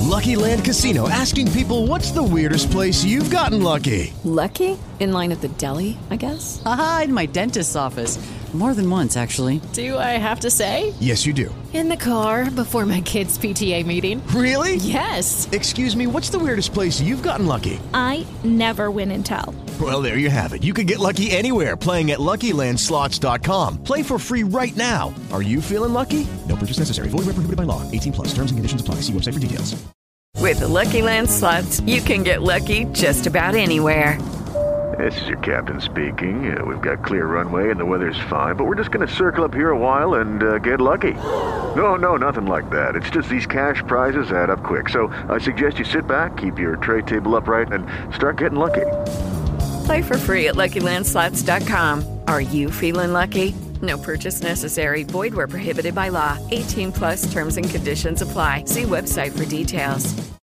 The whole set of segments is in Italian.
Lucky Land Casino, asking people, what's the weirdest place you've gotten lucky? Lucky? In line at the deli, I guess? Aha, in my dentist's office. More than once, actually. Do I have to say? Yes, you do. In the car before my kids' PTA meeting. Really? Yes. Excuse me, what's the weirdest place you've gotten lucky? I never win and tell. Well, there you have it. You can get lucky anywhere, playing at LuckyLandSlots.com. Play for free right now. Are you feeling lucky? No purchase necessary. Void where prohibited by law. 18 plus. Terms and conditions apply. See website for details. With the Lucky Land Slots, you can get lucky just about anywhere. This is your captain speaking. We've got clear runway and the weather's fine, but we're just going to circle up here a while and get lucky. No, nothing like that. It's just these cash prizes add up quick. So I suggest you sit back, keep your tray table upright, and start getting lucky. Play for free at LuckyLandSlots.com. Are you feeling lucky? No purchase necessary. Void where prohibited by law. 18 plus terms and conditions apply. See website for details.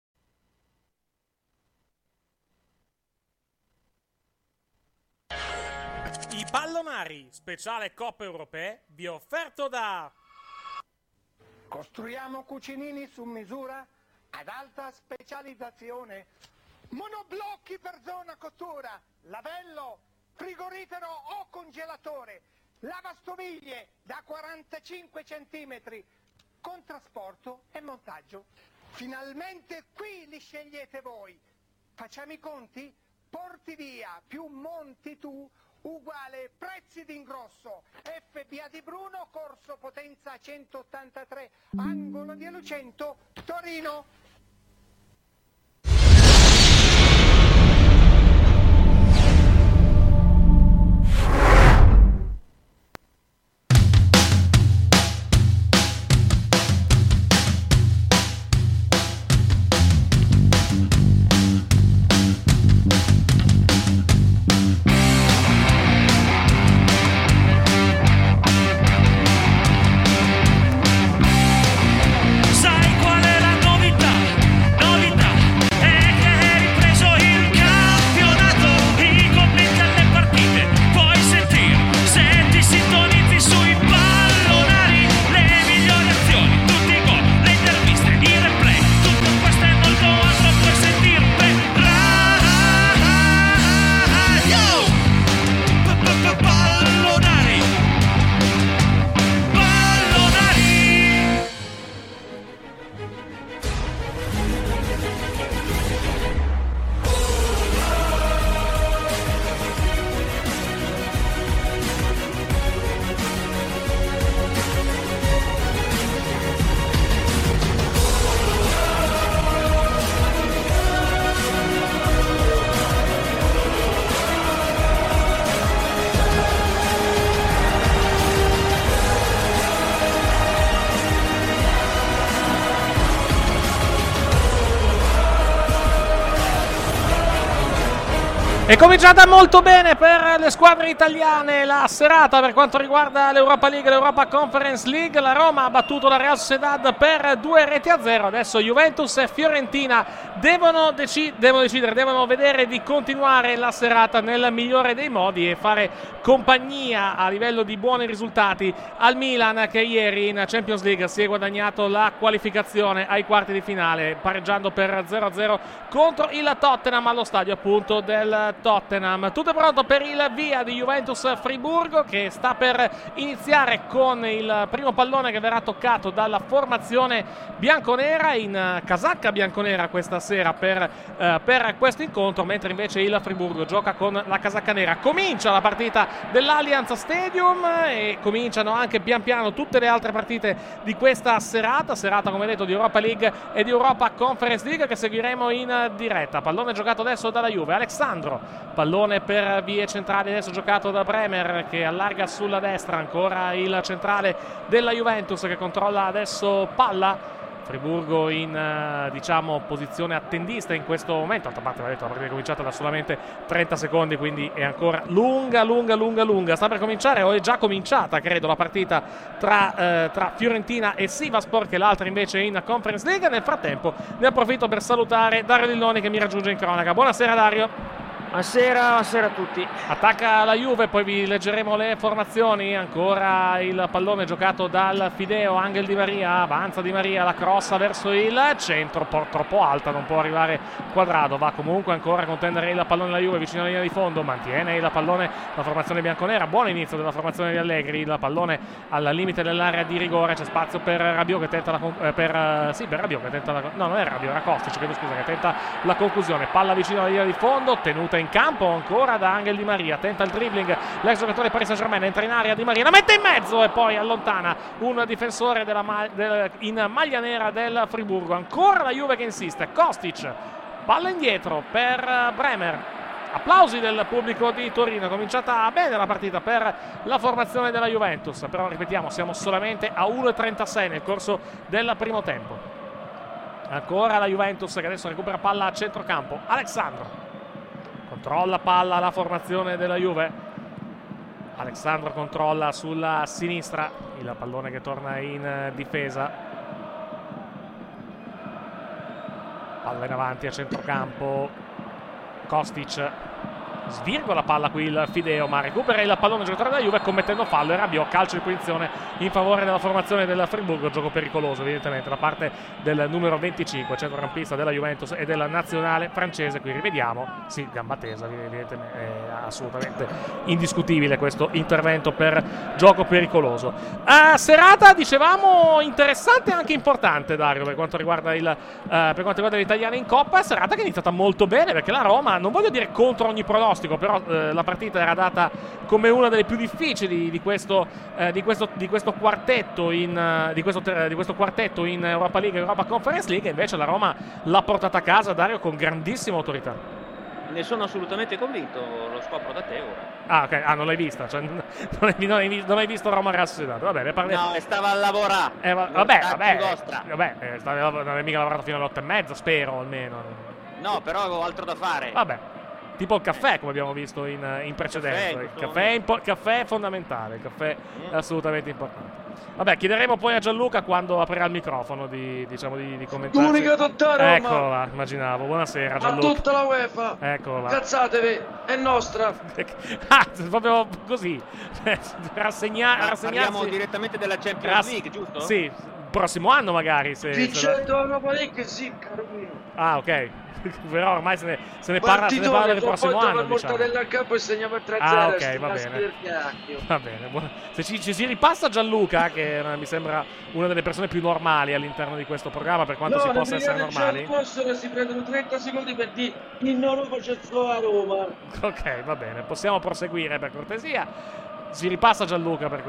I pallonari, speciale Coppe Europee, vi è offerto da... Costruiamo cucinini su misura ad alta specializzazione. Monoblocchi per zona cottura, lavello, frigorifero o congelatore, lavastoviglie da 45 cm, con trasporto e montaggio. Finalmente qui li scegliete voi. Facciamo i conti? Porti via più monti tu uguale prezzi d'ingrosso. FBA di Bruno, corso Potenza 183, angolo di Lucento, Torino. È cominciata molto bene per le squadre italiane la serata per quanto riguarda l'Europa League e l'Europa Conference League. La Roma ha battuto la Real Sociedad per 2-0. Adesso Juventus e Fiorentina devono vedere di continuare la serata nel migliore dei modi e fare compagnia a livello di buoni risultati al Milan, che ieri in Champions League si è guadagnato la qualificazione ai quarti di finale pareggiando per 0-0 contro il Tottenham allo stadio appunto del Tottenham. Tutto è pronto per il via di Juventus Friburgo, che sta per iniziare con il primo pallone che verrà toccato dalla formazione bianconera in casacca bianconera questa sera per questo incontro, mentre invece il Friburgo gioca con la casacca nera. Comincia la partita dell'Allianz Stadium e cominciano anche pian piano tutte le altre partite di questa serata come detto di Europa League e di Europa Conference League, che seguiremo in diretta. Pallone giocato adesso dalla Juve, Alexandro, pallone per vie centrali adesso giocato da Bremer, che allarga sulla destra, ancora il centrale della Juventus che controlla adesso palla. Friburgo in posizione attendista in questo momento. D'altra parte, la partita è cominciata da solamente 30 secondi, quindi è ancora lunga. Sta per cominciare, o è già cominciata credo, la partita tra Fiorentina e Sivasspor, che l'altra invece in Conference League. Nel frattempo ne approfitto per salutare Dario Dilloni che mi raggiunge in cronaca. Buonasera Dario. Buonasera a tutti. Attacca la Juve, poi vi leggeremo le formazioni. Ancora il pallone giocato dal Fideo, Angel Di Maria, avanza Di Maria, la crossa verso il centro, troppo alta, non può arrivare Quadrado, va comunque ancora a contendere il pallone la Juve vicino alla linea di fondo, mantiene il pallone la formazione bianconera, buon inizio della formazione di Allegri, il pallone al limite dell'area di rigore, c'è spazio per Rabiot che tenta era Kostic, chiedo scusa, che tenta la conclusione, palla vicino alla linea di fondo, tenuta in campo ancora da Angel Di Maria, tenta il dribbling l'ex giocatore Paris Saint-Germain, entra in area Di Maria, la mette in mezzo e poi allontana un difensore in maglia nera del Friburgo. Ancora la Juve che insiste, Kostic, palla indietro per Bremer, applausi del pubblico di Torino, è cominciata bene la partita per la formazione della Juventus, però ripetiamo siamo solamente a 1:36 nel corso del primo tempo. Ancora la Juventus che adesso recupera palla a centrocampo, Alexandro controlla palla la formazione della Juve, Alexandro controlla sulla sinistra, il pallone che torna in difesa, palla in avanti a centrocampo, Kostic svirgola la palla qui il Fideo, ma recupera il pallone il giocatore della Juve commettendo fallo, e Rabiot, calcio di punizione in favore della formazione del Friburgo, gioco pericoloso evidentemente da parte del numero 25, centrocampista della Juventus e della nazionale francese. Qui rivediamo, sì, gamba tesa, evidentemente è assolutamente indiscutibile questo intervento per gioco pericoloso. Serata, dicevamo, interessante e anche importante, Dario, per quanto riguarda gli italiani in Coppa, serata che è iniziata molto bene, perché la Roma, non voglio dire contro ogni pronostico, però la partita era data come una delle più difficili di questo quartetto in Europa League e Europa Conference League, e invece la Roma l'ha portata a casa, Dario, con grandissima autorità. Ne sono assolutamente convinto, lo scopro da te ora. Ah, ok, non l'hai vista, cioè, non hai visto Roma Real Sociedad. Vabbè, ne parliamo. No, stava a lavorare. Non hai mica lavorato fino alle 8:30, spero almeno. No, però avevo altro da fare. Vabbè. Tipo il caffè, come abbiamo visto in precedenza. Il caffè è fondamentale, il caffè è assolutamente importante. Vabbè, chiederemo poi a Gianluca quando aprirà il microfono di commentare. Comunicato a Roma. Eccola, immaginavo. Buonasera Gianluca. A tutta la UEFA. Eccola. Cazzatevi, è nostra. Proprio così. Parliamo direttamente della Champions League, giusto? Sì, prossimo anno magari. Vincendo Europa League, sì, caro mio. Ah, ok. Però ormai se ne parla del prossimo anno, diciamo. Del campo e segna per 3-0. Ah, ok, va bene. Va bene. Se ci si ripassa Gianluca, che mi sembra una delle persone più normali all'interno di questo programma, per quanto si possa essere normali. Si prendono 30 secondi per dire in Europa c'è solo a Roma. Ok, va bene. Possiamo proseguire per cortesia. Si ripassa Gianluca per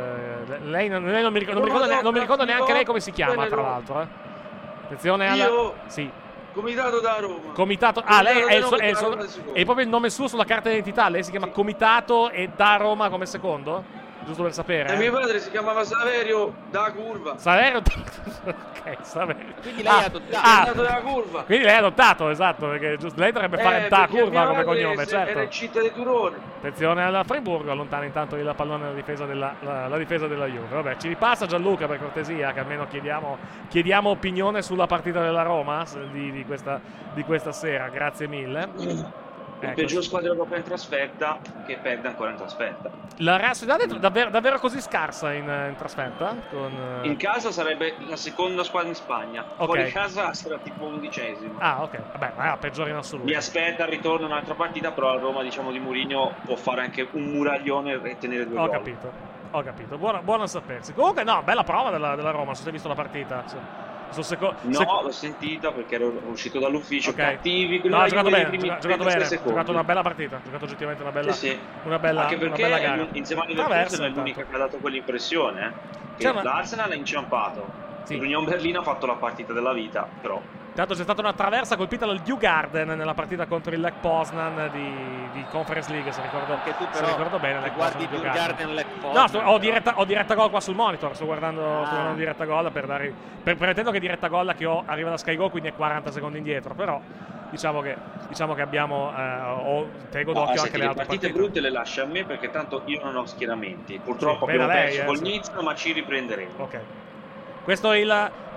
lei non mi ricordo neanche lei come si chiama, tra l'altro. Attenzione alla sì. Comitato da Roma. Comitato. Lei è proprio il nome suo sulla carta d'identità. Lei si chiama Comitato e da Roma come secondo? Giusto per sapere. Mio padre si chiamava Saverio da Curva. Saverio. Ok, Saverio. Quindi lei è adottato. Da Curva. Quindi lei è adottato, esatto. Perché lei dovrebbe fare da Curva come cognome, certo. Era in città di Turone. Attenzione al Friburgo, allontana intanto il pallone la difesa della Juve. Vabbè, ci ripassa Gianluca per cortesia, che almeno chiediamo opinione sulla partita della Roma di questa sera. Grazie mille. Il peggior squadra europea in trasferta, che perde ancora in trasferta. La Real Sociedad è davvero così scarsa in trasferta? In casa sarebbe la seconda squadra in Spagna. Okay. Fuori casa sarà tipo 11º. Ah, ok. Vabbè, ma è la peggiore in assoluto. Mi aspetta il ritorno in un'altra partita, però la Roma, diciamo, di Mourinho può fare anche un muraglione e tenere 2 gol. Ho capito. Buono a sapersi. Comunque, no, bella prova della Roma, se hai visto la partita. L'ho sentita perché ero uscito dall'ufficio. Okay. Cattivi, ha giocato bene, ha giocato una bella partita, ha giocato oggettivamente una bella anche perché una bella gara. Insieme a Liverpool è l'unica che ha dato quell'impressione, che l'Arsenal è inciampato. L'Union Berlino ha fatto la partita della vita, però Tanto c'è stata una traversa colpita dal Djurgården nella partita contro il Lech Poznan di Conference League, se ricordo bene. Se guardi Djurgården Lech Poznan. No, ho diretta gol qua sul monitor, sto guardando diretta gol per pretendo che diretta gol che arriva da Sky Go, quindi è 40 secondi indietro, però diciamo che abbiamo tengo d'occhio anche le altre partite brutte le lascia a me, perché tanto io non ho schieramenti, purtroppo abbiamo perso col Nizza, ma ci riprenderemo. Ok. Questo è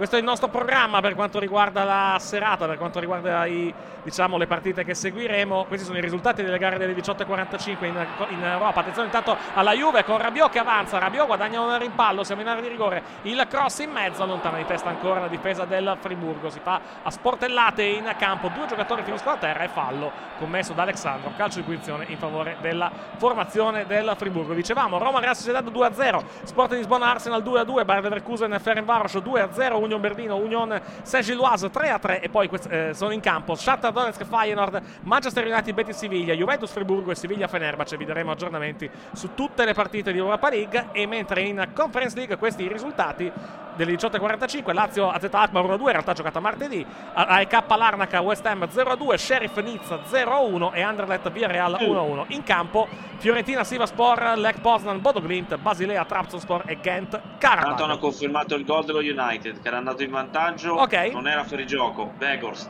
Questo è il nostro programma per quanto riguarda la serata, per quanto riguarda le partite che seguiremo. Questi sono i risultati delle gare delle 18:45 in Europa. Attenzione intanto alla Juve con Rabiot che avanza. Rabiot guadagna un rimpallo, siamo in area di rigore. Il cross in mezzo, allontana di testa ancora la difesa del Friburgo. Si fa a sportellate in campo, 2 giocatori finiscono a terra e fallo commesso da Alexandro. Calcio di punizione in favore della formazione del Friburgo. Dicevamo Roma Real Sociedad 2-0, Sporting Lisbona Arsenal 2-2, Bayer Leverkusen Ferencváros 2-0, Union Berlino Union Saint-Gilloise 3-3 e poi sono in campo Shakhtar Donetsk Feyenoord, Manchester United Betis Siviglia, Juventus Friburgo e Siviglia Fenerbahce. Vi daremo aggiornamenti su tutte le partite di Europa League. E mentre in Conference League questi i risultati delle 18:45, Lazio AZ Alkmaar 1-2, in realtà giocata martedì, AEK Larnaca West Ham 0-2, Sheriff Nizza 0-1 e Anderlecht Villarreal 1-1. In campo Fiorentina Sivasspor, Lech Poznan Bodo Glimt, Basilea Trabzonspor e Ghent Karabakh. Tanto hanno confermato il gol dello United che era andato in vantaggio, non era fuori gioco. Weghorst.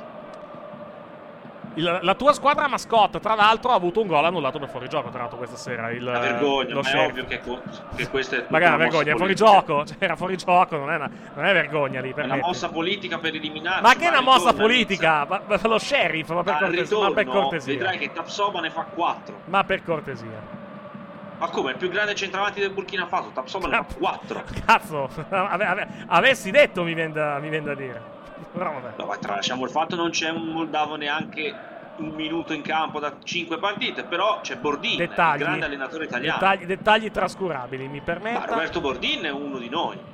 La tua squadra mascotte, tra l'altro, ha avuto un gol annullato per fuorigioco. Tra l'altro, questa sera la vergogna, ma è ovvio che questa è magari una vergogna, è fuorigioco. Cioè, era fuorigioco, non è vergogna lì. È una mossa politica per eliminarci. Ma che è una mossa politica? Ma lo sheriff, ma per cortesia. Vedrai che Tapsoba ne fa 4. Ma per cortesia. Ma come? Il più grande centravanti del Burkina Faso, Tapsoba ne fa 4. Cazzo, avessi detto mi viene da dire. No, ma tralasciamo il fatto non c'è un moldavo neanche un minuto in campo da 5 partite, però c'è Bordin, il grande allenatore italiano. Dettagli trascurabili, mi permetta. Ma Roberto Bordin è uno di noi.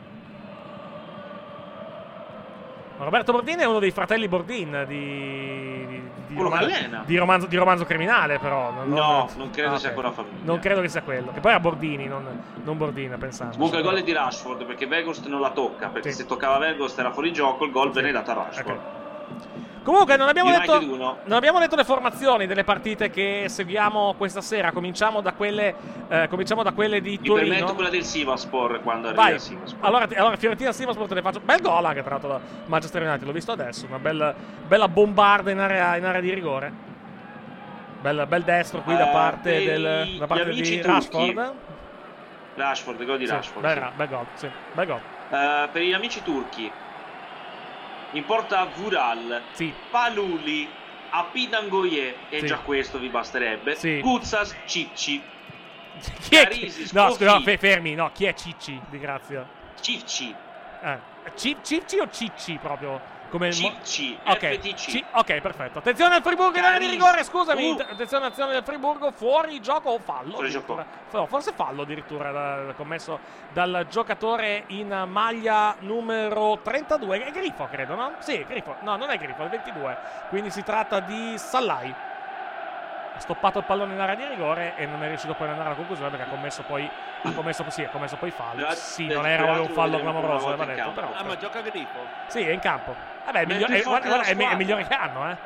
Roberto Bordin è uno dei fratelli Bordin di romanzo criminale, però. Non credo sia quella famiglia. Non credo che sia quello. Che poi era Bordini, non Bordina, pensando. Comunque il gol è di Rashford, perché Weghorst non la tocca, perché se toccava Weghorst era fuori gioco, il gol venne dato a Rashford. Okay. Comunque non abbiamo detto le formazioni delle partite che seguiamo questa sera. Cominciamo da quelle di Torino. Mi permetto quella del Sivasspor quando arriva il Sivasspor. Allora Fiorentina Sivasspor te le faccio. Bel gol anche tra l'altro da Manchester United, l'ho visto adesso, una bella bombarda in area di rigore. Bel destro qui da parte di Rashford. Rashford, gol di Rashford. Bel gol, sì. Bel gol. Per gli amici turchi in porta Vural, Paluli, Apinangoye, e già questo vi basterebbe. Guzzas, Cicci. Chi è? No, fermi, no, chi è Cicci? Di grazia. Cicci. Cicci o Cicci proprio? Come Cicci, FTC. Ok, perfetto. Attenzione al Friburgo in area di rigore, scusami. Attenzione all'azione del Friburgo, fuori gioco o fallo? Fuori gioco. No, forse fallo addirittura commesso dal giocatore in maglia numero 32. È Grifo, credo, no? Sì, Grifo. No, non è Grifo, è il 22. Quindi si tratta di Sallai. Ha stoppato il pallone in area di rigore e non è riuscito poi ad andare alla conclusione perché ha commesso poi fallo. Sì, non era un fallo clamoroso, aveva detto, però. Ma gioca Grifo? Sì, è in campo. Vabbè, è migliore che hanno, Allora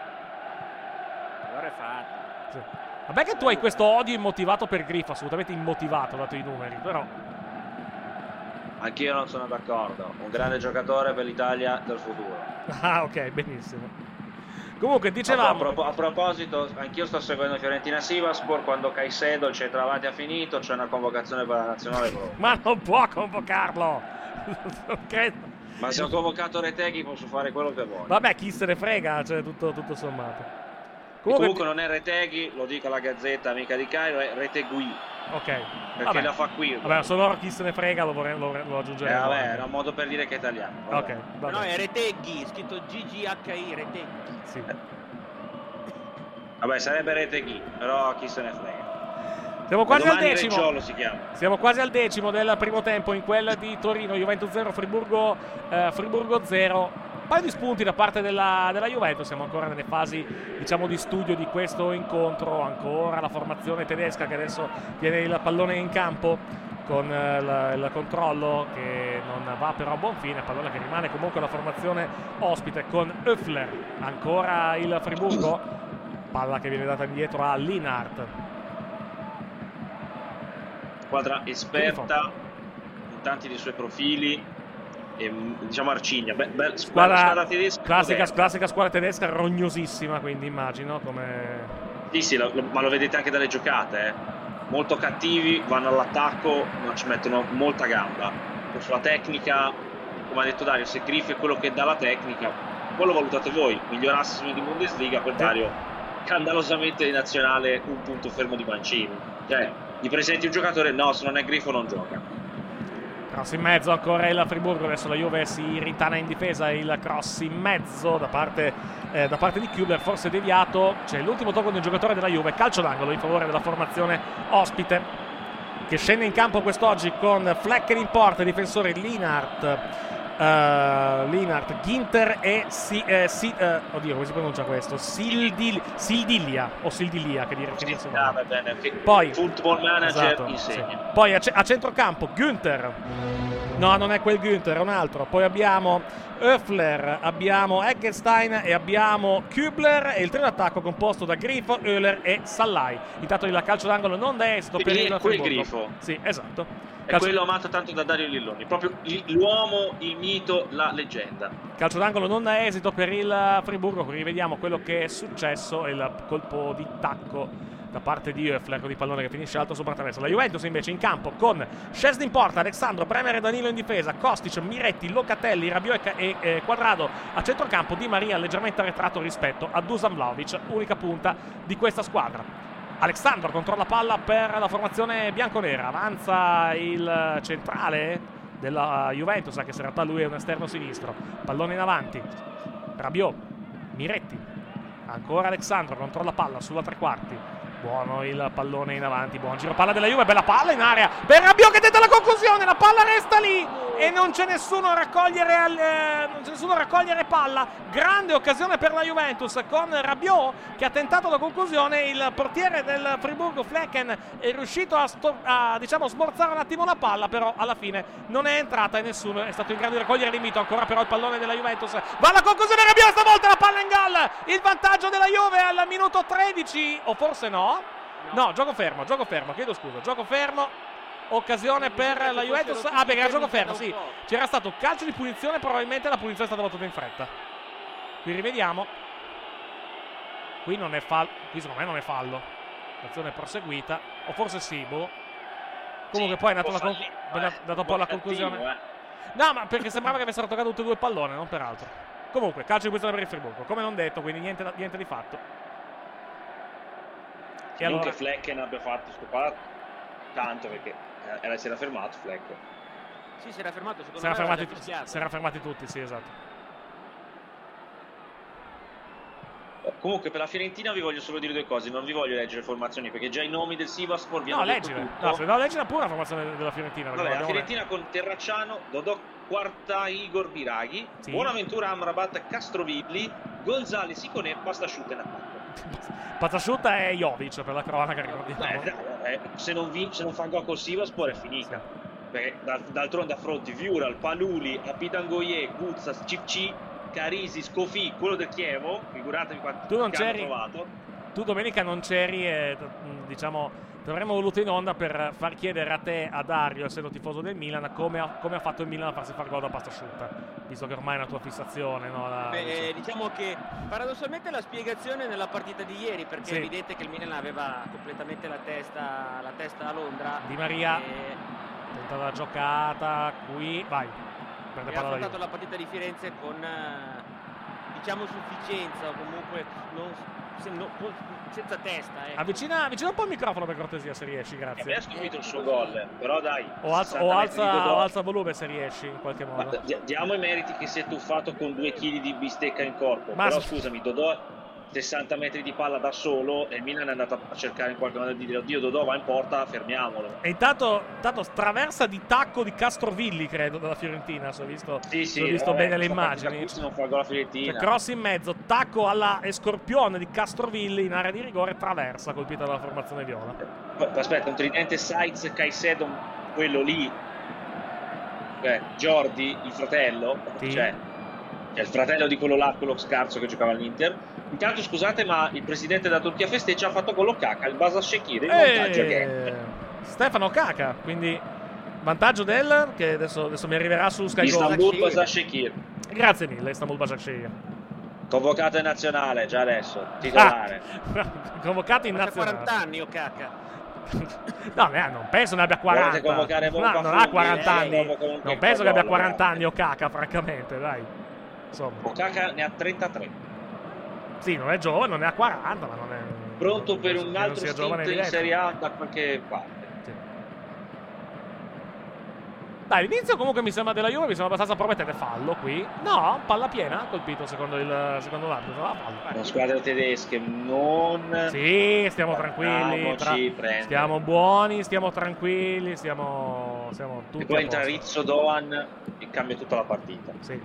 è fatto. Sì. Vabbè che tu hai questo odio immotivato per Grifo, assolutamente immotivato, dato i numeri, però. Anch'io non sono d'accordo. Un grande giocatore per l'Italia del futuro. Ah, ok, benissimo. Comunque dicevamo a proposito, anch'io sto seguendo Fiorentina Sivasspor. Quando Caicedo il centravanti ha finito c'è una convocazione per la nazionale proprio. Ma non può convocarlo. Non credo. Ma se ho convocato Retegui posso fare quello che voglio. Vabbè, chi se ne frega, cioè tutto sommato. Comunque non è Retegui, lo dico alla Gazzetta amica di Cairo, è Retegui. Ok. Perché la fa qui. Vabbè, sonoro chi se ne frega lo aggiungeremo. Vabbè, era un modo per dire che è italiano. Vabbè. Ok. No, è Retegui, scritto GGHI, Retegui. Sì. Vabbè, sarebbe Retegui, però chi se ne frega. Siamo quasi al decimo. Reggiolo si chiama. Siamo quasi al decimo del primo tempo in quella di Torino. Juventus 0, Friburgo 0. Un paio di spunti da parte della Juventus. Siamo ancora nelle fasi, diciamo, di studio di questo incontro. Ancora la formazione tedesca che adesso tiene il pallone in campo con il controllo che non va però a buon fine. Pallone che rimane comunque la formazione ospite con Höfler. Ancora il Friburgo. Palla che viene data indietro a Linhart. Squadra esperta in tanti dei suoi profili e diciamo arcigna. Squadra tedesca, classica squadra tedesca rognosissima, quindi immagino come sì, ma lo vedete anche dalle giocate, molto cattivi, vanno all'attacco, ma ci mettono molta gamba sulla tecnica, come ha detto Dario, se Griff è quello che dà la tecnica, poi lo valutate voi, miglior assessment di Bundesliga, per Dario scandalosamente in nazionale un punto fermo di Mancini. Cioè, gli presenti un giocatore, no, se non è Griffo non gioca. Cross in mezzo ancora il Friburgo, adesso la Juve si ritana in difesa, il cross in mezzo da parte di Kübler, forse deviato, c'è l'ultimo tocco del giocatore della Juve, calcio d'angolo in favore della formazione ospite, che scende in campo quest'oggi con Flecken in porta, difensori Lienhardt, Ginter e oddio, come si pronuncia questo? Sildilia o Sildilia, che dire che va bene. Poi Football Manager, esatto, insegna. sì. Poi a centrocampo Günther. No, non è quel Günther, è un altro. Poi abbiamo Höfler, abbiamo Eggestein e abbiamo Kübler, e il trio d'attacco composto da Grifo, Euler e Sallai. Intanto il calcio d'angolo non dà esito per il quel Grifo. Sì, esatto. È quello amato tanto da Dario Lilloni, proprio l'uomo, il mito, la leggenda. Calcio d'angolo non dà esito per il Friburgo, rivediamo quello che è successo, il colpo di tacco da parte di Höfler con il pallone che finisce alto sopra traversa. La Juventus invece in campo con Szczesny in porta, Alexandro, Bremer e Danilo in difesa, Kostic, Miretti, Locatelli, Rabiot e Quadrado a centrocampo, Di Maria leggermente arretrato rispetto a Dusan Vlahovic, unica punta di questa squadra. Alexandro controlla palla per la formazione bianconera, avanza il centrale della Juventus, anche se in realtà lui è un esterno sinistro, pallone in avanti, Rabiot, Miretti, ancora Alexandro, controlla palla sulla tre quarti, buono il pallone in avanti, buon giro palla della Juve, bella palla in area per Rabiot che tenta la conclusione, la palla resta lì e non c'è nessuno a raccogliere palla. Grande occasione per la Juventus con Rabiot che ha tentato la conclusione, il portiere del Friburgo Flecken è riuscito a diciamo smorzare un attimo la palla, però alla fine non è entrata e nessuno è stato in grado di raccogliere l'invito. Ancora però il pallone della Juventus, va alla conclusione Rabiot, stavolta la palla in gol, il vantaggio della Juve al minuto 13 o forse no, gioco fermo, chiedo scusa, gioco fermo. Occasione per la Juventus. Perché era gioco fermo, sì. C'era stato un calcio di punizione, probabilmente la punizione è stata battuta in fretta. Qui rivediamo. Qui non è fallo. Qui secondo me non è fallo. L'azione è proseguita. O forse sì, boh. Comunque poi è dato un po' la conclusione. No, ma perché sembrava che avessero toccato tutti e due il pallone, non peraltro. Comunque, calcio di punizione per il Friburgo, come non detto, quindi niente di fatto. E allora che Flecken abbia fatto scopare tanto, perché si era fermato Fleck. Sì, si era fermato, si erano fermati tutti, sì, esatto. Comunque per la Fiorentina vi voglio solo dire due cose, non vi voglio leggere formazioni perché già i nomi del Sivasspor vi hanno detto tutto. Leggila pure la formazione della Fiorentina. Vabbè, la Fiorentina con Terracciano, Dodò, Quarta, Igor Biraghi, sì. Buonaventura, Amrabat, Castrovilli, Gonzalez, Iconè, Pastasciutta in attacco. Pastasciutta è Jovic per la cronaca, ricordiamo. Se non fa gol col Sivasspor è finita. Perché d'altronde affronti Vural, Paluli, Apidangoye, Guzza, Cicci, Carisi, Scofi, quello del Chievo, figuratevi quanti hanno trovato. Tu domenica non c'eri e diciamo ti avremmo voluto in onda per far chiedere a te, a Dario, essendo tifoso del Milan, come ha fatto il Milan a farsi far gol da Pastasciutta, visto che ormai è una tua fissazione, no? Diciamo che paradossalmente la spiegazione nella partita di ieri, perché è evidente che il Milan aveva completamente la testa a Londra. Di Maria tenta la giocata qui, vai. Ha affrontato la partita di Firenze con diciamo sufficienza, o comunque senza testa. Avvicina un po' il microfono per cortesia, se riesci, grazie. Mi ha stupito il suo gol, però dai. O alza volume se riesci in qualche modo. Diamo i meriti che si è tuffato con 2 kg di bistecca in corpo. Però scusami, Dodò 60 metri di palla da solo e il Milan è andato a cercare in qualche modo di dire oddio Dodò va in porta, fermiamolo. E intanto traversa di tacco di Castrovilli, credo, dalla Fiorentina, ho visto bene le immagini. Non fa gol la Fiorentina. Cioè, cross in mezzo, tacco alla Escorpione di Castrovilli in area di rigore, traversa colpita dalla formazione viola. Aspetta, un tridente Sainz, Caicedo, quello lì, Jordi, il fratello, cioè il fratello di quello là, quello scarso che giocava all'Inter. Intanto scusate, ma il presidente della Turchia festeggia, ha fatto con lo Caca, il Basashekir, il montaggio again. Stefano Caca, quindi vantaggio che adesso mi arriverà su Sky Istanbul Basashekir. Grazie mille, Istanbul Basashekir. Convocato in nazionale, già adesso, titolare. Convocato in nazionale. 40 anni o Caca. No, non penso ne abbia 40. No, non ha 40 anni. Non penso che abbia 40 anni Okaka, francamente, dai. Insomma. Okaka ne ha 33. Sì, non è giovane, non ne ha 40, ma non è... Pronto per un altro stint in Serie A da qualche parte. Dai, l'inizio comunque mi sembra della Juve, mi sembra abbastanza promettente. Fallo qui. No, palla piena, colpito secondo l'arbitro. No, fallo. Le squadre tedesche non... Sì, stiamo tranquilli. Stiamo buoni, stiamo tranquilli, stiamo tutti. E poi entra Rizzo Doan e cambia tutta la partita. Sì.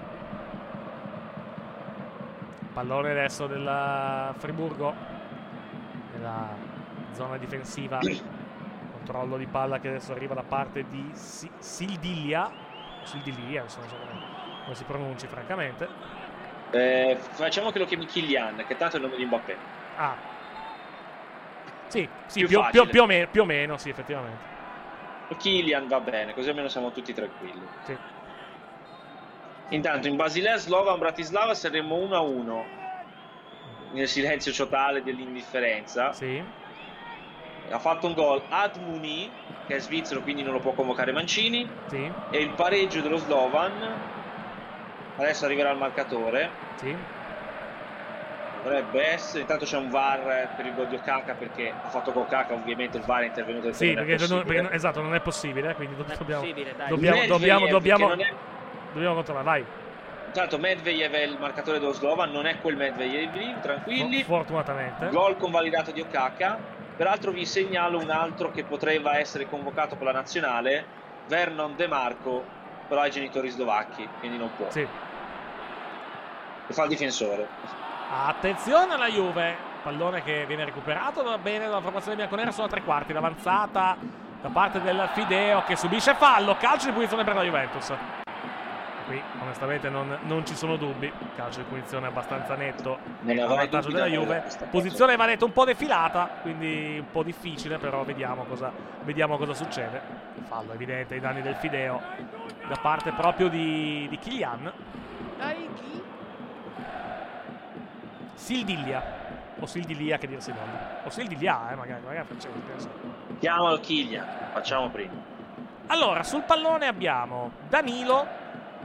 Pallone adesso del Friburgo nella zona difensiva. Controllo di palla che adesso arriva da parte di Sildilia, non so come si pronunci francamente. Facciamo che lo chiami Kylian, che tanto è il nome di Mbappé. Ah, sì, più o meno, sì, effettivamente. Kylian va bene, così almeno siamo tutti tranquilli. Sì. Intanto in Basilea, Slovan, Bratislava saremo 1-1 nel silenzio totale dell'indifferenza. Sì. Ha fatto un gol Admuni, che è svizzero, quindi non lo può convocare Mancini. Sì. E il pareggio dello Slovan. Adesso arriverà il marcatore. Sì. Dovrebbe essere. Intanto c'è un VAR per il gol di Okaka, perché ha fatto con Okaka, ovviamente il VAR è intervenuto. Sì, perché esatto, non è possibile, quindi dobbiamo controllare, vai. Intanto Medvedev è il marcatore dello Slovan, non è quel Medvedev, tranquilli. Fortunatamente. Gol convalidato di Okaka. Peraltro vi segnalo un altro che potrebbe essere convocato per la nazionale, Vernon De Marco, però ha i genitori slovacchi, quindi non può. Sì. E fa il difensore. Attenzione alla Juve, pallone che viene recuperato bene dalla formazione bianconera sulla tre quarti, l'avanzata da parte del Fideo che subisce fallo, calcio di punizione per la Juventus. Qui onestamente non ci sono dubbi, calcio di punizione abbastanza netto a vantaggio della Juve. Posizione va detto un po' defilata, quindi un po' difficile, però vediamo cosa succede. Fallo evidente ai danni del Fideo da parte proprio di Kylian. Sildilia o Sildilia, che dir si voglia, o Sildilia, magari facciamo. Chiamalo Kylian, facciamo prima. Allora, sul pallone abbiamo Danilo,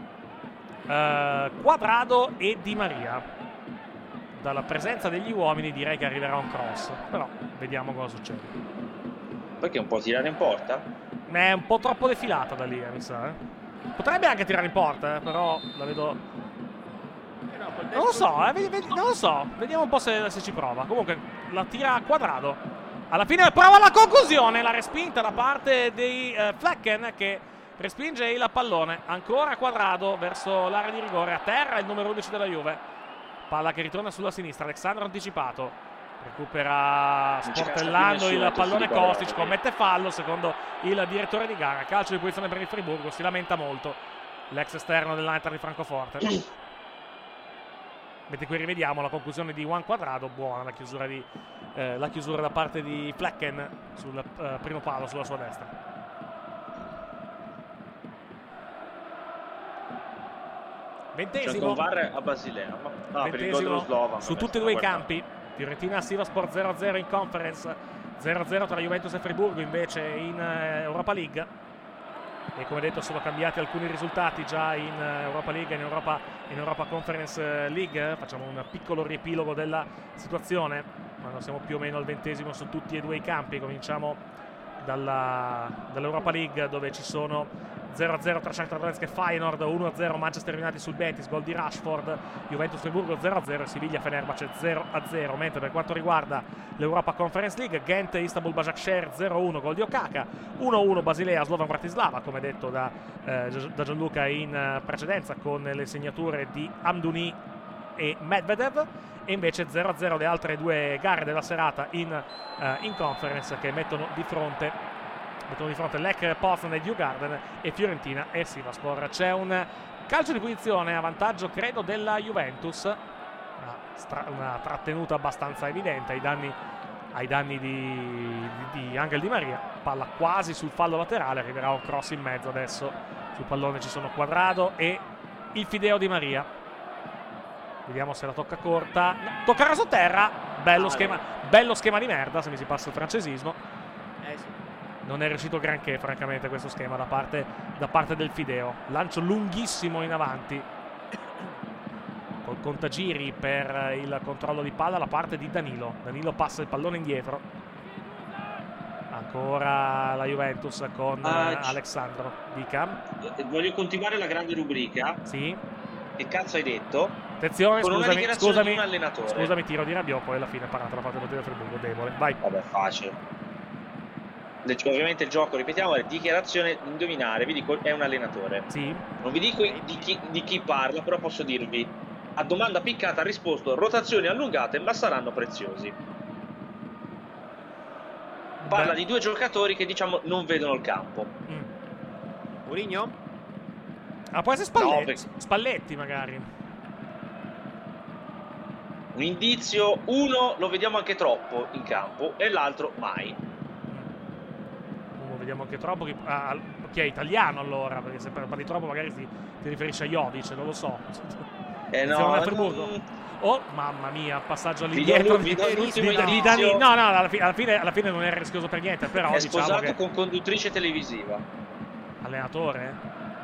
Quadrado e Di Maria. Dalla presenza degli uomini direi che arriverà un cross, però vediamo cosa succede. Perché un po' tirare in porta? È un po' troppo defilata da lì, mi sa. Potrebbe anche tirare in porta, però la vedo. Non lo so, vediamo un po' se ci prova. Comunque la tira a Quadrado. Alla fine prova la conclusione, la respinta da parte dei Flecken, che respinge il pallone. Ancora Quadrado verso l'area di rigore. A terra il numero 11 della Juve. Palla che ritorna sulla sinistra. Alexandro anticipato. Recupera sportellando il pallone Kostic. Commette fallo secondo il direttore di gara. Calcio di posizione per il Friburgo. Si lamenta molto l'ex esterno dell'Eintracht di Francoforte. Mentre qui rivediamo la conclusione di Juan Quadrado. Buona la chiusura da parte di Flecken sul primo palo sulla sua destra. Ventesimo a Basilea, per il gol dello Slovan, su tutti e due i campi. Fiorentina Sivaspor 0-0 in Conference, 0-0 tra Juventus e Friburgo invece in Europa League. E come detto sono cambiati alcuni risultati già in Europa League e in Europa Conference League. Facciamo un piccolo riepilogo della situazione quando siamo più o meno al 20° su tutti e due i campi. Cominciamo dall'Europa League, dove ci sono 0-0 tra Shakhtar Donetsk e Feyenoord, 1-0 Manchester United sul Betis, gol di Rashford, Juventus Friburgo 0-0, Siviglia Fenerbahce 0-0. Mentre per quanto riguarda l'Europa Conference League, Ghent Istanbul Başakşehir 0-1, gol di Okaka, 1-1 Basilea Slovan Bratislava, come detto da Gianluca in precedenza, con le segnature di Amdouni e Medvedev. E invece 0-0 le altre due gare della serata in Conference, che mettono di fronte Lech Poznan e Djurgården e Fiorentina e Sivaspor. C'è un calcio di punizione a vantaggio credo della Juventus, una trattenuta abbastanza evidente ai danni di Angel Di Maria. Palla quasi sul fallo laterale, arriverà un cross in mezzo adesso. Sul pallone ci sono Quadrado e il Fideo Di Maria. Vediamo se la tocca corta. No, tocca raso terra. Bello schema di merda, se mi si passa il francesismo. Sì. Non è riuscito granché, francamente, questo schema da parte del Fideo. Lancio lunghissimo in avanti, col contagiri per il controllo di palla da parte di Danilo. Danilo passa il pallone indietro. Ancora la Juventus con Alexandro. Dica. Voglio continuare la grande rubrica. Sì. Che cazzo hai detto? Attenzione, con una dichiarazione di un allenatore. Scusami, tiro di Rabiot, poi alla fine è parata la parte del Friburgo, debole. Vai. Vabbè, facile. Ovviamente il gioco, ripetiamo, è dichiarazione, indovinare, vi dico, è un allenatore. Sì. Non vi dico di chi parla, però posso dirvi, a domanda piccata ha risposto rotazioni allungate, ma saranno preziosi. Parla di 2 giocatori che, diciamo, non vedono il campo. Mourinho? Ah, può essere Spalletti, Spalletti magari. Un indizio, uno lo vediamo anche troppo in campo e l'altro mai. Uno vediamo anche troppo, che è italiano allora, perché se parli troppo magari ti riferisci a Jovic, non lo so. No, oh, mamma mia, passaggio all'indietro di Danilo. No, alla fine non era rischioso per niente, però è diciamo sposato che... con conduttrice televisiva. Allenatore?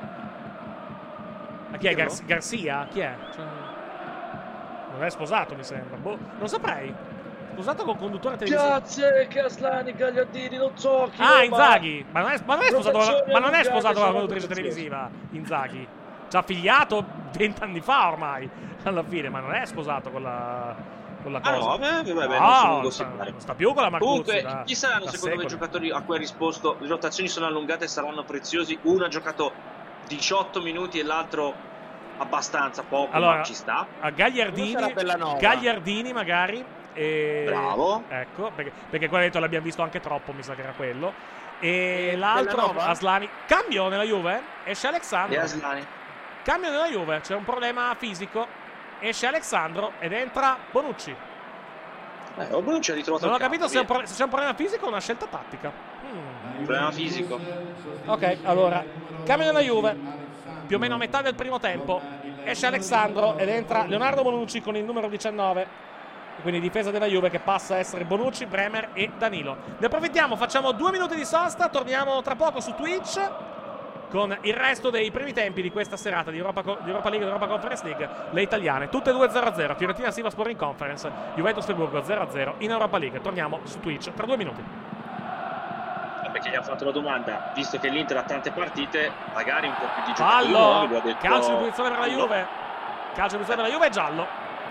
Ma chi è? Garcia? Chi è? Cioè... non è sposato, mi sembra. Boh, non saprei. Sposato con conduttore televisivo. Grazie, che Aslani, Gagliardini, non so chi. Ah, Inzaghi! Ma non è sposato con la conduttrice televisiva, Inzaghi. Ci ha figliato 20 anni fa ormai, alla fine, ma non è sposato con la cosa. No, non sta più con la Marcuzzi. Comunque, chi saranno secondo voi i giocatori a cui ha risposto le rotazioni sono allungate e saranno preziosi? Uno ha giocato 18 minuti e l'altro abbastanza poco, allora, ma ci sta. A Gagliardini magari. Bravo. Ecco, perché qua detto l'abbiamo visto anche troppo, mi sa che era quello. E l'altro, Aslani. Cambio nella Juve? Esce Alexandro. E Aslani. Cambio nella Juve, c'è un problema fisico. Esce Alexandro ed entra Bonucci. Bonucci ha ritrovato non ho il campo, capito se c'è un problema fisico o una scelta tattica. Un problema fisico. Ok, allora, cambio nella Juve. Più o meno a metà del primo tempo. Esce Alexandro ed entra Leonardo Bonucci con il numero 19. Quindi difesa della Juve che passa a essere Bonucci, Bremer e Danilo. Ne approfittiamo, facciamo 2 minuti di sosta. Torniamo tra poco su Twitch con il resto dei primi tempi di questa serata di Europa League e Europa Conference League. Le italiane, tutte e 2 0-0. Fiorentina Sivasspor in Conference, Juventus Friburgo 0-0 in Europa League. Torniamo su Twitch tra 2 minuti. Perché gli ha fatto la domanda, visto che l'Inter ha tante partite, magari un po' più di fallo, giocatori. calcio di punizione per la Juve. Calcio di punizione per la Juve è giallo.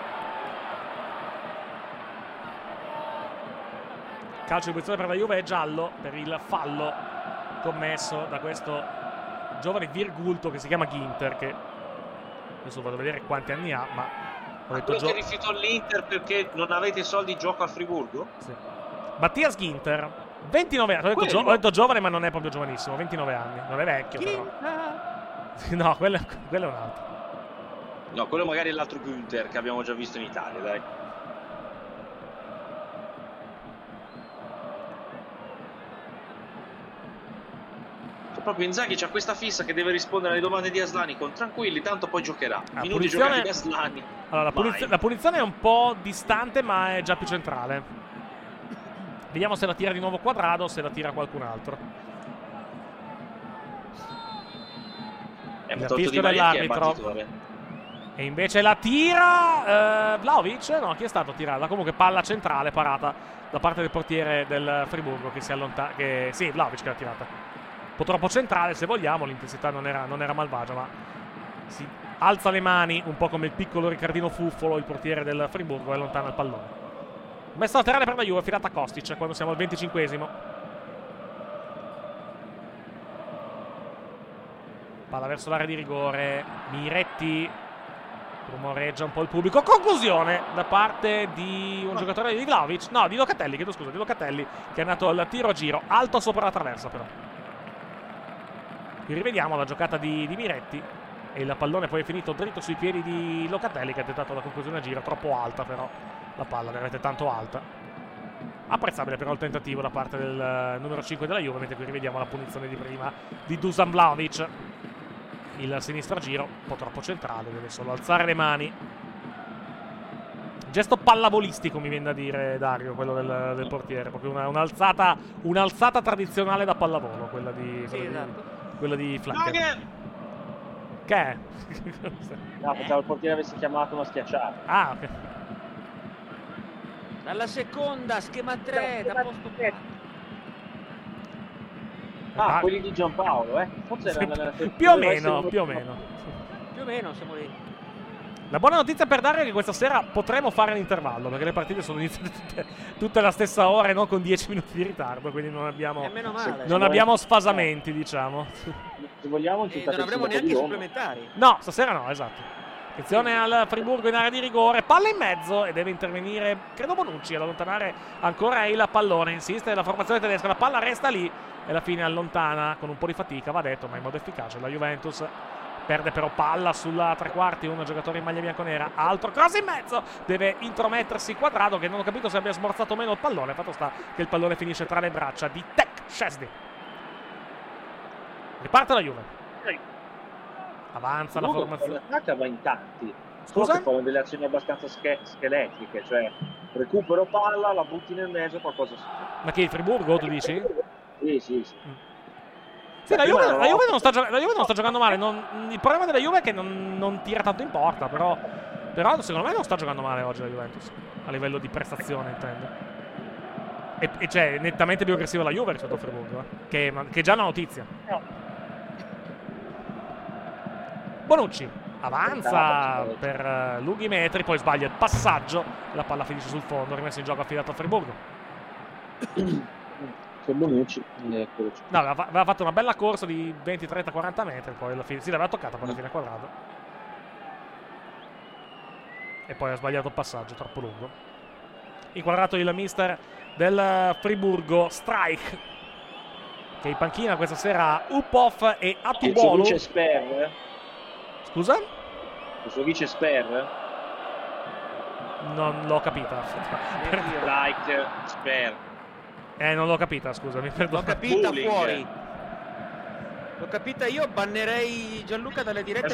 Calcio di punizione per la Juve è giallo per il fallo commesso da questo giovane virgulto che si chiama Ginter, che adesso vado a vedere quanti anni ha, ma ho detto quello che rifiutò l'Inter perché non avete soldi di gioco al Friburgo? Sì. Mattias Ginter, 29 anni. Ho detto giovane, ma non è proprio giovanissimo, 29 anni. Non è vecchio, però. No, quello è un altro. No, quello magari è l'altro Günther che abbiamo già visto in Italia, dai. Proprio Inzaghi c'ha questa fissa che deve rispondere alle domande di Aslani con tranquilli, tanto poi giocherà. Minuti giocati di Aslani. Allora, la punizione è un po' distante, ma è già più centrale. Vediamo se la tira di nuovo Quadrado o se la tira qualcun altro. Il fischio dell'arbitro. E invece la tira Vlahovic? No, chi è stato a tirarla? Comunque palla centrale parata da parte del portiere del Friburgo che si allontana. Sì, Vlahovic che l'ha tirata. Un po' troppo centrale se vogliamo, l'intensità non era malvagia, ma si alza le mani un po' come il piccolo Riccardino Fuffolo, il portiere del Friburgo, e allontana il pallone. Messa laterale per la Juve, affidata a Kostic quando siamo al 25esimo. Palla verso l'area di rigore, Miretti rumoreggia un po' il pubblico. Conclusione da parte di un giocatore di Vlahovic, no, di Locatelli, chiedo scusa, di Locatelli, che è andato al tiro a giro, alto sopra la traversa però. Rivediamo la giocata di Miretti e il pallone poi è finito dritto sui piedi di Locatelli, che ha tentato la conclusione a giro, troppo alta però la palla, veramente tanto alta. Apprezzabile però il tentativo da parte del numero 5 della Juve, mentre qui rivediamo la punizione di prima di Dusan Vlahovic. Il sinistro a giro, un po' troppo centrale, deve solo alzare le mani. Gesto pallavolistico mi viene da dire, Dario, quello del portiere. Proprio un'alzata tradizionale da pallavolo, quella di Flanker. Che è? No, pensavo il portiere avesse chiamato una schiacciata. Ah, ok. Dalla seconda, schema 3, da posto 4. Ah, quelli di Giampaolo, Forse sì, era più o meno. Più o meno siamo lì. La buona notizia per Dario è che questa sera potremo fare l'intervallo, perché le partite sono iniziate tutte alla stessa ora e non con 10 minuti di ritardo, quindi non abbiamo sfasamenti, diciamo. Se vogliamo, non avremo neanche supplementari. No, stasera no, esatto. Attenzione al Friburgo in area di rigore, palla in mezzo e deve intervenire, credo, Bonucci ad allontanare ancora il pallone. Insiste la formazione tedesca, la palla resta lì e alla fine allontana con un po' di fatica, va detto, ma in modo efficace. La Juventus perde però palla sulla tre quarti, un giocatore in maglia bianconera, altro cross in mezzo, deve intromettersi Quadrado, che non ho capito se abbia smorzato o meno il pallone. Fatto sta che il pallone finisce tra le braccia di Tek Szczesny. Riparte la Juve. Avanza la formazione. L'attacco va in tanti. Scusa? Fanno delle azioni abbastanza scheletriche, cioè recupero palla, la butti nel mezzo, qualcosa si fa. Ma che il Friburgo, tu dici? Sì. Sì, la Juve non sta giocando male. Il problema della Juve è che non tira tanto in porta, però secondo me non sta giocando male oggi la Juventus, a livello di prestazione, intendo. E cioè, è nettamente più aggressiva la Juve rispetto al Friburgo, che è già una notizia. Bonucci avanza per lunghi metri, poi sbaglia il passaggio, la palla finisce sul fondo, rimesso in gioco affidato al Friburgo. Bonucci. No, aveva fatto una bella corsa di 20, 30, 40 metri, poi alla fine, sì, l'aveva toccata poi alla fine Quadrado. E poi ha sbagliato il passaggio, troppo lungo. Inquadrato il mister del Friburgo, Streich, che in panchina questa sera Uphoff e Atubolu. Il suo vice Sper. Scusa? Il suo vice Sper? Non l'ho capita. Streich, Sper. Non l'ho capita, scusami, perdono. L'ho capita fuori. L'ho capita io, bannerei Gianluca dalle dirette.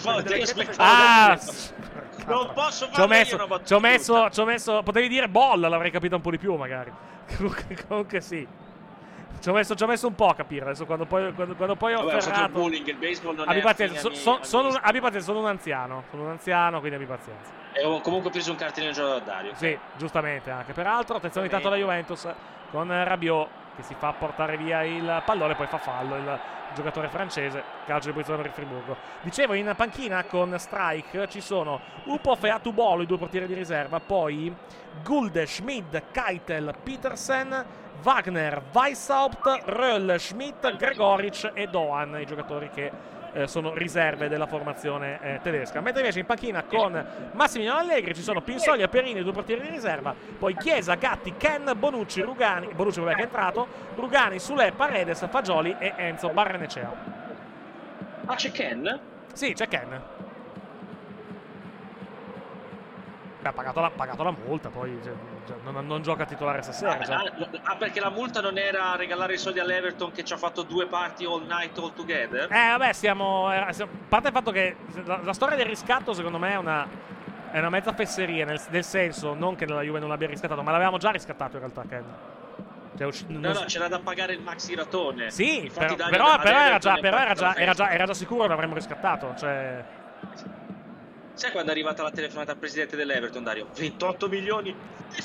Non posso farlo. Ci ho messo. Potevi dire bolla, l'avrei capita un po' di più, magari. Comunque sì. Ci ho messo un po' a capire. Adesso quando poi ho ferrato. Bullying, il baseball non abbi pazienza, sono un anziano. Sono un anziano, quindi abbi pazienza. E ho comunque preso un cartellino giallo da Dario. Sì, giustamente anche. Peraltro, attenzione intanto alla Juventus con Rabiot che si fa portare via il pallone, poi fa fallo il giocatore francese, calcio di posizione per il Friburgo. Dicevo, in panchina con Streich ci sono Uphoff e Atubolu, i due portieri di riserva, poi Gulde, Schmid, Keitel, Petersen, Wagner, Weishaupt, Röll, Schmidt, Gregoric e Doan, i giocatori che sono riserve della formazione tedesca. Mentre invece in panchina con Massimiliano Allegri ci sono Pinsoglia, Perini, due portieri di riserva, poi Chiesa, Gatti, Ken, Bonucci, Rugani, Bonucci vabbè che è entrato, Rugani, Sule, Paredes, Fagioli e Enzo Barrenecea. Ah, c'è Ken? Sì, c'è Ken. Beh, ha pagato la multa, poi non gioca a titolare stasera. Perché la multa non era regalare i soldi all'Everton che ci ha fatto 2 parti all night all together? Vabbè, a parte il fatto che la storia del riscatto secondo me è una mezza fesseria, nel senso, non che la Juve non l'abbia riscattato, ma l'avevamo già riscattato in realtà, Ken. No, c'era da pagare il maxi ratone. Sì, però era già sicuro che l'avremmo riscattato, cioè. Sai quando è arrivata la telefonata al presidente dell'Everton, Dario? 28 milioni!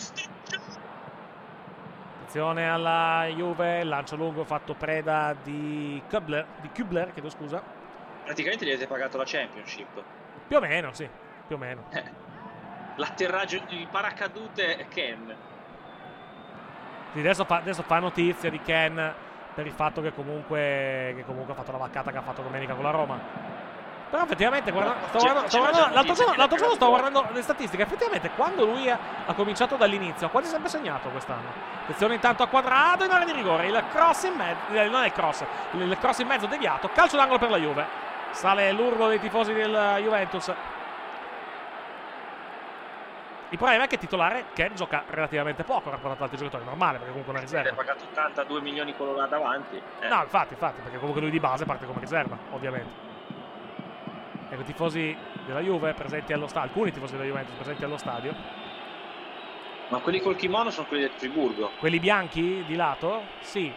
Attenzione alla Juve, lancio lungo fatto preda di Kubler, chiedo scusa. Praticamente gli avete pagato la Championship. Più o meno, sì, più o meno. L'atterraggio, il paracadute è Ken. Sì, adesso fa notizia di Ken per il fatto che comunque ha fatto la vaccata che ha fatto domenica con la Roma. Però effettivamente l'altro giorno stavo guardando le statistiche. Effettivamente quando lui ha cominciato dall'inizio ha quasi sempre segnato quest'anno. Attenzione intanto a Quadrado in area di rigore, il cross in mezzo, non è il cross in mezzo deviato, calcio d'angolo per la Juve. Sale l'urlo dei tifosi del Juventus. Il problema è che titolare Ken gioca relativamente poco rapportato ad altri giocatori, normale, perché comunque è una riserva. Ha pagato 82 milioni quello là davanti. No, infatti, perché comunque lui di base parte come riserva, ovviamente. Ecco, tifosi della Juve presenti allo stadio, alcuni tifosi della Juventus presenti allo stadio. Ma quelli col kimono sono quelli del Friburgo. Quelli bianchi di lato? Sì.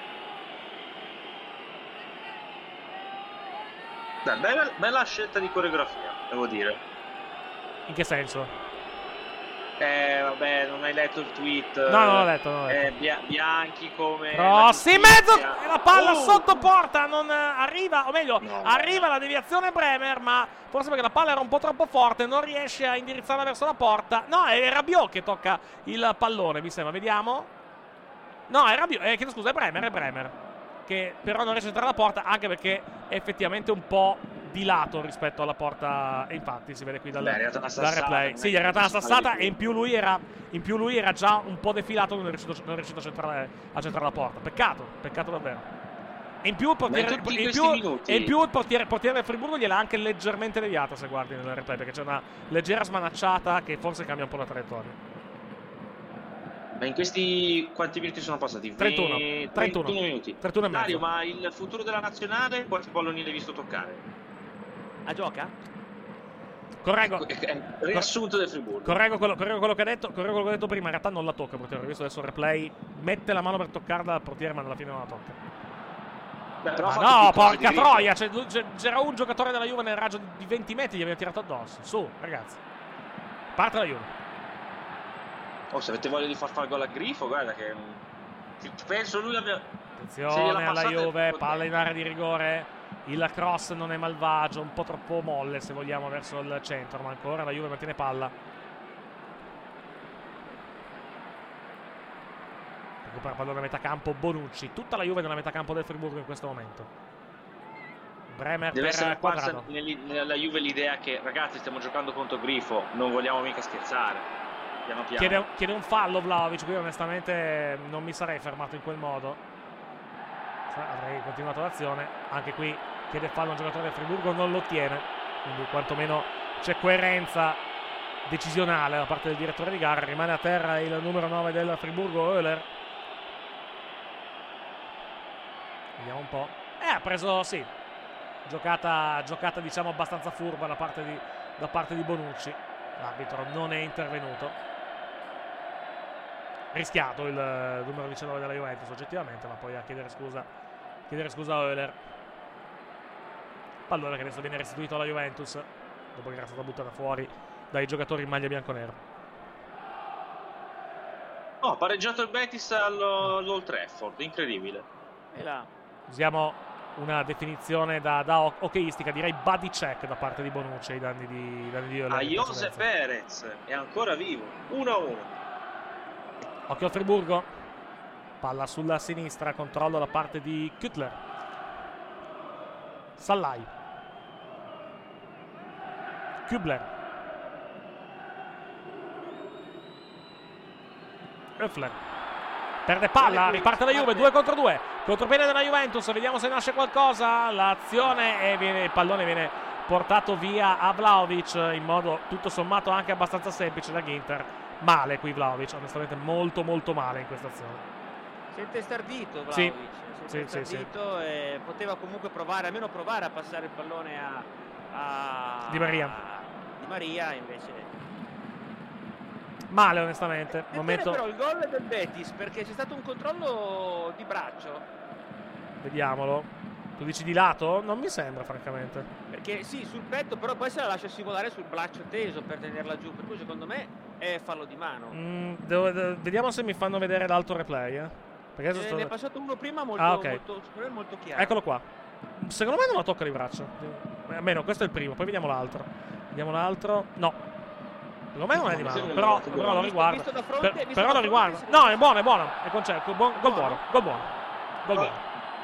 Dai, bella scelta di coreografia, devo dire. In che senso? Vabbè, non hai letto il tweet. No, non l'ho letto. Bianchi come... Cross in mezzo e la palla sotto porta, non arriva, o meglio, arriva la deviazione Bremer, ma forse perché la palla era un po' troppo forte, non riesce a indirizzarla verso la porta. No, è Rabiot che tocca il pallone, mi sembra, vediamo. No, è Rabiot, chiedo scusa, è Bremer, che però non riesce a entrare alla porta, anche perché è effettivamente un po' di lato rispetto alla porta, e infatti si vede qui dal replay. Sì, gli è arrivata una sassata e in più lui era già un po' defilato, non è riuscito a centrare la porta. Peccato davvero. E in più il portiere del Friburgo gliel'ha anche leggermente deviata, se guardi nel replay, perché c'è una leggera smanacciata che forse cambia un po' la traiettoria. Ma in questi quanti minuti sono passati? 31 minuti. 31 e Dario, mezzo. ma il futuro della nazionale quanti palloni l'hai visto toccare? A gioca? Correggo. Riassunto del Friburgo. Correggo quello che ho detto prima. In realtà non la tocca il portiere. Ho visto adesso il replay. Mette la mano per toccarla al portiere, ma alla fine non la tocca. Beh, però no, porca troia. C'era un giocatore della Juve nel raggio di 20 metri. Gli aveva tirato addosso. Su, ragazzi. Parte la Juve. Oh, se avete voglia di far gol a Grifo, guarda che... penso lui abbia... Attenzione alla Juve. Palla in area di rigore. Il cross non è malvagio, un po' troppo molle se vogliamo verso il centro, ma ancora la Juve mantiene palla. Recupera pallone a metà campo Bonucci. Tutta la Juve nella metà campo del Friburgo in questo momento. Bremer deve essere Quadrado. Nella Juve l'idea che, ragazzi, stiamo giocando contro Grifo, non vogliamo mica scherzare. Piano piano. Chiede un fallo Vlahovic, qui onestamente non mi sarei fermato in quel modo. Avrei continuato l'azione. Anche qui chiede fallo a un giocatore del Friburgo, non lo ottiene, quindi quantomeno c'è coerenza decisionale da parte del direttore di gara. Rimane a terra il numero 9 del Friburgo, Euler. Vediamo un po'. Ha preso, sì, giocata diciamo abbastanza furba da parte di Bonucci. L'arbitro non è intervenuto. Rischiato il numero 19 della Juventus oggettivamente, ma poi a chiedere scusa a Euler. Pallone che adesso viene restituito alla Juventus dopo che era stata buttata fuori dai giocatori in maglia bianconera. Oh, pareggiato il Betis all'Old Trafford, incredibile. E là usiamo una definizione da hockeyistica, direi body check da parte di Bonucci ai danni di Euler. A Jose Perez è ancora vivo, 1-1. Occhio al Friburgo. Palla sulla sinistra, controllo da parte di Küttler. Sallai. Kübler. Höfler. Perde palla, riparte la Juve, 2 contro 2. Contropiede della Juventus, vediamo se nasce qualcosa. L'azione il pallone viene portato via a Vlahovic in modo tutto sommato anche abbastanza semplice da Ginter. Male qui Vlahovic, onestamente molto molto male in questa azione. Sente stardito Sì. Vlahovic, stardito e poteva comunque almeno provare a passare il pallone a Di Maria, invece male onestamente. Momento... però il gol del Betis, perché c'è stato un controllo di braccio. Vediamolo. Tu dici di lato? Non mi sembra francamente. Perché sì, sul petto, però poi se la lascia scivolare sul braccio teso per tenerla giù, per cui secondo me è fallo di mano. Vediamo se mi fanno vedere l'altro replay, Perché ne è passato uno prima molto, molto chiaro. Eccolo qua. Secondo me non la tocca di braccio. Almeno questo è il primo, poi vediamo l'altro. No. Secondo me non è di mano, però lo riguarda. Però lo riguarda. No, è buono. È concesso. Gol buono.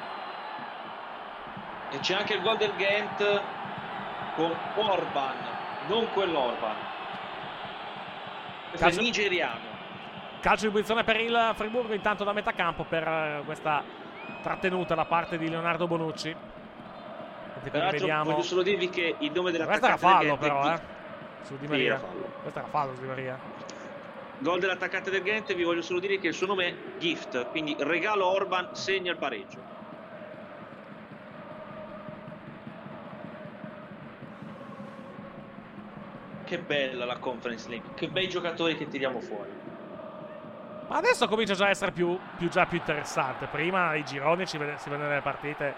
E c'è anche il gol del Ghent con Orban, non quell'Orban. Questo è nigeriano. Calcio di punizione per il Friburgo intanto da metà campo per questa trattenuta da parte di Leonardo Bonucci. Peraltro voglio solo dirvi che il nome questa dell'attaccante era fallo però su Di Maria. Questa era fallo su Di Maria. Gol dell'attaccante del Ghent, vi voglio solo dire che il suo nome è Gift, quindi regalo Orban, segna il pareggio. Che bella la Conference League, che bei giocatori che tiriamo fuori. Ma adesso comincia già a essere più interessante. Prima i gironi si vedono le partite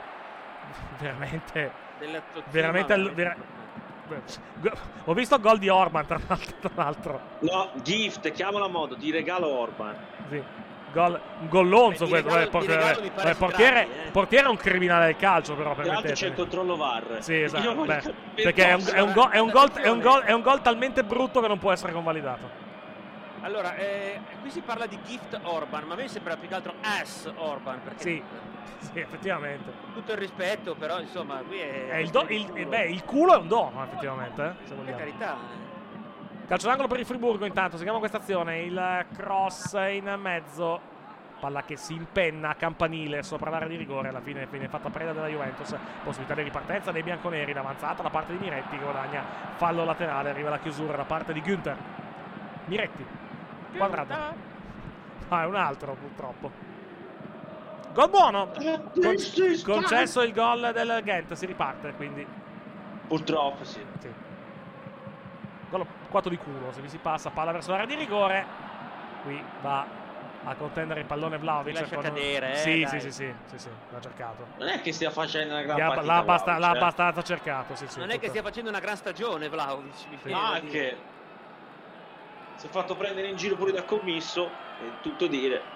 veramente ho visto gol di Orban tra l'altro. No, gift, chiamalo a modo, di regalo Orban. Sì. Un gollonzo questo. Portiere è un criminale del calcio, però tra l'altro c'è il controllo VAR. Sì, esatto. Perché è un gol talmente brutto che non può essere convalidato. Allora, qui si parla di gift Orban, ma a me sembra più che altro ass Orban, perché sì, effettivamente. Tutto il rispetto, però insomma qui è il culo è un dono, effettivamente, se vogliamo. Per carità. Calcio d'angolo per il Friburgo, intanto seguiamo questa azione, il cross in mezzo, palla che si impenna a campanile sopra l'area di rigore, alla fine viene fatta preda della Juventus, possibilità di ripartenza dei bianconeri in avanzata da parte di Miretti che guadagna fallo laterale, arriva la chiusura da parte di Günther. Miretti, quadrato. Ah, è un altro purtroppo. Gol buono, concesso il gol del Ghent, si riparte quindi. Purtroppo sì. Gol 4 di culo, se vi si passa palla verso l'area di rigore, qui va a contendere il pallone Vlahovic. Lascia cadere, sì, l'ha cercato. Non è che stia facendo una gran partita, l'ha abbastanza cercato, sì. Non è che stia facendo una gran stagione Vlahovic, anche si è fatto prendere in giro pure da commisso, è tutto dire.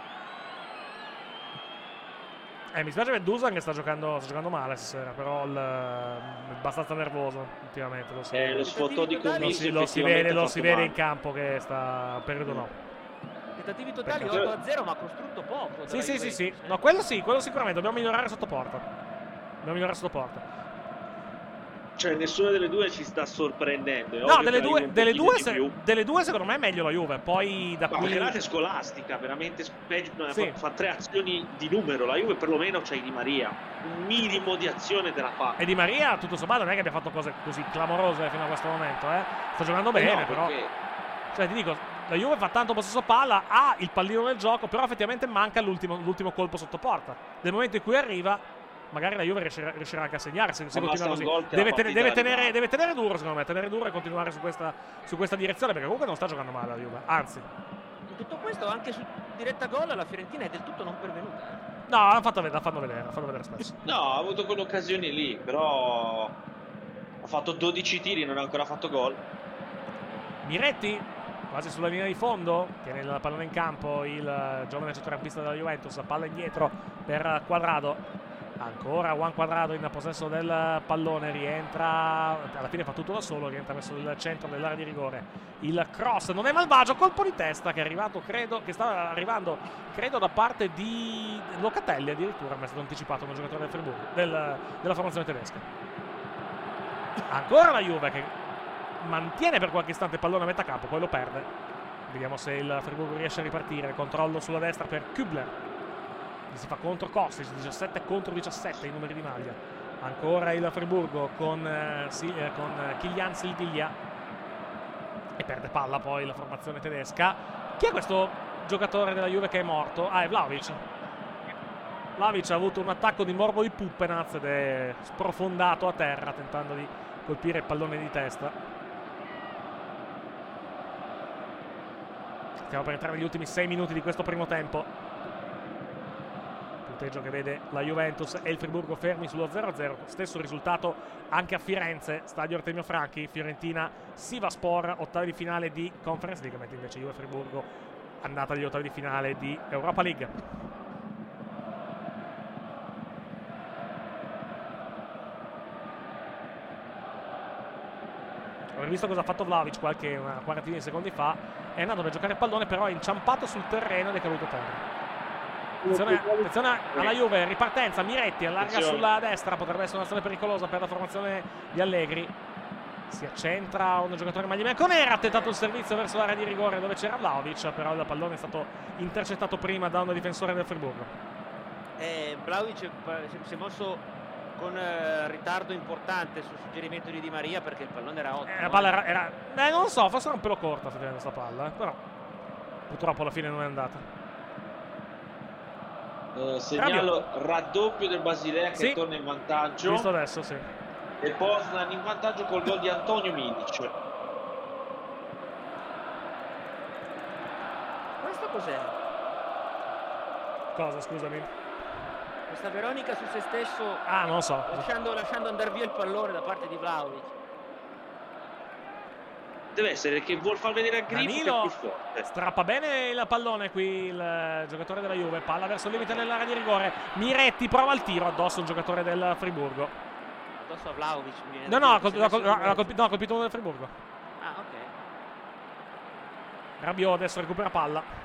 Mi spiace per Dusan che sta giocando male stasera, però è abbastanza nervoso ultimamente. Lo sfottò di commisso. Lo si vede in campo che sta un periodo no. Tentativi totali 8-0, ma ha costruito poco. Sì. No, quello sicuramente. Dobbiamo migliorare sotto porta. Cioè nessuna delle due ci sta sorprendendo. No, delle due secondo me è meglio la Juve. Poi da qui è scolastica, veramente fa 3 azioni di numero. La Juve perlomeno c'ha Di Maria, un minimo di azione te la fa. E Di Maria tutto sommato non è che abbia fatto cose così clamorose fino a questo momento, sta giocando bene, però perché... Cioè ti dico, la Juve fa tanto possesso palla, ha il pallino nel gioco, però effettivamente manca l'ultimo colpo sotto porta. Nel momento in cui arriva magari la Juve riuscirà anche a segnare se continua così. Deve tenere duro, secondo me, e continuare su questa direzione, perché comunque non sta giocando male la Juve, anzi. In tutto questo anche su diretta gol la Fiorentina è del tutto non pervenuta. No, l'hanno fatto vedere spesso. No, ha avuto quelle occasioni lì, però ha fatto 12 tiri, non ha ancora fatto gol. Miretti quasi sulla linea di fondo, tiene il pallone in campo il giovane centrocampista della Juventus, palla indietro per Quadrado. Ancora Juan Quadrado in possesso del pallone, rientra, alla fine fa tutto da solo, rientra verso il centro dell'area di rigore. Il cross non è malvagio, colpo di testa che stava arrivando da parte di Locatelli addirittura, ma è stato anticipato da un giocatore del Friburgo, della formazione tedesca. Ancora la Juve che mantiene per qualche istante il pallone a metà campo, poi lo perde. Vediamo se il Friburgo riesce a ripartire. Controllo sulla destra per Kübler. Si fa contro Kostic, 17 contro 17 i numeri di maglia. Ancora il Friburgo con Kylian Silviglia. E perde palla poi la formazione tedesca. Chi è questo giocatore della Juve che è morto? Ah, è Vlahovic. Vlahovic ha avuto un attacco di morbo di Puppenaz ed è sprofondato a terra tentando di colpire il pallone di testa. Stiamo per entrare negli ultimi 6 minuti di questo primo tempo. Punteggio che vede la Juventus e il Friburgo fermi sullo 0-0. Stesso risultato anche a Firenze, stadio Artemio Franchi. Fiorentina Sivasspor, ottavi di finale di Conference League, mentre invece Juve e Friburgo andata agli ottavi di finale di Europa League. Ho visto cosa ha fatto Vlahovic una quarantina di secondi fa. È andato per giocare il pallone, però è inciampato sul terreno ed è caduto a terra. Attenzione alla Juve, ripartenza, Miretti allarga sulla destra, potrebbe essere un'azione pericolosa per la formazione di Allegri. Si accentra un giocatore maglia bianconera, ha tentato il servizio verso l'area di rigore dove c'era Vlahovic, però il pallone è stato intercettato prima da un difensore del Friburgo. Vlahovic si è mosso con ritardo importante sul suggerimento di Di Maria, perché il pallone era ottimo. La palla era non lo so, forse era un pelo corta questa palla, però purtroppo alla fine non è andata. Segnalo raddoppio del Basilea che torna in vantaggio. Visto adesso, sì. E Poznan in vantaggio col gol di Antonio Milic. questo cos'è? Cosa, scusami? Questa Veronica su se stesso. Ah, non lo so. Lasciando andare via il pallone da parte di Vlahovic. Deve essere che vuol far vedere a Grifo che è Danilo più forte. strappa bene il pallone qui il giocatore della Juve. Palla verso il limite dell'area di rigore. Miretti prova il tiro addosso un giocatore del Friburgo. Addosso a Vlahovic. No, ha colpito uno del Friburgo. Ah, ok. Rabiot adesso recupera palla.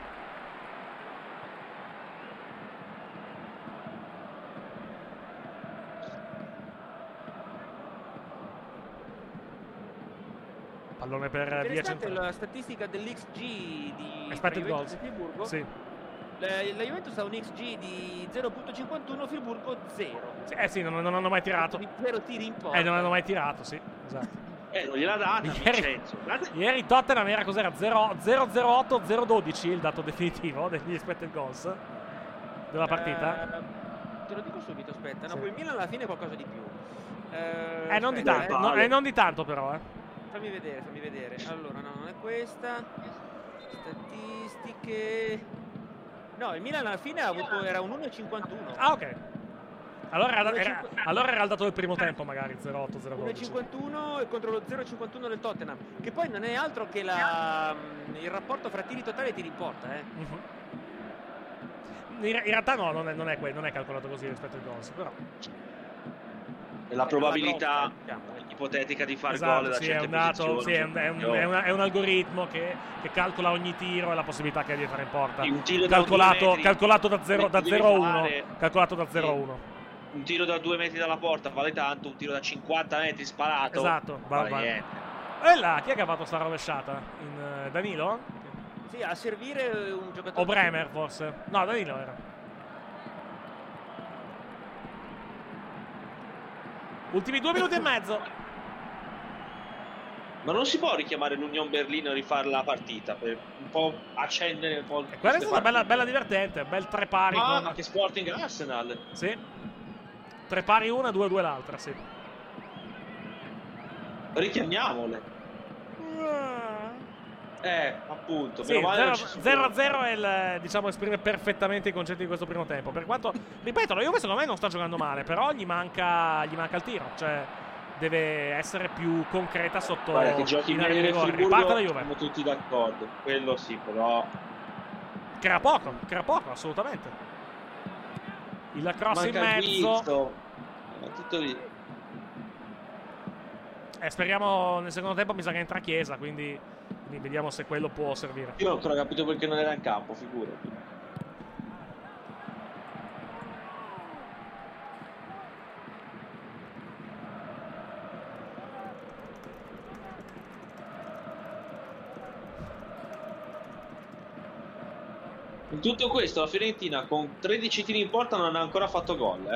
Pallone per via Interessante centrale. la statistica dell'XG di Expected Juventus goals. e Friburgo. Sì. La Juventus ha un XG di 0.51, Friburgo 0. Sì, non hanno mai tirato. 0 tiri in porta. Non hanno mai tirato, sì, esatto. Non gliel'ha data Vincenzo. Ieri Tottenham era cos'era? 0-0-8-0-12 il dato definitivo degli expected goals della partita. Te lo dico subito, aspetta. No, Sì. poi il Milan alla fine è qualcosa di più. Non di tanto, non di tanto però, Fammi vedere. Allora, no, non è questa. Statistiche. No, il Milan alla fine era un 1,51. Ah, ok. Allora era il dato del primo tempo, magari 0-8-0-12. 1,51 e contro lo 0,51 del Tottenham, che poi non è altro che il rapporto fra tiri totali e tiri in porta. In realtà no, non è calcolato così rispetto ai goals, però. La probabilità ipotetica di fare gol da certe posizioni. È un algoritmo che calcola ogni tiro e la possibilità che hai di fare in porta. Un tiro calcolato da 0 a 1. Calcolato da 0 a 1. Un tiro da 2 metri dalla porta vale tanto, un tiro da 50 metri sparato. Esatto, vale niente. E là, chi è che ha fatto sta rovesciata? Danilo? Sì, a servire un giocatore. O Bremer forse? No, Danilo era. Ultimi 2 minuti e mezzo. Ma non si può richiamare l'Union Berlino e rifare la partita per un po' accendere un po'. Quella è stata bella divertente, bel 3 pari. Ma che Sporting Arsenal. Sì. 3 pari una, 2-2 l'altra, sì. Richiamiamole. Appunto. Sì, 0-0 diciamo, esprime perfettamente i concetti di questo primo tempo. Per quanto, ripeto, la Juve secondo me non sta giocando male, però gli manca il tiro. Cioè, deve essere più concreta sotto. Guarda, che giochi in area di nel rigore. Friburgo Riparte la Juve. siamo tutti d'accordo. Quello sì, però. Crea poco, assolutamente. Il cross in mezzo. Ma tutto lì. Speriamo nel secondo tempo, mi sa che entra Chiesa, quindi vediamo se quello può servire. Io non ho ancora capito perché non era in campo, figurati. In tutto questo la Fiorentina con 13 tiri in porta non ha ancora fatto gol,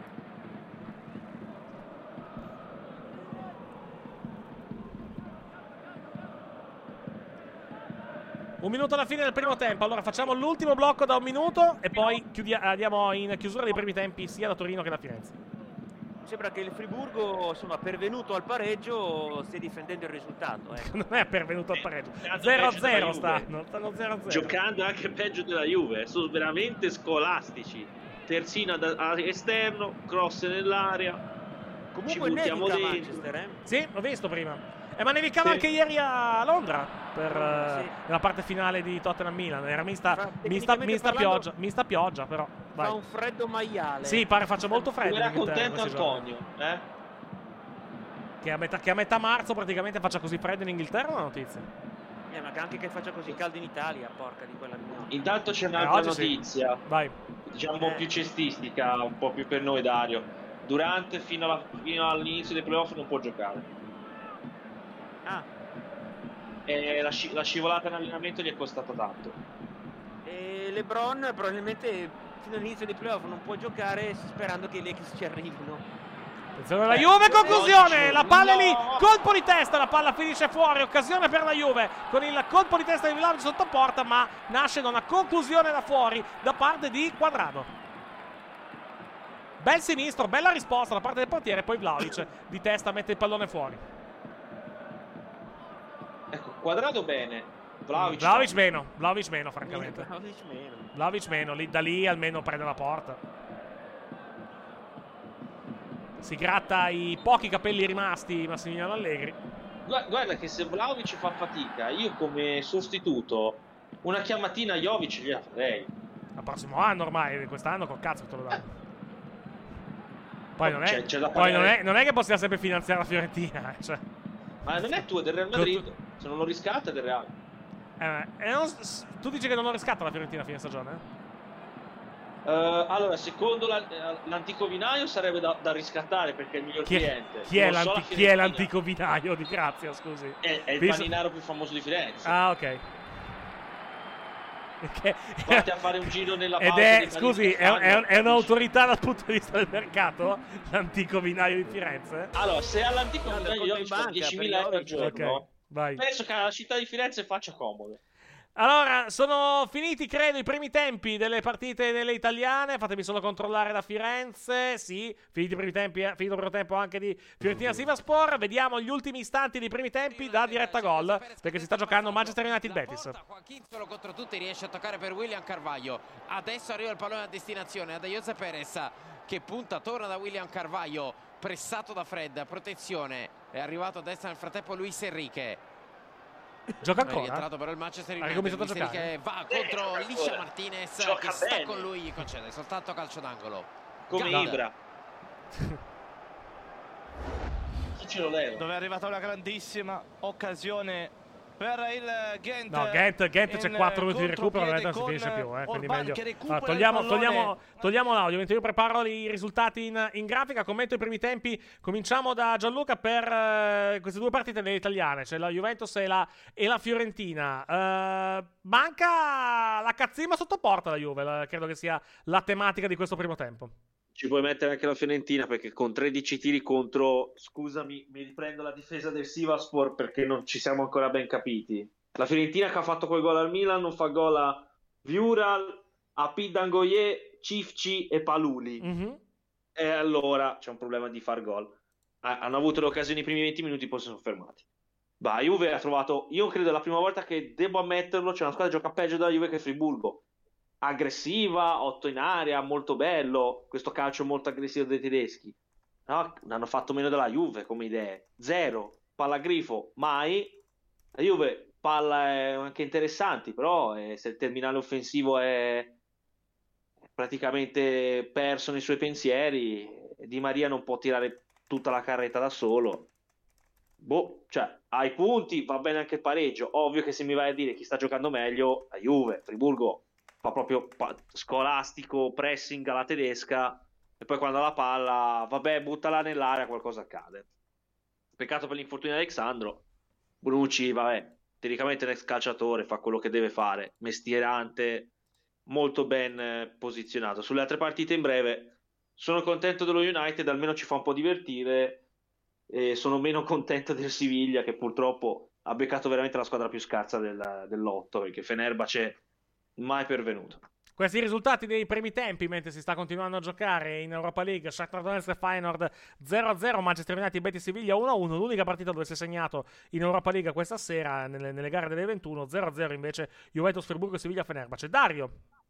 Un minuto alla fine del primo tempo. Allora facciamo l'ultimo blocco da 1 minuto e poi andiamo in chiusura dei primi tempi sia da Torino che da Firenze. Sembra che il Friburgo, insomma, pervenuto al pareggio, stia difendendo il risultato. Non è pervenuto al pareggio. 0-0 stanno 0-0. Giocando anche peggio della Juve. Sono veramente scolastici. Terzina esterno, cross nell'area. Comunque nevica a Manchester, Sì, l'ho visto prima. Ma nevicava anche ieri a Londra per la parte finale di Tottenham-Milan. Era mista pioggia, però. Vai. Fa un freddo maiale. Sì, pare faccia molto freddo. Era contento Antonio, Che a metà marzo praticamente faccia così freddo in Inghilterra, una notizia. Ma anche che faccia così caldo in Italia, porca di quella mia. Intanto c'è un'altra notizia. Sì. Vai. Diciamo più cestistica, un po' più per noi, Dario. Durante fino all'inizio dei playoff non può giocare. E la scivolata in allenamento gli è costata tanto. E LeBron probabilmente fino all'inizio dei playoff non può giocare, sperando che i Lakers ci arrivino. Attenzione alla Juve, conclusione, la palla è lì, colpo di testa, la palla finisce fuori, occasione per la Juve con il colpo di testa di Vlahovic sotto porta, ma nasce da una conclusione da fuori da parte di Quadrado. Bel sinistro, bella risposta da parte del portiere, poi Vlahovic di testa mette il pallone fuori. Ecco, Quadrado bene, Vlahovic meno, francamente. Vlahovic meno, da lì almeno prende la porta. Si gratta i pochi capelli rimasti Massimiliano Allegri. Guarda che se Vlahovic fa fatica, io come sostituto una chiamatina a Jovic gliela farei. Al prossimo anno ormai, quest'anno col cazzo te lo danno. Poi non è che possiamo sempre finanziare la Fiorentina, cioè. Ma non è tuo, è del Real Madrid. Se non lo riscatta è del Real. Tu dici che non lo riscatta la Fiorentina a fine stagione? Allora, secondo l'antico vinaio sarebbe da riscattare perché è il miglior cliente. Chi è l'antico vinaio di Grazia, scusi? È il paninaro più famoso di Firenze. Ah, ok. Fatti a fare un giro nella pausa. Scusi, è un'autorità dal punto di vista del mercato? L'antico vinaio di Firenze? Allora, se all'antico vinaio io fa 10.000 euro al giorno, vai. Penso che alla città di Firenze faccia comodo. Allora, sono finiti, credo, i primi tempi delle partite delle italiane. Fatemi solo controllare da Firenze. Sì, finiti i primi tempi, finito il primo tempo anche di Fiorentina Sivasspor. Vediamo gli ultimi istanti dei primi tempi da diretta gol, perché si sta giocando Manchester United Betis. Joaquin solo contro tutti riesce a toccare per William Carvalho. Adesso arriva il pallone a destinazione da Jose Perez, che punta, torna da William Carvalho, pressato da Fred, protezione. È arrivato a destra nel frattempo Luis Enrique. Gioca È rientrato però il Manchester United. Luis Enrique va contro Liscia Martinez, che sta con lui, gli concede soltanto calcio d'angolo. Come Ibra. Chi ce lo leva? Dove è arrivata una grandissima occasione per il Ghent. No, Ghent c'è 4 minuti di recupero, non si finisce più, quindi meglio. Togliamo l'audio, mentre io preparo i risultati in grafica, commento i primi tempi. Cominciamo da Gianluca per queste due partite delle italiane, cioè la Juventus e la Fiorentina. Manca la cazzimma sotto porta la Juve, credo che sia la tematica di questo primo tempo. Ci puoi mettere anche la Fiorentina perché con 13 tiri contro, scusami, mi riprendo la difesa del Sivasspor perché non ci siamo ancora ben capiti. La Fiorentina che ha fatto quel gol al Milan non fa gol a Viural, a Pidangoye, Cifci e Paluli. E allora c'è un problema di far gol. Hanno avuto le occasioni i primi 20 minuti, poi si sono fermati. Juve ha trovato, io credo è la prima volta che devo ammetterlo, c'è una squadra che gioca peggio della Juve che Friburgo. Aggressiva, 8 in area, molto bello, questo calcio molto aggressivo dei tedeschi. No, hanno fatto meno della Juve come idee. 0, palla grifo, mai. La Juve palla anche interessanti, però se il terminale offensivo è praticamente perso nei suoi pensieri, Di Maria non può tirare tutta la carretta da solo. Cioè, ai punti va bene anche il pareggio. Ovvio che se mi vai a dire chi sta giocando meglio, la Juve, Friburgo fa proprio scolastico pressing alla tedesca e poi quando ha la palla, vabbè, buttala nell'area, qualcosa accade. Peccato per l'infortunio di Alexandro. Bonucci, vabbè, teoricamente è un ex calciatore, fa quello che deve fare, mestierante, molto ben posizionato. Sulle altre partite in breve sono contento dello United, almeno ci fa un po' divertire, e sono meno contento del Siviglia che purtroppo ha beccato veramente la squadra più scarsa dell'otto, perché Fenerbahce mai pervenuto. Questi risultati dei primi tempi, mentre si sta continuando a giocare in Europa League: Shakhtar Donetsk e Feyenoord 0-0, Manchester United Betis Siviglia 1-1, l'unica partita dove si è segnato in Europa League questa sera nelle gare delle 21, 0-0 invece Juventus Friburgo e Siviglia Fenerbahce. Dario?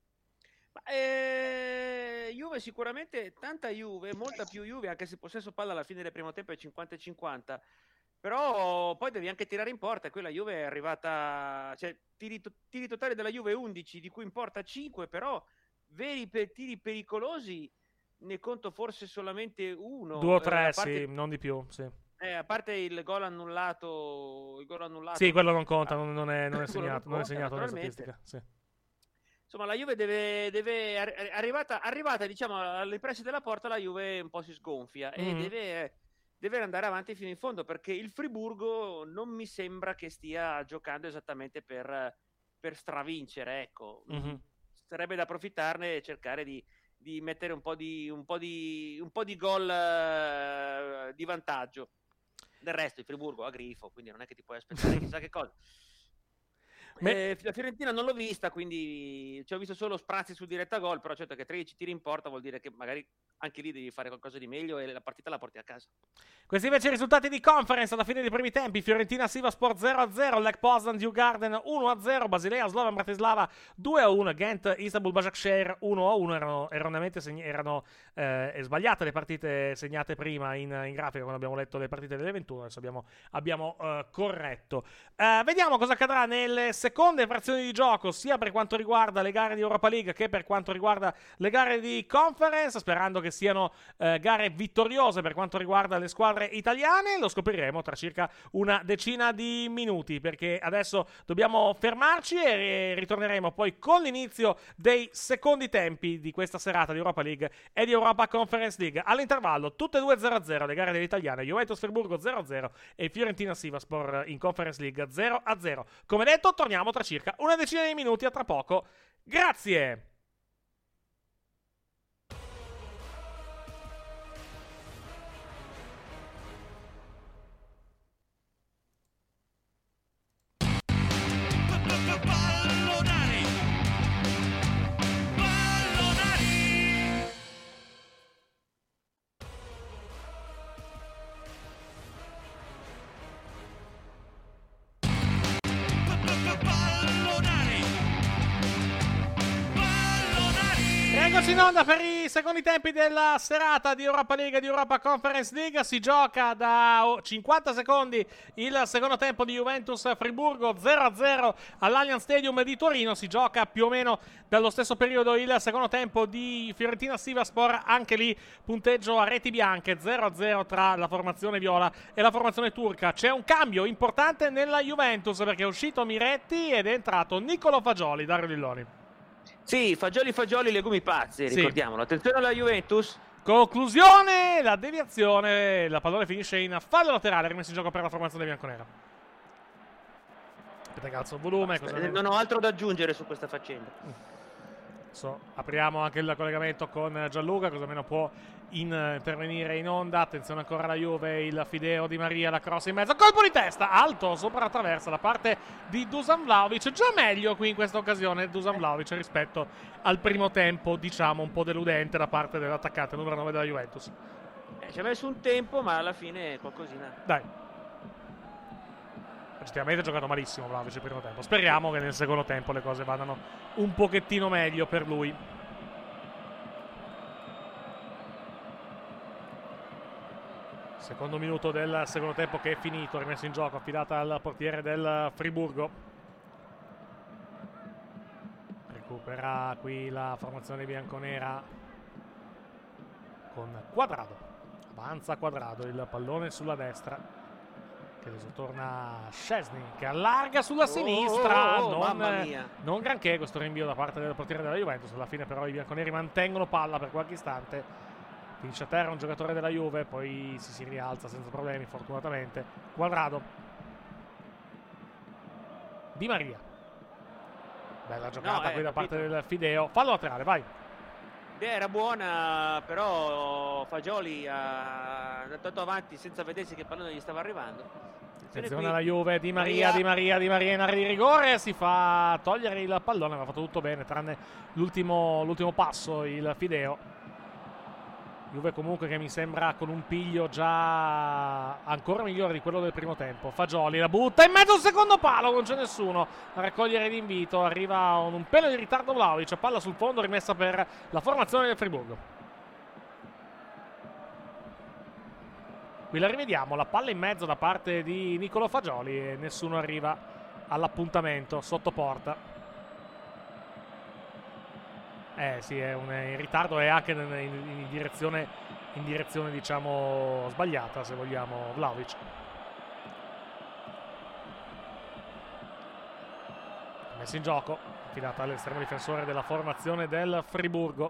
Juve sicuramente, tanta Juve, molta più Juve, anche se possesso palla alla fine del primo tempo è 50-50. Però poi devi anche tirare in porta. Qui la Juve è arrivata, cioè tiri totali della Juve 11, di cui in porta 5, però veri tiri pericolosi ne conto forse solamente uno. 2 o 3, sì, non di più, sì. A parte il gol annullato. Sì, quello non conta, non è segnato, non è segnato nella statistica, sì. Insomma, la Juve deve arrivata diciamo alle pressi della porta, la Juve un po' si sgonfia e deve andare avanti fino in fondo, perché il Friburgo non mi sembra che stia giocando esattamente per stravincere, ecco. Sarebbe da approfittarne e cercare di mettere un po' di gol di vantaggio. Del resto il Friburgo ha grifo, quindi non è che ti puoi aspettare chissà che cosa. La Fiorentina non l'ho vista, quindi ho visto solo sprazzi su diretta gol, però certo che 13 tiri in porta vuol dire che magari anche lì devi fare qualcosa di meglio e la partita la porti a casa. Questi invece i risultati di conference alla fine dei primi tempi: Fiorentina Sivaspor 0-0, Lech Poznan Djurgården 1-0, Basilea Slovan Bratislava 2-1, Ghent Istanbul Başakşehir 1-1. Erano sbagliate le partite segnate prima in grafica quando abbiamo letto le partite delle 21. Adesso abbiamo corretto. Vediamo cosa accadrà nelle seconde frazioni di gioco, sia per quanto riguarda le gare di Europa League che per quanto riguarda le gare di conference, sperando che siano gare vittoriose per quanto riguarda le squadre italiane. Lo scopriremo tra circa una decina di minuti, perché adesso dobbiamo fermarci e ritorneremo poi con l'inizio dei secondi tempi di questa serata di Europa League e di Europa Conference League. All'intervallo tutte e due 0-0 le gare delle italiane, Juventus Friburgo 0-0 e Fiorentina Sivaspor in Conference League 0-0. Come detto, torniamo tra circa una decina di minuti, a tra poco. Grazie! Eccoci in onda per i secondi tempi della serata di Europa League e di Europa Conference League. Si gioca da 50 secondi il secondo tempo di Juventus Friburgo 0-0 all'Allianz Stadium di Torino. Si gioca più o meno dallo stesso periodo il secondo tempo di Fiorentina Sivaspor, anche lì punteggio a reti bianche 0-0 tra la formazione viola e la formazione turca. C'è un cambio importante nella Juventus perché è uscito Miretti ed è entrato Niccolò Fagioli. Dario Lilloni. Sì, Fagioli, legumi pazzi, ricordiamolo. Attenzione alla Juventus. Conclusione, la deviazione, la pallone finisce in fallo laterale, rimesso in gioco per la formazione bianconera. Aspetta che alzo il volume. Non ho altro da aggiungere su questa faccenda. Apriamo anche il collegamento con Gianluca, così almeno può intervenire in onda. Attenzione ancora alla Juve, il Fideo Di Maria, la cross in mezzo, colpo di testa alto sopra la traversa da parte di Dusan Vlahovic. Già meglio qui in questa occasione Dusan Vlahovic rispetto al primo tempo, diciamo un po' deludente da parte dell'attaccante numero 9 della Juventus. Ci ha messo un tempo, ma alla fine qualcosina. Dai, oggettivamente ha giocato malissimo Vlahovic il primo tempo. Speriamo che nel secondo tempo le cose vadano un pochettino meglio per lui. Secondo minuto del secondo tempo che è finito, rimesso in gioco, affidata al portiere del Friburgo. Recupera qui la formazione bianconera con Quadrado. Avanza Quadrado, il pallone sulla destra. Che adesso torna Szczesny che allarga sulla sinistra. Non granché questo rinvio da parte del portiere della Juventus. Alla fine però i bianconeri mantengono palla per qualche istante. Finisce a terra un giocatore della Juve, poi si rialza senza problemi fortunatamente. Quadrado. Di Maria. Bella giocata qui da parte del Fideo. Fallo laterale, vai. Era buona, però Fagioli ha andato avanti senza vedersi che il pallone gli stava arrivando. Attenzione alla Juve, Di Maria in area di rigore, si fa togliere il pallone, aveva fatto tutto bene tranne l'ultimo passo il Fideo. Juve comunque che mi sembra con un piglio già ancora migliore di quello del primo tempo. Fagioli la butta in mezzo al secondo palo, non c'è nessuno a raccogliere l'invito, arriva un pelo di ritardo Vlahovic, palla sul fondo rimessa per la formazione del Friburgo. Qui la rivediamo, la palla in mezzo da parte di Niccolò Fagioli e nessuno arriva all'appuntamento sotto porta. Sì, è in ritardo e anche in direzione diciamo sbagliata, se vogliamo, Vlahovic. Messo in gioco, affidata all'estremo difensore della formazione del Friburgo.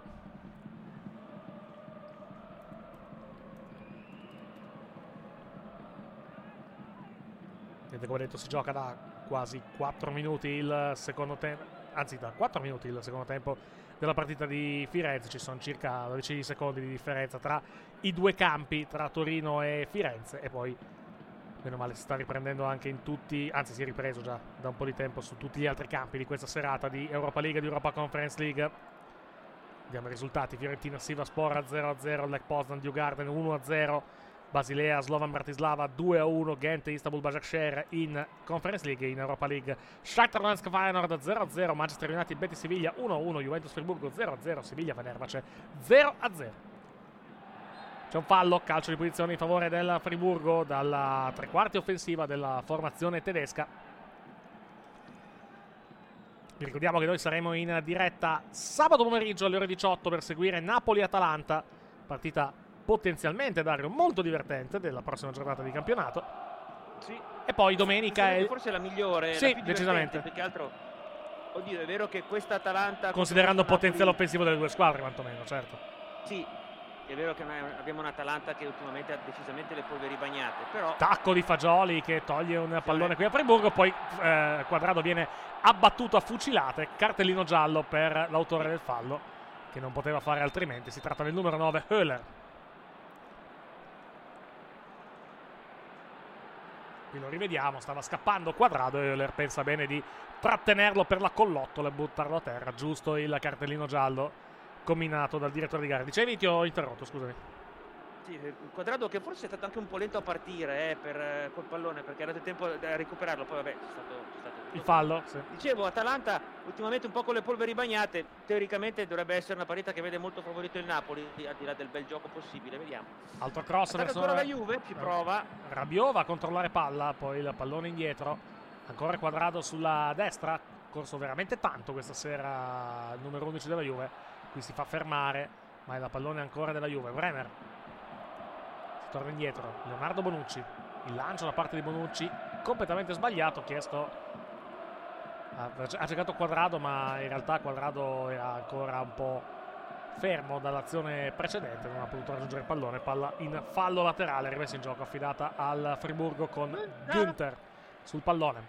Vedete, come detto, si gioca da quasi 4 minuti il secondo tempo, anzi da 4 minuti il secondo tempo della partita di Firenze. Ci sono circa 12 secondi di differenza tra i due campi, tra Torino e Firenze, e poi Meno male si sta riprendendo anche in tutti, anzi si è ripreso già da un po' di tempo su tutti gli altri campi di questa serata di Europa League e di Europa Conference League. Vediamo i risultati: Fiorentina Sivaspor 0-0, Lech Poznan Djurgården 1-0, Basilea Slovan Bratislava 2-1, Ghent Istanbul Başakşehir in Conference League. In Europa League Shakhtar Donetsk Feyenoord 0-0, Manchester United Betis Siviglia 1-1, Juventus Friburgo 0-0, Siviglia Fenerbahce 0-0. C'è un fallo, calcio di punizione in favore del Friburgo dalla tre quarti offensiva della formazione tedesca. Vi ricordiamo che noi saremo in diretta sabato pomeriggio alle ore 18 per seguire Napoli-Atalanta, partita potenzialmente, Dario, molto divertente della prossima giornata di campionato. Sì. E poi domenica è... forse la migliore, sì, la più decisamente. Più che altro, oddio, è vero che questa Atalanta, considerando il potenziale Napoli... offensivo delle due squadre, quantomeno, certo. Sì, è vero che noi abbiamo un'Atalanta che ultimamente ha decisamente le polveri bagnate, però... Tacco di Fagioli che toglie un pallone qui a Friburgo, poi Quadrado viene abbattuto a fucilate, cartellino giallo per l'autore del fallo, che non poteva fare altrimenti. Si tratta del numero 9, Höhler. Qui lo rivediamo, stava scappando Quadrado e Höhler pensa bene di trattenerlo per la collottola e buttarlo a terra. Giusto il cartellino giallo combinato dal direttore di gara. Dicevi, ti ho interrotto, scusami. Sì, il Quadrado che forse è stato anche un po' lento a partire col pallone, perché era del tempo da recuperarlo, poi vabbè c'è stato il fallo, sì. Dicevo, Atalanta ultimamente un po' con le polveri bagnate, teoricamente dovrebbe essere una partita che vede molto favorito il Napoli, al di là del bel gioco possibile, vediamo. Altro cross verso ancora la Juve, ci prova. Rabiot va a controllare palla, poi il pallone indietro, ancora Quadrado sulla destra, corso veramente tanto questa sera il numero 11 della Juve. Qui si fa fermare, ma è la pallone ancora della Juve. Bremer si torna indietro, Leonardo Bonucci, il lancio da parte di Bonucci completamente sbagliato, ha giocato Quadrado, ma in realtà Quadrado era ancora un po' fermo dall'azione precedente, non ha potuto raggiungere il pallone. Palla in fallo laterale, rimessa in gioco, affidata al Friburgo con Günther sul pallone.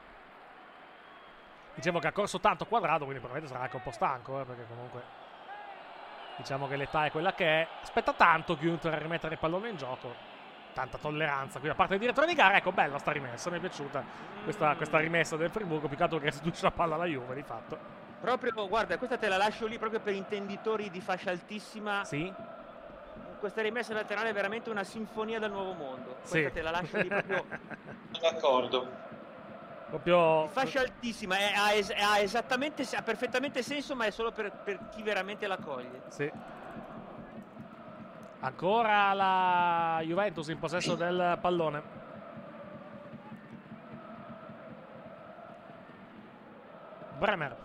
Dicevo che ha corso tanto Quadrado, quindi probabilmente sarà anche un po' stanco, perché comunque diciamo che l'età è quella che è. Aspetta tanto Günther a rimettere il pallone in gioco. Tanta tolleranza qui da parte del direttore di gara. Ecco, bella sta rimessa, mi è piaciuta questa rimessa del Friburgo, più che altro che restituisce la palla alla Juve di fatto. Proprio, guarda, questa te la lascio lì proprio per intenditori di fascia altissima. Sì. Questa rimessa laterale è veramente una sinfonia del nuovo mondo. Questa sì. Te la lascio lì proprio. D'accordo. Proprio fascia altissima, ha perfettamente senso, ma è solo per chi veramente la coglie. Sì. Ancora la Juventus in possesso del pallone. Bremer.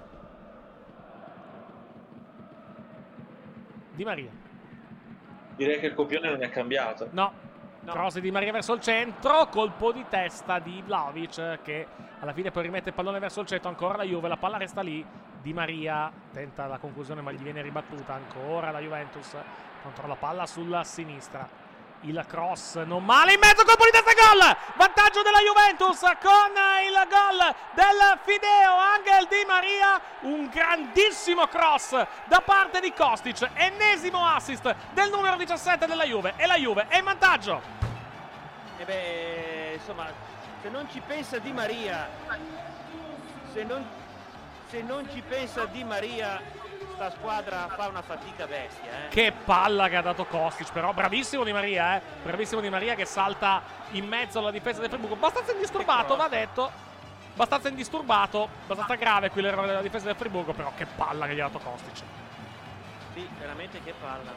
Di Maria. Direi che il copione non è cambiato. No. Cross di Maria verso il centro, colpo di testa di Vlahovic che alla fine poi rimette il pallone verso il centro. Ancora la Juve, la palla resta lì. Di Maria tenta la conclusione ma gli viene ribattuta. Ancora la Juventus contro la palla sulla sinistra. Il cross non male, in mezzo, colpo di testa, gol! Vantaggio della Juventus con il gol del Fideo Angel Di Maria. Un grandissimo cross da parte di Kostic, ennesimo assist del numero 17 della Juve, e la Juve è in vantaggio. E beh, insomma, se non ci pensa Di Maria, se non ci pensa Di Maria, sta squadra fa una fatica bestia. Che palla che ha dato Kostic, però bravissimo Di Maria, bravissimo Di Maria che salta in mezzo alla difesa del Friburgo, abbastanza indisturbato, va detto, abbastanza indisturbato, abbastanza grave qui l'errore della difesa del Friburgo, però che palla che gli ha dato Kostic. Sì, veramente che palla.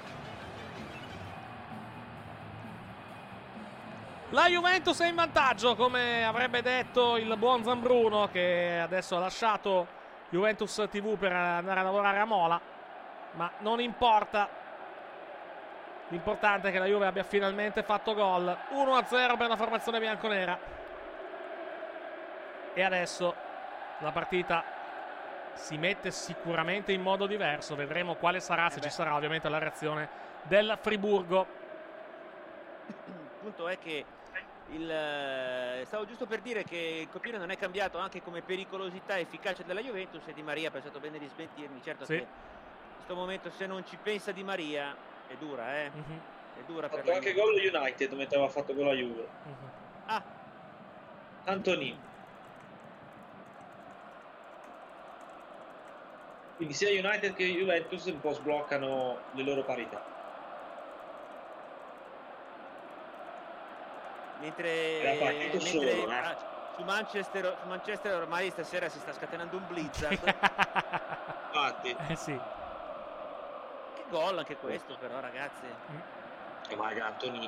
La Juventus è in vantaggio, come avrebbe detto il buon Zambruno, che adesso ha lasciato Juventus TV per andare a lavorare a Mola, ma non importa. L'importante è che la Juve abbia finalmente fatto gol. 1-0 per la formazione bianconera. E adesso la partita si mette sicuramente in modo diverso. Vedremo quale sarà, se ci sarà ovviamente la reazione del Friburgo. Il punto è che stavo giusto per dire che il copione non è cambiato anche come pericolosità e efficacia della Juventus, e Di Maria ha pensato bene di smentirmi. Certo sì. Che in questo momento, se non ci pensa Di Maria, è dura, È dura per anche gol United mentre aveva fatto gol a Juve. Ah, Antony. Quindi sia United che Juventus un po' sbloccano le loro parità. Mentre su Manchester ormai stasera si sta scatenando un blizzard. Infatti. Sì. Che gol anche questo però, ragazzi. E vai Antony.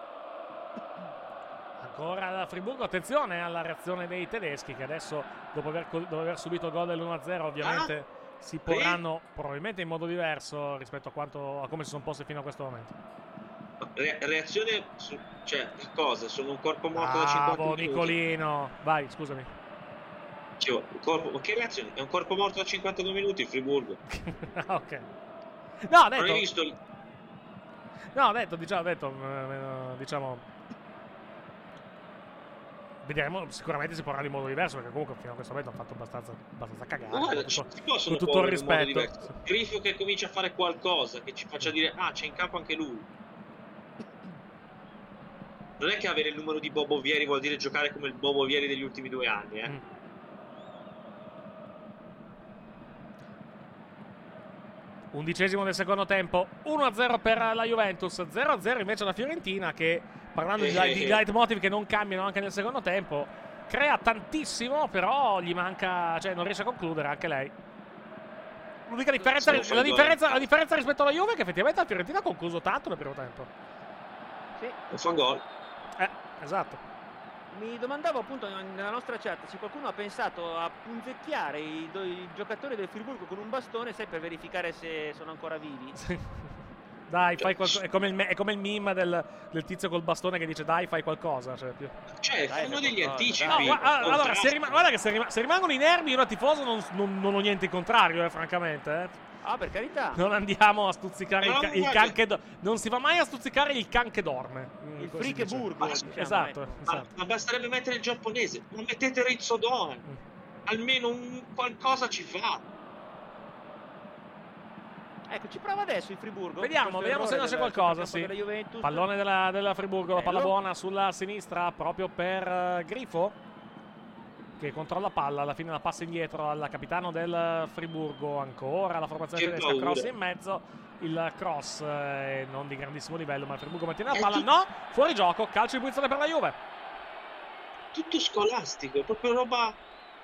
Ancora da Friburgo, attenzione alla reazione dei tedeschi che adesso dopo aver subito il gol dell'1-0 ovviamente si porranno probabilmente in modo diverso rispetto a come si sono posti fino a questo momento. Reazione su, cioè cosa? Sono un corpo morto da 50 minuti. Nicolino, vai, scusami. Ma che reazione? È un corpo morto da 52 minuti il Friburgo. Ok. No, ha detto. Non hai visto No, ha detto, diciamo vedremo, sicuramente si porrà in modo diverso perché comunque fino a questo momento ha fatto abbastanza cagare. Con tutto il rispetto. Grifo che comincia a fare qualcosa che ci faccia dire c'è in campo anche lui. Non è che avere il numero di Bobo Vieri vuol dire giocare come il Bobo Vieri degli ultimi 2 anni, 11° del secondo tempo, 1-0 per la Juventus, 0-0 invece la Fiorentina che, parlando di leitmotiv che non cambiano anche nel secondo tempo, crea tantissimo, però gli manca, cioè non riesce a concludere anche lei. L'unica differenza, la differenza rispetto alla Juve è che effettivamente la Fiorentina ha concluso tanto nel primo tempo. Sì. Non fa gol. Esatto. Mi domandavo appunto nella nostra chat se qualcuno ha pensato a punzecchiare i giocatori del Friburgo con un bastone, sai, per verificare se sono ancora vivi. Dai, fai qualcosa. È come il meme del tizio col bastone che dice dai, fai qualcosa. Cioè fanno degli anticipi. No, allora, guarda che se rimangono inermi, io da tifoso non ho niente in contrario, francamente. Per carità. Non andiamo a stuzzicare il can che non si va mai a stuzzicare il can che dorme. Il Friburgo. Esatto. Ma basterebbe mettere il giapponese. Ma mettete Rizzo Doan. Almeno qualcosa ci fa. Ecco, ci prova adesso il Friburgo. Vediamo se nasce qualcosa. Sì. Pallone della Friburgo, la palla buona sulla sinistra proprio per Grifo, che controlla palla, alla fine la passa indietro al capitano del Friburgo. Ancora la formazione tedesca, cross in mezzo, il cross non di grandissimo livello, ma il Friburgo mantiene la palla. No, fuori gioco, calcio di punizione per la Juve. Tutto scolastico, è proprio roba.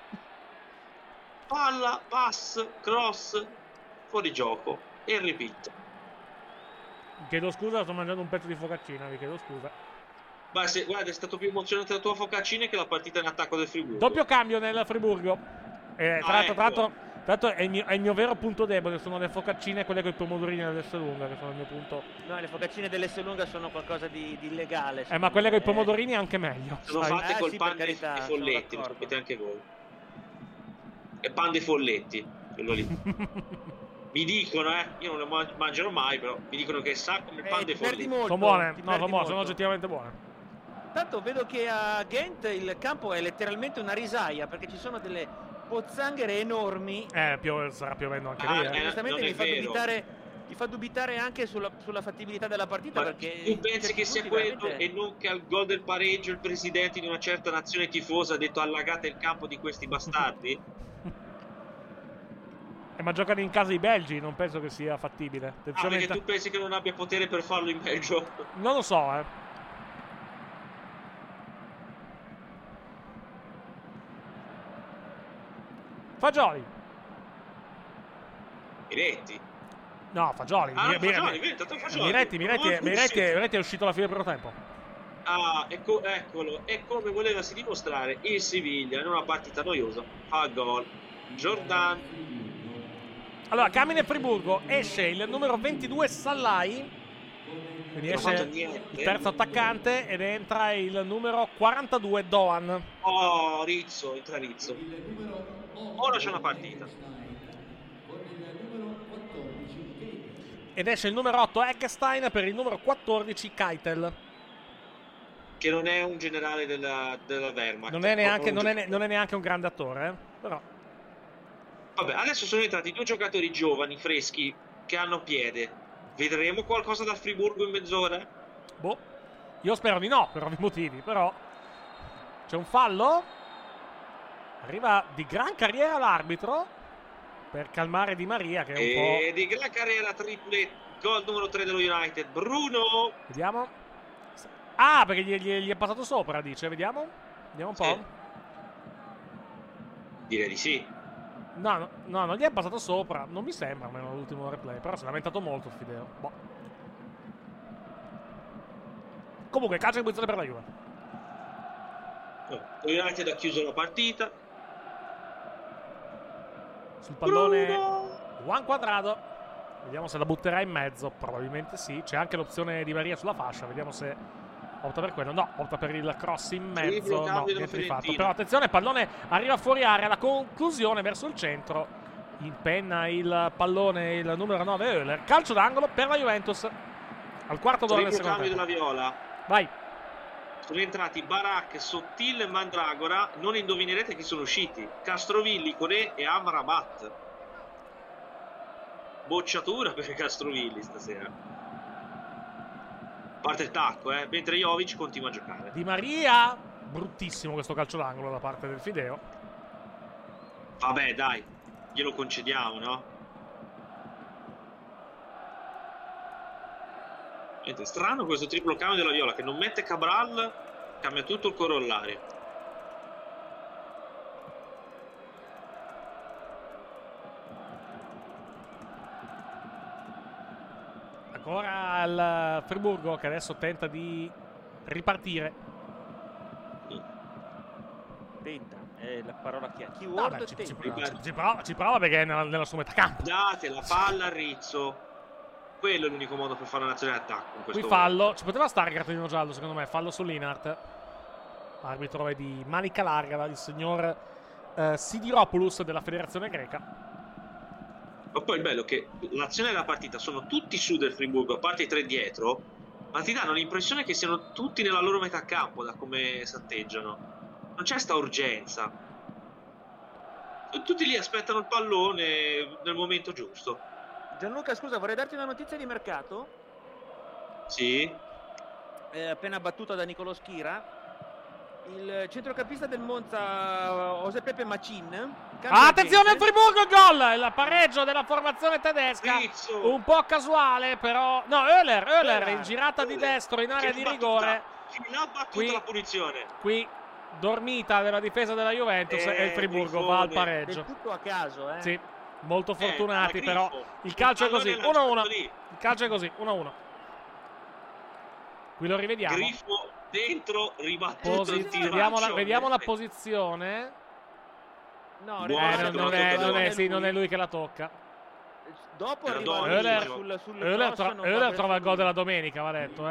Palla, pass, cross, fuori gioco e repeat. Chiedo scusa, sto mangiando un pezzo di focaccina, vi chiedo scusa. Ma guarda, è stato più emozionante la tua focaccina che la partita in attacco del Friburgo. Doppio cambio nel Friburgo. Tra l'altro è il mio vero punto debole, sono le focaccine, quelle con i pomodorini dell'Esselunga, che sono il mio punto. No, le focaccine dell'Esselunga sono qualcosa di illegale. Ma quelle con i pomodorini anche meglio. Sono fatte col pan dei folletti, lo sapete anche voi. È pan dei folletti, quello lì. Mi dicono, io non le mangerò mai, però mi dicono che sa come il pan dei folletti. Sono buone, sono oggettivamente buone. Tanto vedo che a Ghent il campo è letteralmente una risaia, perché ci sono delle pozzanghere enormi. Starà piovendo anche lì. Onestamente mi fa dubitare anche sulla fattibilità della partita. Perché tu pensi che sia quello e non che al gol del pareggio il presidente di una certa nazione tifosa ha detto allagate il campo di questi bastardi? Ma giocano in casa i belgi, non penso che sia fattibile. Perché tu pensi che non abbia potere per farlo in Belgio? Non lo so, Fagioli. Miretti. No, Fagioli. Miretti è uscito alla fine del primo tempo. Eccolo. E come volevasi dimostrare il Siviglia in una partita noiosa fa gol Jordan. Allora, Camine Friburgo, esce il numero 22 Sallai, quindi esce il terzo attaccante ed entra il numero 42 Doan. Rizzo, entra Rizzo. Ora c'è una partita. Ed esce il numero 8 Eggestein per il numero 14 Keitel, che non è un generale della Wehrmacht. Non è neanche un grande attore, però. Vabbè, adesso sono entrati 2 giocatori giovani, freschi, che hanno piede. Vedremo qualcosa dal Friburgo in mezz'ora? Io spero di no, per ovvi motivi, però. C'è un fallo. Arriva di gran carriera l'arbitro per calmare Di Maria, che è un po'... E di gran carriera triple, gol numero 3 dello United. Bruno. Vediamo. Ah, perché gli è passato sopra, dice. Vediamo un po'. Sì. Direi di sì. No, non gli è passato sopra. Non mi sembra, almeno l'ultimo replay. Però si è lamentato molto Fideo. Boh. Comunque, calcio di punizione per la Juve. Lo United ha chiuso la partita. Sul pallone Juan Cuadrado. Vediamo se la butterà in mezzo. Probabilmente sì. C'è anche l'opzione di Maria sulla fascia. Vediamo se opta per quello. No, opta per il cross in mezzo. No, niente di fatto. Però attenzione, il pallone arriva fuori area. La conclusione verso il centro. Impenna il pallone il numero 9 Euler. Calcio d'angolo per la Juventus. Al quarto d'ora del secondo tempo. Cambio della Viola. Vai. Sono entrati Barak, Sottil e Mandragora. Non indovinerete chi sono usciti. Castrovilli, Conè e Amrabat. Bocciatura per Castrovilli stasera. Parte il tacco, mentre Jovic continua a giocare. Di Maria. Bruttissimo questo calcio d'angolo da parte del Fideo. Vabbè, dai, glielo concediamo, no? Strano questo triplo cambio della Viola, che non mette Cabral, cambia tutto il corollario. Ancora il Friburgo che adesso tenta di ripartire. Tenta, è la parola che ha. Keyword ci prova perché è nella sua metà campo. Date la palla a Rizzo. Quello è l'unico modo per fare una nazione d'attacco in questo Qui fallo, ci poteva stare il cartellino giallo secondo me. Fallo su Linhart. Arbitro è di manica larga, il signor Sidiropoulos della federazione greca. Ma poi il bello è che l'azione della partita sono tutti su del Friburgo, a parte i tre dietro, ma ti danno l'impressione che siano tutti nella loro metà campo da come s'atteggiano. Non c'è sta urgenza. Tutti lì aspettano il pallone nel momento giusto. Gianluca, scusa, vorrei darti una notizia di mercato. Sì. Appena battuta da Nicolò Schira. Il centrocampista del Monza, José Pepe Machin. Attenzione al Friburgo, il gol! Il pareggio della formazione tedesca. Rizzo. Un po' casuale, però. No, Euler in girata di destro in area di rigore. Chi l'ha battuta la punizione? Qui dormita della difesa della Juventus e il Friburgo va al pareggio. Tutto a caso, Sì. Molto fortunati, però il calcio è così, 1-1. Il calcio è così, 1-1. Qui lo rivediamo. Grifo dentro, ribattuto. Vediamo la posizione. No, non è lui che la tocca. Dopo arriva Euler trova il gol della domenica, va detto,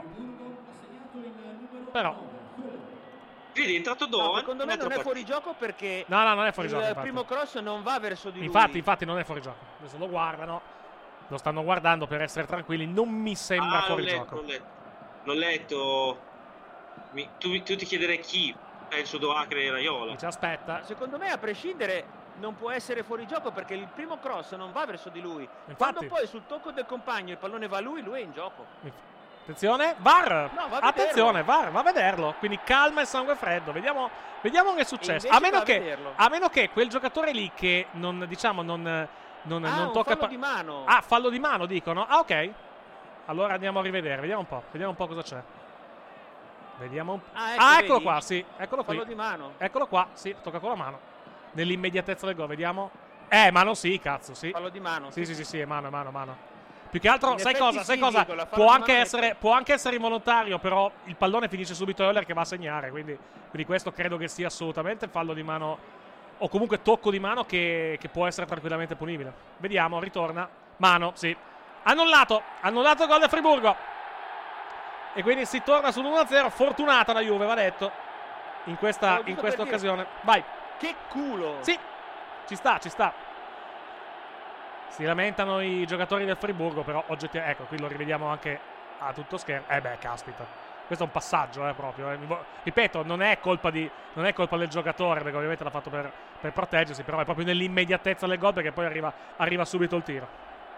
però vedi, è entrato Doan. Secondo me non è fuori gioco perché non è fuori gioco. Il primo cross non va verso di lui. Infatti non è fuori gioco. Adesso lo guardano. Lo stanno guardando per essere tranquilli. Non mi sembra fuori gioco. L'ho letto. Tu ti chiederei chi. Penso Doacre e Raiola. Ci aspetta. Secondo me, a prescindere, non può essere fuori gioco perché il primo cross non va verso di lui. Infatti. Quando poi sul tocco del compagno il pallone va a lui è in gioco. Attenzione, VAR! No, attenzione, VAR, va a vederlo. Quindi calma e sangue freddo. Vediamo che è successo. A meno che quel giocatore lì che non tocca. Fallo di mano. Ah, fallo di mano, dicono. Ah, ok. Allora andiamo a rivedere. Vediamo un po' cosa c'è. Vediamo. Eccolo qua, sì. Eccolo qui. Fallo di mano. Eccolo qua, sì. Tocca con la mano. Nell'immediatezza del gol, vediamo. Mano sì, cazzo, sì. Fallo di mano. Sì, è mano. Più che altro, sai cosa? Può anche essere involontario, però il pallone finisce subito Euler che va a segnare. Quindi questo credo che sia assolutamente fallo di mano, o comunque tocco di mano che può essere tranquillamente punibile. Vediamo, ritorna. Mano, sì. Annullato il gol del Friburgo. E quindi si torna sull'1-0. Fortunata la Juve, va detto, in questa occasione. Vai. Che culo. Sì, ci sta. Si lamentano i giocatori del Friburgo, però oggettivamente, ecco, qui lo rivediamo anche a tutto schermo. Caspita. Questo è un passaggio, proprio. Ripeto, non è colpa del giocatore, perché ovviamente l'ha fatto per proteggersi, però è proprio nell'immediatezza del gol, perché poi arriva subito il tiro.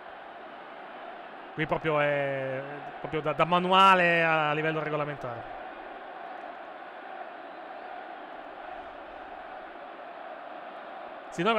Qui proprio è da manuale a livello regolamentare. Sì, noi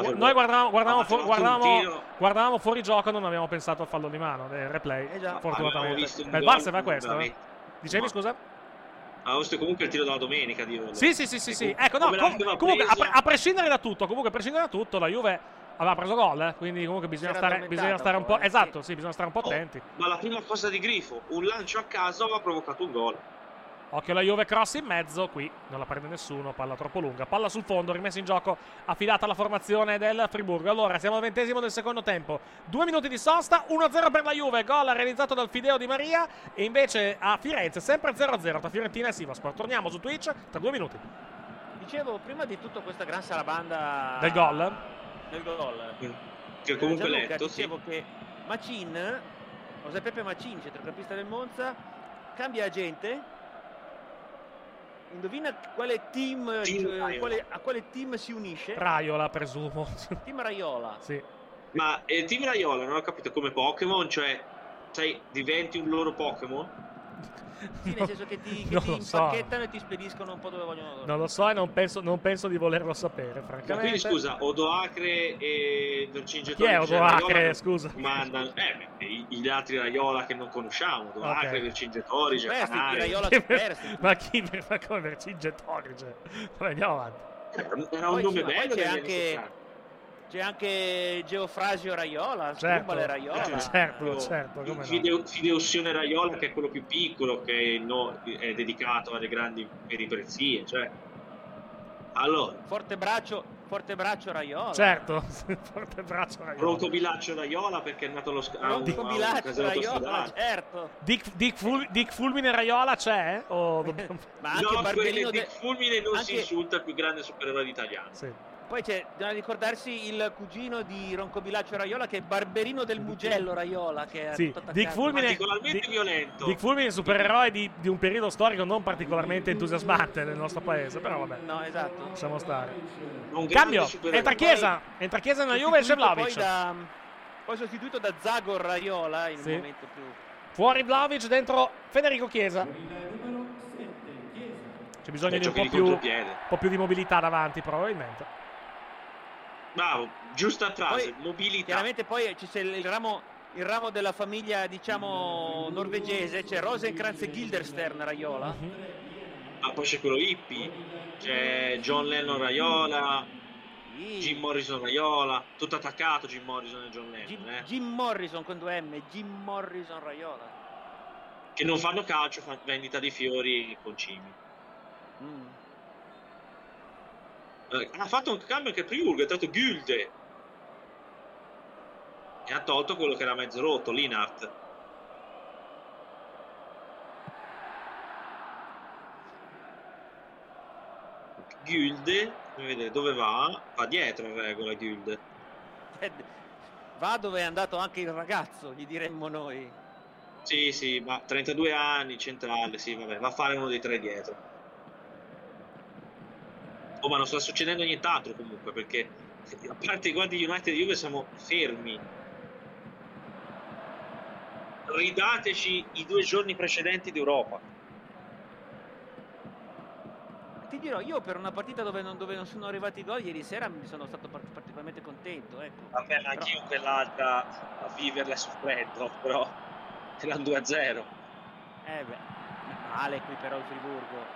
guardavamo fuori gioco, non abbiamo pensato al fallo di mano del replay, fortunatamente. Il VAR se va questo, Dicevi, scusa? Ha visto comunque il tiro della domenica, Sì. Ecco, no, comunque a prescindere da tutto, la Juve aveva preso gol, quindi comunque bisogna stare un po'. Esatto, sì, bisogna stare un po' attenti. Ma la prima cosa di Grifo, un lancio a caso aveva provocato un gol. Occhio la Juve, cross in mezzo, qui non la prende nessuno, palla troppo lunga, palla sul fondo, rimessa in gioco, affidata alla formazione del Friburgo. Allora, siamo al 20° del secondo tempo, 2 minuti di sosta, 1-0 per la Juve, gol realizzato dal Fideo Di Maria, e invece a Firenze sempre 0-0 tra Fiorentina e Sivasspor. Torniamo su Twitch tra 2 minuti. Dicevo, prima di tutto questa gran sarabanda del gol, che comunque letto, dicevo che Macin, José Pepe Macin, centrocampista del Monza, cambia agente. Indovina a quale team si unisce? Raiola, presumo. Team Raiola. Sì. Ma il team Raiola non ho capito, come Pokémon, cioè diventi un loro Pokémon? Sì, nel senso che ti impacchettano e ti spediscono un po' dove vogliono. Non lo so e non penso di volerlo sapere, francamente. Ma quindi scusa, Odoacre e Vercingetorix. Chi è Odoacre, scusa? Mandano gli altri Raiola che non conosciamo, Odoacre, Vercingetorix, Raiola ma chi? Ma come Vercingetorix? Andiamo avanti. Era un nome bello. C'è anche Geofrasio Raiola, certo, Raiola. Certo. Fideussione Raiola, che è quello più piccolo, che è dedicato alle grandi peripezie, cioè. Allora. Forte braccio Raiola. Certo, forte braccio Raiola. Bronco Bilaccio Raiola, perché è nato Bronco Bilaccio Raiola, certo. Dick Fulmine Raiola c'è? Ma anche Barberino Dick Fulmine non si insulta, il più grande supereroe italiano. Sì. Poi bisogna ricordarsi il cugino di Ronco Bilaccio Raiola, che è Barberino del Mugello Raiola, che è tutto Dick Fulmine, particolarmente violento. Dick Fulmine è supereroe di un periodo storico non particolarmente entusiasmante nel nostro paese, però vabbè. No, esatto. Lasciamo stare. Cambio, entra Chiesa nella Juve e c'è Vlahovic. Poi sostituito da Zagor Raiola in un momento più. Fuori Vlahovic, dentro Federico Chiesa. C'è bisogno di un po' più di mobilità davanti, probabilmente. Bravo, giusta frase, mobilità. Chiaramente poi c'è il ramo della famiglia, diciamo, norvegese, c'è Rosenkrantz e Guildenstern Raiola. Poi c'è quello hippie, c'è John Lennon Raiola, Jim Morrison Raiola, tutto attaccato Jim Morrison e John Lennon. Jim Morrison con 2 M, Jim Morrison Raiola. Che non fanno calcio, fanno vendita di fiori con cimi. Ha fatto un cambio anche Friburgo, è entrato Gülde e ha tolto quello che era mezzo rotto, Linhart. Gülde, fammi vedere dove va dietro in regola Gülde. Va dove è andato anche il ragazzo, gli diremmo noi. Sì, ma 32 anni, centrale, sì, vabbè, va a fare uno dei 3 dietro. Ma non sta succedendo nient'altro comunque, perché a parte i guardi United e Juve siamo fermi. Ridateci i 2 giorni precedenti d'Europa. Ti dirò, io per una partita dove non sono arrivati i gol ieri sera mi sono stato particolarmente contento, ecco. Vabbè, ma anch'io quell'altra a viverla su freddo, però erano 2-0. Male qui però il Friburgo.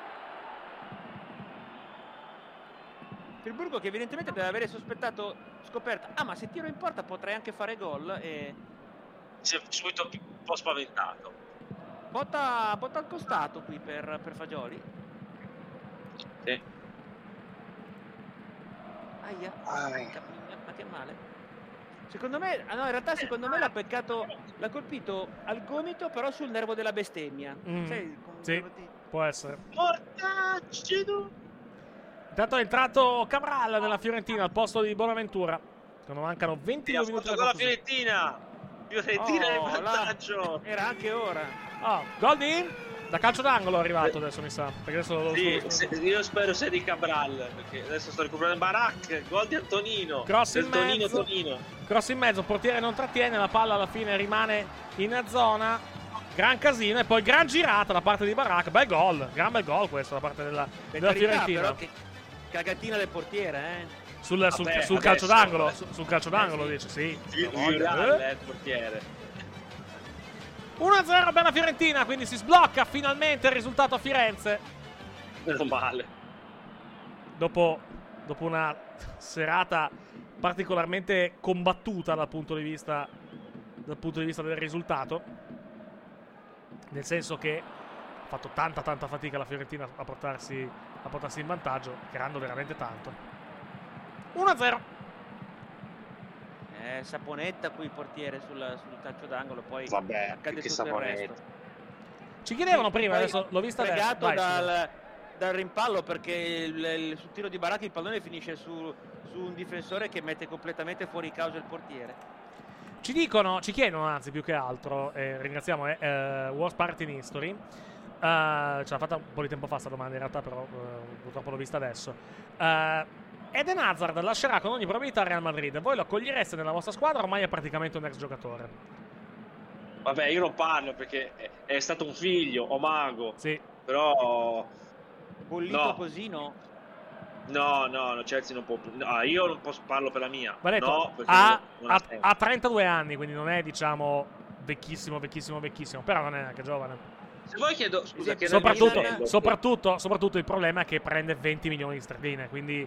Friburgo che evidentemente deve avere scoperto, ma se tiro in porta potrei anche fare gol, e si è subito un po' spaventato. Botta al costato qui per Fagioli. Sì. Aia. Ma che male. Secondo me, in realtà secondo me l'ha colpito al gomito, però sul nervo della bestemmia. Sì, può essere. Portacci. Intanto è entrato Cabral nella Fiorentina al posto di Bonaventura. Quando mancano 22 minuti dalla Fiorentina è in vantaggio. Era anche ora. Gol da calcio d'angolo è arrivato adesso, mi sa. Perché adesso io spero sia di Cabral, perché adesso sto recuperando Barak. Gol di Antonino. Cross in mezzo, portiere non trattiene, la palla alla fine rimane in zona. Gran casino e poi gran girata da parte di Barak. Bel gol, gran bel gol questo da parte della Fiorentina. Però cagatina del portiere, sul calcio d'angolo. Sul calcio d'angolo dice sì. Viurale il portiere. 1-0 per la Fiorentina, quindi si sblocca finalmente il risultato a Firenze. Meno male. Dopo una serata particolarmente combattuta dal punto di vista del risultato, nel senso che ha fatto tanta fatica la Fiorentina a portarsi in vantaggio, creando veramente tanto. 1-0. Saponetta qui il portiere sul calcio d'angolo, poi vabbè, accade che tutto il resto. Ci chiedevano prima, Poi adesso l'ho vista fregato adesso. dal rimpallo, perché sul tiro di Baracchi il pallone finisce su un difensore che mette completamente fuori causa il portiere. Ci chiedono anzi più che altro, ringraziamo Worst Part in History, ce l'ha fatta un po' di tempo fa sta domanda in realtà, però purtroppo l'ho vista adesso. Eden Hazard lascerà con ogni probabilità il Real Madrid, voi lo accogliereste nella vostra squadra, ormai è praticamente un ex giocatore? Vabbè, io non parlo perché è stato un figlio, Omago. Sì. Però Bollito così no? No, Chelsea non può. No, io non posso, parlo per la mia. Va detto, no, ha 32 anni, quindi non è, diciamo, vecchissimo, però non è neanche giovane. Se vuoi chiedo, scusa, che soprattutto il problema è che prende 20 milioni di sterline, quindi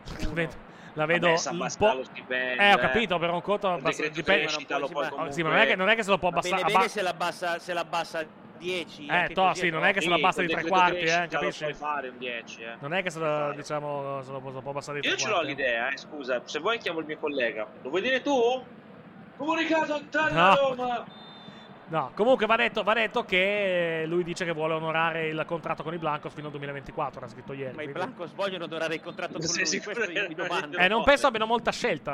la vedo un po'. Ho capito, però un conto dipende. Sì, ma non è che se lo può abbassare. Bene, se l'abbassa 10. Sì, non è che se lo abbassa di 3 quarti, capisci? Puoi fare un 10, Non è che se lo può abbassare di 3 quarti. Io ce l'ho l'idea, scusa, se vuoi chiamo il mio collega. Lo vuoi dire tu? Comunicato a Roma! No, comunque va detto che lui dice che vuole onorare il contratto con i Blancos fino al 2024, ha scritto ieri. Ma i Blancos vogliono onorare il contratto con lui, questo io mi domando. Non penso abbiano molta scelta.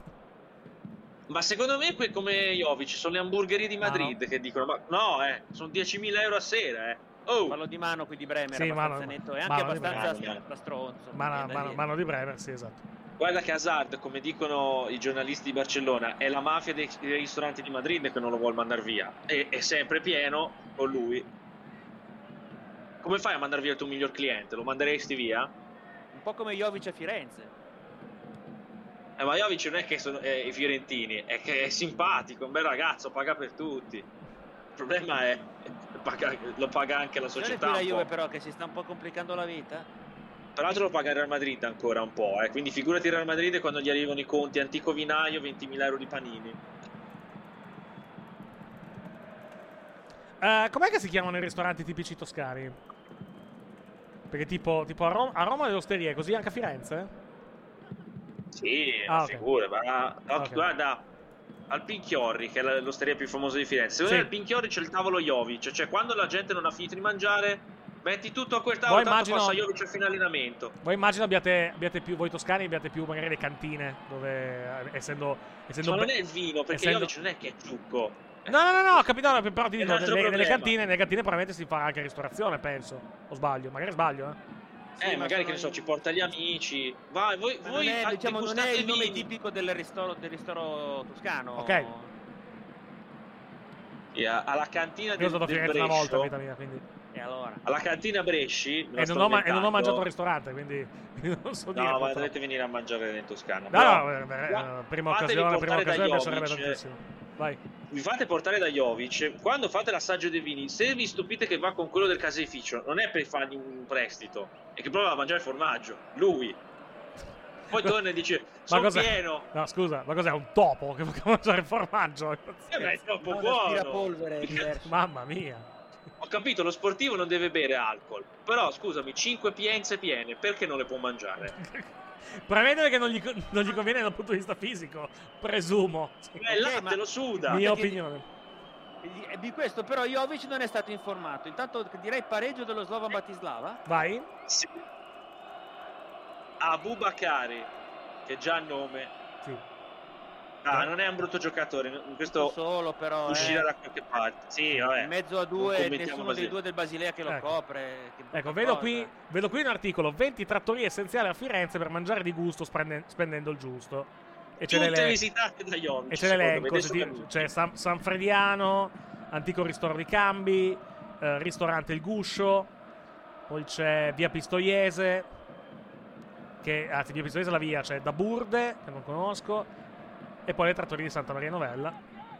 Ma secondo me come Jovic sono le hamburgerie di Madrid che dicono sono 10.000 euro a sera, Fallo di mano qui di Bremer, sì, abbastanza netto e anche abbastanza da stronzo. Mano di Bremer, sì, esatto. Guarda che Hazard, come dicono i giornalisti di Barcellona, è la mafia dei ristoranti di Madrid che non lo vuole mandare via. È sempre pieno con lui. Come fai a mandare via il tuo miglior cliente? Lo manderesti via? Un po' come Jovic a Firenze. Ma Jovic non è che sono i fiorentini, è che è simpatico, un bel ragazzo, paga per tutti. Il problema è lo paga anche la società. Non è più la Juve però che si sta un po' complicando la vita. Peraltro lo paga il Real Madrid ancora un po', quindi figurati il Real Madrid quando gli arrivano i conti antico vinaio, 20.000 euro di panini. Com'è che si chiamano i ristoranti tipici toscani? Perché tipo a Roma le osterie, così anche a Firenze? Sì, figura, guarda, al Pinchiorri, che è l'osteria più famosa di Firenze. Secondo me al Pinchiorri c'è il tavolo Jovic, cioè quando la gente non ha finito di mangiare metti tutto a quel tavolo, tanto passa Jovic al fine allenamento. Voi immagino abbiate più, voi toscani abbiate più magari le cantine, dove essendo ma non è il vino, perché Jovic non è che è zucco. No, capito, però ti dico, nelle cantine probabilmente si fa anche ristorazione, penso. O sbaglio? Magari sbaglio, magari che ne so, ci porta gli amici. Vai, voi non è il nome tipico del ristoro toscano. Ok. Alla cantina io sono stato a Firenze una volta in vita mia, quindi. Allora. Alla cantina Bresci e non ho mangiato al ristorante, quindi non so dire. No, ma dovete venire a mangiare in Toscana. Prima occasione piacerebbe tantissimo. Vai. Vi fate portare da Jovic. Quando fate l'assaggio dei vini, se vi stupite che va con quello del caseificio, non è per fargli un prestito, è che prova a mangiare formaggio. Lui. Poi torna e dice: sono pieno. No, scusa, ma cos'è? Un topo che può mangiare il formaggio? È troppo buono. Polvere, è diverso. Mamma mia. Ho capito, lo sportivo non deve bere alcol, però scusami, 5 pienze piene, perché non le può mangiare? Prevedere che non gli conviene dal punto di vista fisico, presumo. Il latte lo suda. Mia opinione. Di questo però Jovic non è stato informato. Intanto direi pareggio dello Slovan Bratislava. Vai. Sì. Abubakari, che già ha nome. Sì. Non è un brutto giocatore, questo solo però uscirà da qualche parte. Sì, vabbè. In mezzo a due, nessuno dei due del Basilea che lo copre. Ecco, vedo qui un articolo: 20 trattorie essenziali a Firenze per mangiare di gusto spendendo il giusto. E tutte visitate da Jovic. E c'è l'elenco, c'è San Frediano, antico ristoro di Cambi, ristorante Il Guscio, poi c'è Via Pistoiese. che anzi Via Pistoiese la via, c'è da Burde, che non conosco, e poi le trattorie di Santa Maria Novella.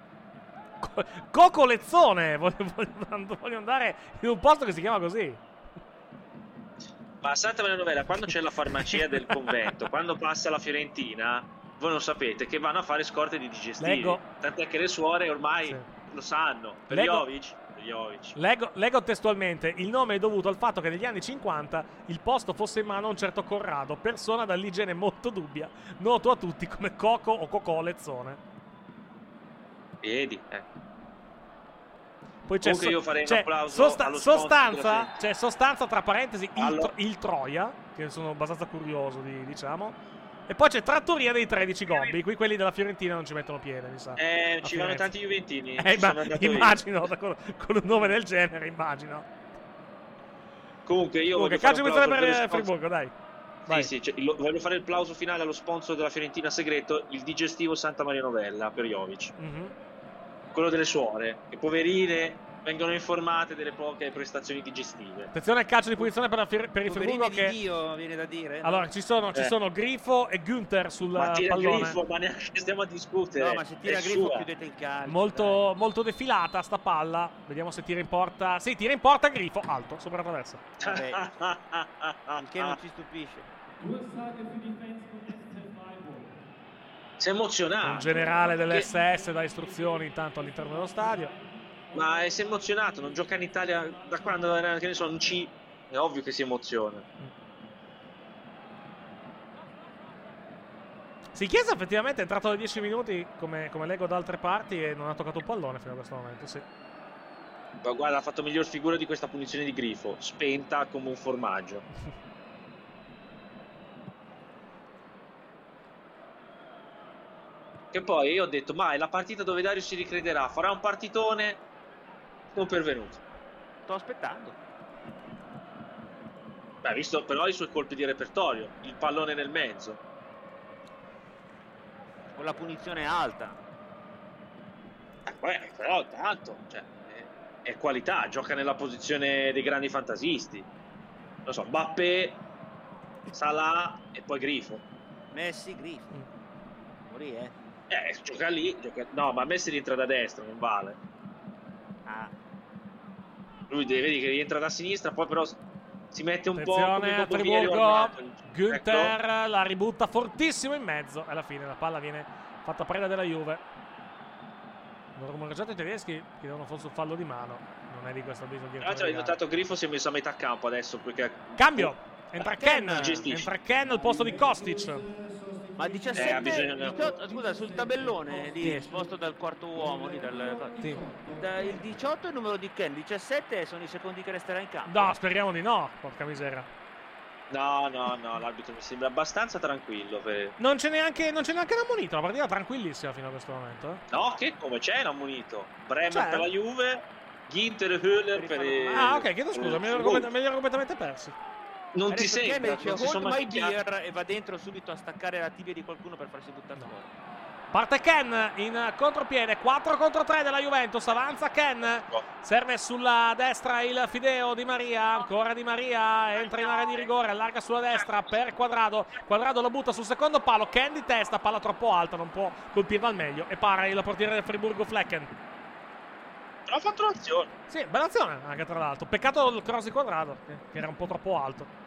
Cocolezzone! Voglio andare in un posto che si chiama così. Ma a Santa Maria Novella, quando c'è la farmacia del convento, quando passa la Fiorentina, voi non sapete che vanno a fare scorte di digestivi. Leggo. Tant'è che le suore ormai lo sanno. Per Jovic. Leggo testualmente: il nome è dovuto al fatto che negli anni 50 il posto fosse in mano a un certo Corrado, persona dall'igiene molto dubbia, noto a tutti come Coco o Cocolezzone. Vedi, Poi c'è io farei un applauso allo sostanza tra parentesi il Troia, che sono abbastanza curioso di, diciamo. E poi c'è trattoria dei 13 gobbi. Qui quelli della Fiorentina non ci mettono piede, mi sa. Ci vanno tanti juventini. Immagino, con un nome del genere, immagino. Comunque io voglio calcio per Friburgo, dai. Sì, voglio fare il plauso finale allo sponsor della Fiorentina segreto, il digestivo Santa Maria Novella per Jovic. Quello delle suore, che poverine vengono informate delle poche prestazioni digestive. Attenzione al calcio di punizione per il Friburgo, che Dio, viene da dire. Allora ci sono Grifo e Günther sul pallone. Grifo, ma neanche stiamo a discutere. No, ma se tira Grifo chiudete il calcio. Molto defilata sta palla. Vediamo se tira in porta. Sì, tira in porta Grifo, alto, sopra la traversa. Anche non ci stupisce. Si è emozionato. Un generale dell'SS dà istruzioni intanto all'interno dello stadio. Ma si è emozionato, non gioca in Italia da quando era, che ne so, un C. È ovvio che si emoziona. Sì, Chiesa effettivamente è entrato da 10 minuti, come leggo da altre parti, e non ha toccato un pallone fino a questo momento, sì. Ma guarda, ha fatto miglior figura di questa punizione di Grifo, spenta come un formaggio. Che poi io ho detto, ma è la partita dove Dario si ricrederà, farà un partitone. Non pervenuto. Sto aspettando. Beh, visto però i suoi colpi di repertorio, il pallone nel mezzo. Con la punizione alta. Però tanto, cioè, è qualità, gioca nella posizione dei grandi fantasisti. Non so, Mbappé, Salah e poi Grifo. Messi, Grifo. Morì, gioca lì, no, ma Messi rientra da destra, non vale. Lui vedi che rientra da sinistra, poi però si mette un po' come a Friburgo. Günther la ributta fortissimo in mezzo. Alla fine la palla viene fatta preda della Juve. Hanno rumoreggiato i tedeschi che devono forse un fallo di mano. Non è di questo avviso di hai notato Grifo si è messo a metà campo adesso perché... Cambio! Entra Ken al posto di Kostic. Ma 17, scusa, sul tabellone lì esposto dal quarto uomo lì, il 18 è il numero di Ken, 17 sono i secondi che resterà in campo. No, speriamo di no, porca misera. No, l'arbitro mi sembra abbastanza tranquillo. Non c'è neanche l'ammonito, la partita tranquillissima fino a questo momento. No, che come c'è l'ammonito? Bremer per la Juve, Ginter e Höhler per il... ok, chiedo scusa, me li ero completamente persi. Non ti sembra? Dice hold my beer e va dentro subito a staccare la tibia di qualcuno per farsi buttare fuori. Parte Ken in contropiede, 4 contro 3 della Juventus, avanza Ken, serve sulla destra il Fideo Di Maria, ancora Di Maria, entra in area di rigore, allarga sulla destra per Quadrado lo butta sul secondo palo, Ken di testa, palla troppo alta, non può colpirla al meglio e para il portiere del Friburgo Flecken. Ha fatto l'azione. Sì, bella azione anche tra l'altro, peccato il cross di Quadrado che era un po' troppo alto.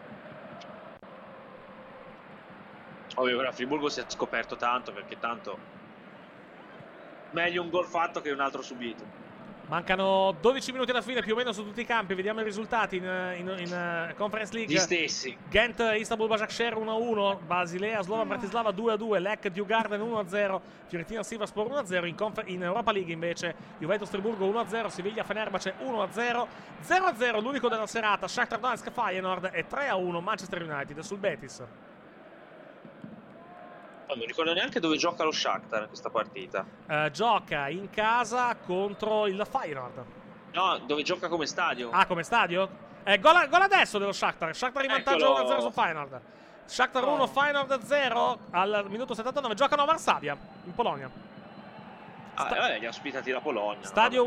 Ovvio, ora Friburgo si è scoperto tanto, perché tanto meglio un gol fatto che un altro subito. Mancano 12 minuti alla fine più o meno su tutti i campi. Vediamo i risultati in Conference League. Gli stessi. Ghent Istanbul Başakşehir 1-1, Basilea Slovan Bratislava 2-2, Lech Djurgården 1-0, Fiorentina Sivasspor 1-0. In Europa League invece Juventus Friburgo 1-0, Siviglia Fenerbahce 1-0, 0-0 l'unico della serata Shakhtar Donetsk Feyenoord e 3-1 Manchester United sul Betis. Non mi ricordo neanche dove gioca lo Shakhtar in questa partita. Gioca in casa contro il Feyenoord. No, dove gioca come stadio. Ah, come stadio? Gol adesso dello Shakhtar. Shakhtar in vantaggio 1-0 su Feyenoord. Shakhtar 1, Feyenoord 0 al minuto 79. Giocano a Varsavia, in Polonia. Li ha ospitati la Polonia.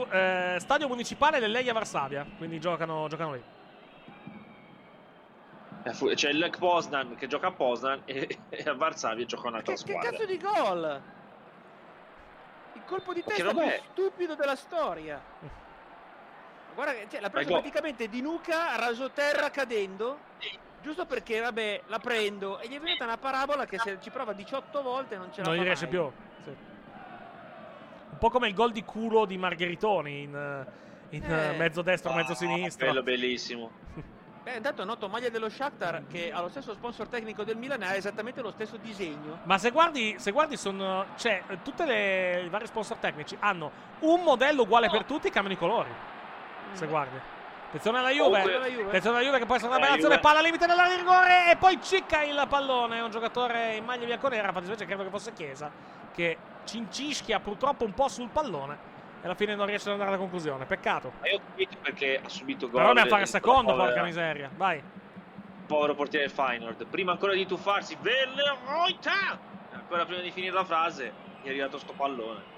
Stadio municipale dell'Eia Varsavia. Quindi giocano lì. C'è il Lech Poznan che gioca a Poznan e a Varsavia gioca un'altra Che squadra. cazzo di gol? Il colpo di testa più stupido della storia. Guarda che l'ha preso praticamente Di Nuca, raso terra cadendo, giusto perché vabbè la prendo, e gli è venuta una parabola che se ci prova 18 volte non ce la fa Non gli riesce mai. più. Sì. Un po' come il gol di culo di Margheritoni in mezzo destro, mezzo sinistro. Bello, bellissimo. Intanto noto maglia dello Shakhtar che ha lo stesso sponsor tecnico del Milan e ha esattamente lo stesso disegno. Ma se guardi sono, cioè, tutte i vari sponsor tecnici hanno un modello uguale per tutti, cambiano i colori. Se guardi. Attenzione alla Juve. Attenzione alla Juve che può essere una bella azione. Palla al limite dell'area di rigore e poi cicca il pallone. È un giocatore in maglia bianconera, infatti invece credo che fosse Chiesa, che cincischia purtroppo un po' sul pallone e alla fine non riesce ad andare alla conclusione. Peccato. Ma io ho capito perché ha subito gol. Però ne a fare il secondo, porca miseria. Vai. Povero portiere del Feyenoord. Prima ancora di tuffarsi, Velleroita! Ancora prima di finire la frase, gli è arrivato sto pallone.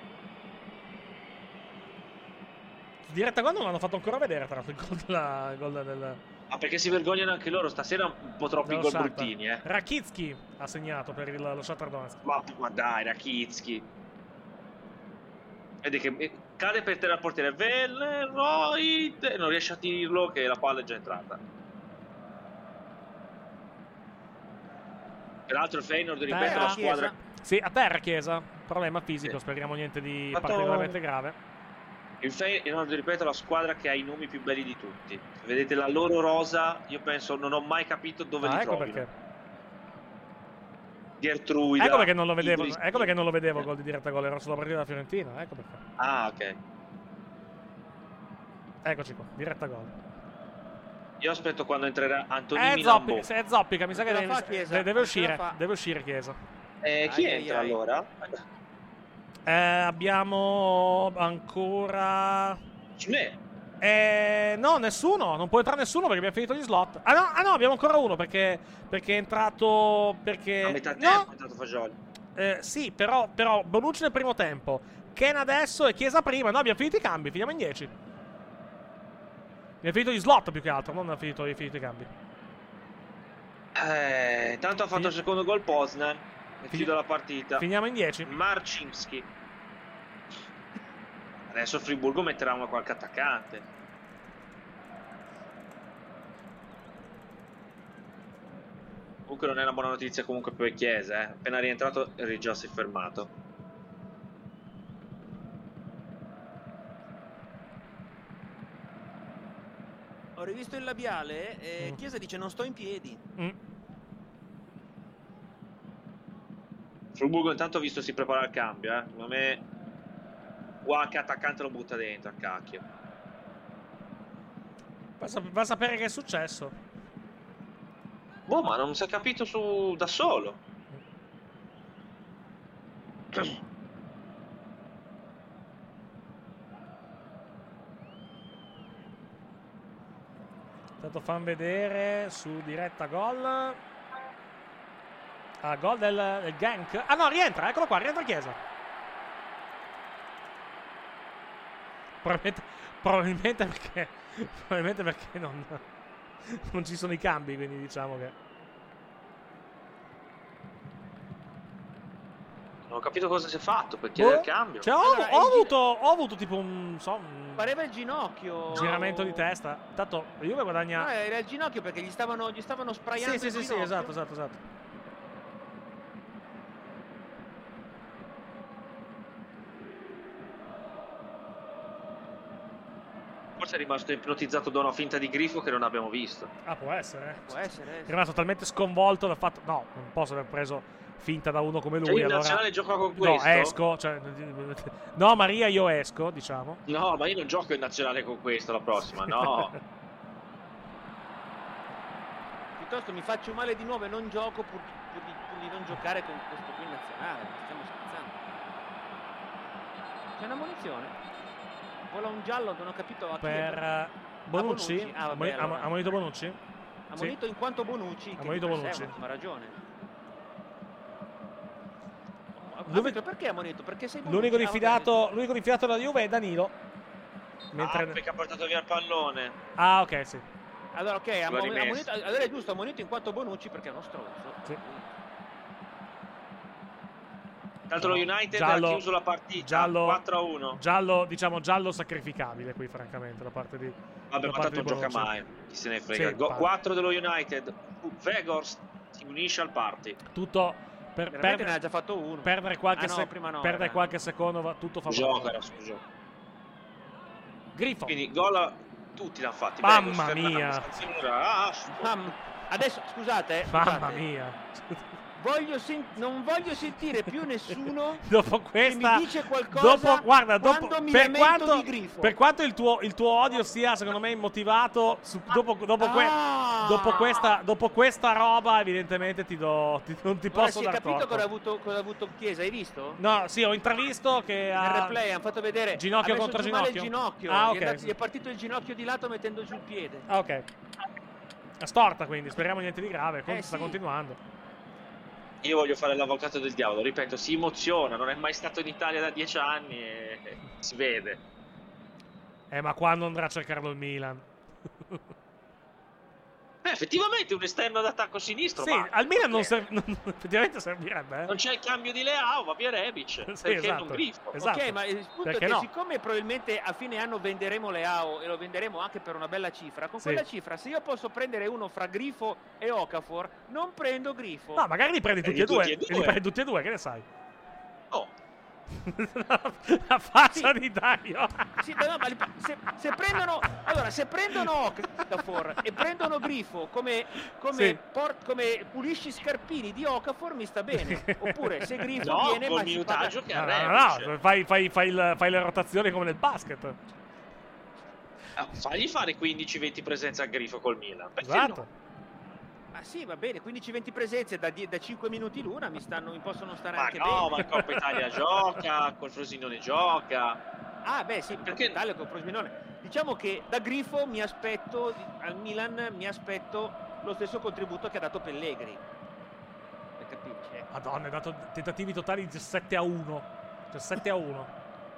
Diretta gol non l'hanno fatto ancora vedere, tra l'altro, il gol del... Ah, perché si vergognano anche loro stasera, un po' troppi gol bruttini, Rakitsky ha segnato per lo Shakhtar Donetsk. Ma dai, Rakitsky. Vedi che cade per terra al portiere, Velleroita, non riesce a tirarlo che la palla è già entrata. Peraltro il Feyenoord, ripeto, la squadra... Sì, a terra Chiesa, problema fisico, speriamo niente di particolarmente grave. Il Feyenoord, ripeto, è la squadra che ha i nomi più belli di tutti. Vedete la loro rosa, io penso, non ho mai capito dove li ecco trovino. Perché. Gertruida. Ecco perché non lo vedevo, il gol di diretta gol, era sulla partita della Fiorentina, ecco perché. Ah, ok. Eccoci qua, diretta gol. Io aspetto quando entrerà Antonio Milambo. È zoppica, mi sa che deve uscire Chiesa. Chi entra allora? Abbiamo ancora... no, nessuno. Non può entrare nessuno perché abbiamo finito gli slot. Ah no, abbiamo ancora uno perché è entrato... Perché... A metà tempo è entrato Fagioli. Sì, però Bonucci nel primo tempo, Ken adesso e Chiesa prima. No, abbiamo finito i cambi, finiamo in 10. Abbiamo finito gli slot più che altro, non abbiamo finito i cambi. Tanto ha fatto il secondo gol Poznan. E chiudo la partita. Finiamo in 10. Marcinski. Adesso il Friburgo metterà qualche attaccante. Comunque non è una buona notizia comunque per Chiesa, Appena rientrato già si è fermato. Ho rivisto il labiale e Chiesa dice non sto in piedi. Friburgo intanto ho visto si prepara al cambio, Secondo me qualche attaccante lo butta dentro, a cacchio. Va a sapere che è successo. Boh, ma non si è capito da solo. Intanto fan vedere su diretta gol. Gol del Genk. Ah no, rientra, eccolo qua, rientra Chiesa. Probabilmente perché non ci sono i cambi, quindi diciamo che... Non ho capito cosa si è fatto per chiedere il cambio. Cioè, ho avuto tipo un pareva il ginocchio. Giramento di testa. Tanto la Juve guadagna... No, era il ginocchio perché gli stavano sprayando il ginocchio. Sì, esatto. Forse è rimasto ipnotizzato da una finta di grifo che non abbiamo visto. Ah, può essere. Può essere. È rimasto talmente sconvolto dal fatto... No, non posso aver preso finta da uno come lui. Cioè, il nazionale gioca con questo? No, esco. Cioè... No, Maria, io esco, diciamo. No, ma io non gioco in nazionale con questo la prossima, no. Piuttosto mi faccio male di nuovo e non gioco pur di non giocare con questo qui in nazionale. Stiamo scherzando. C'è una munizione. Vola un giallo, non ho capito a chi per Bonucci. Ha ammonito Bonucci? Ha ammonito in quanto Bonucci. Ha ammonito Bonucci. Ha ragione. Perché ha ammonito? Perché sei Bonucci? L'unico diffidato della Juve è Danilo. Perché ha portato via il pallone. Ah, ok, sì. Allora, ok, allora è giusto, ammonito in quanto Bonucci perché è uno stronzo. Sì. Tra l'altro lo United ha chiuso la partita 4-1. Giallo sacrificabile qui, francamente, da parte di... Vabbè, ma tanto non gioca mai, chi se ne frega. Sì, 4 dello United. Weghorst si unisce al party. Tutto ne ha già fatto uno. Perdere qualche secondo, va tutto favorevole. Grifo. Quindi gol tutti l'hanno fatti. Mamma mia. Adesso scusate. Mamma mia. Non voglio sentire più nessuno dopo questa, che mi dice qualcosa per quanto il tuo odio sia secondo me immotivato, dopo questa roba evidentemente non ti posso dar torto. Hai capito cosa ha avuto Chiesa, hai visto? No, sì, ho intravisto che nel replay hanno fatto vedere ginocchio contro ginocchio. Il ginocchio. Ah, okay. Gli è partito il ginocchio di lato mettendo giù il piede. Ah, ok. È storta, quindi speriamo niente di grave. Sta continuando. Io voglio fare l'avvocato del diavolo, ripeto, si emoziona, non è mai stato in Italia da 10 anni e si vede. Ma quando andrà a cercarlo il Milan? Effettivamente un esterno d'attacco sinistro. Sì, al Milan effettivamente servirebbe. Non c'è il cambio di Leao, va via Rebic. Perché non Grifo? Esatto. Ok, ma il punto è che siccome probabilmente a fine anno venderemo Leao e lo venderemo anche per una bella cifra, con quella cifra, se io posso prendere uno fra Grifo e Okafor, non prendo Grifo. No, magari li prendi tutti e due. Li prendi tutti e due, che ne sai? Oh. La faccia di Dario. Sì, no, ma se prendono Okafor e prendono Grifo come pulisci scarpini di Okafor, mi sta bene. Oppure se Grifo viene col minutaggio che no, fai le rotazioni come nel basket. Fagli fare 15-20 presenze a Grifo col Milan. Esatto. Ah sì, va bene, 15-20 presenze da 5 minuti l'una mi possono stare anche bene. Ma in Coppa Italia gioca, col Frosinone gioca. Ah beh sì, perché Italia col Frosinone. Diciamo che da Grifo al Milan mi aspetto lo stesso contributo che ha dato Pellegrini. Per capirci. Madonna, ha dato tentativi totali di 7-1. Cioè 7-1.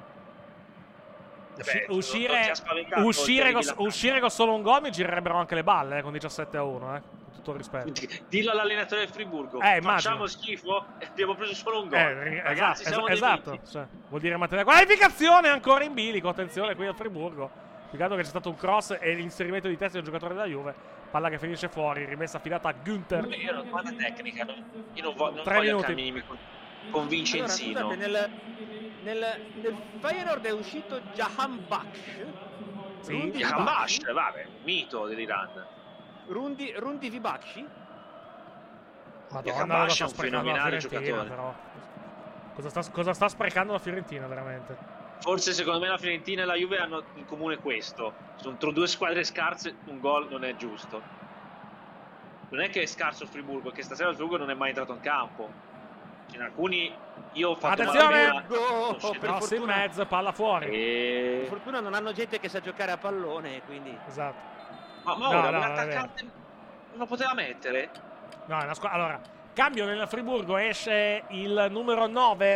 Uscire con solo un gol mi girerebbero anche le balle con 17-1, tutto il rispetto. Dillo all'allenatore del Friburgo, facciamo schifo e abbiamo preso solo un gol. Ragazzi, esatto. Cioè, vuol dire mantenere la qualificazione ancora in bilico. Attenzione qui al Friburgo. Peccato che c'è stato un cross e l'inserimento di testa del giocatore della Juve. Palla che finisce fuori, rimessa affidata a Günther. Io non guarda tecnica, io non voglio camminimi con Vincenzino. Allora, nel Feyenoord è uscito Jahan Baksh. Sì, Jahan Baksh, vabbè, mito dell'Iran. Rundi Vibakshi. Madonna, cosa sta sprecando la Fiorentina, però. Cosa sta sprecando la Fiorentina, veramente? Forse secondo me la Fiorentina e la Juve hanno in comune questo. Sono due squadre scarse, un gol non è giusto. Non è che è scarso il Friburgo, è che stasera il Friburgo non è mai entrato in campo. In alcuni io ho fatto attenzione, cross in mezzo, palla fuori. Per fortuna non hanno gente che sa giocare a pallone, quindi esatto. Ma ora un attaccante non lo poteva mettere? No, è una squadra. Allora, cambio nel Friburgo, esce il numero 9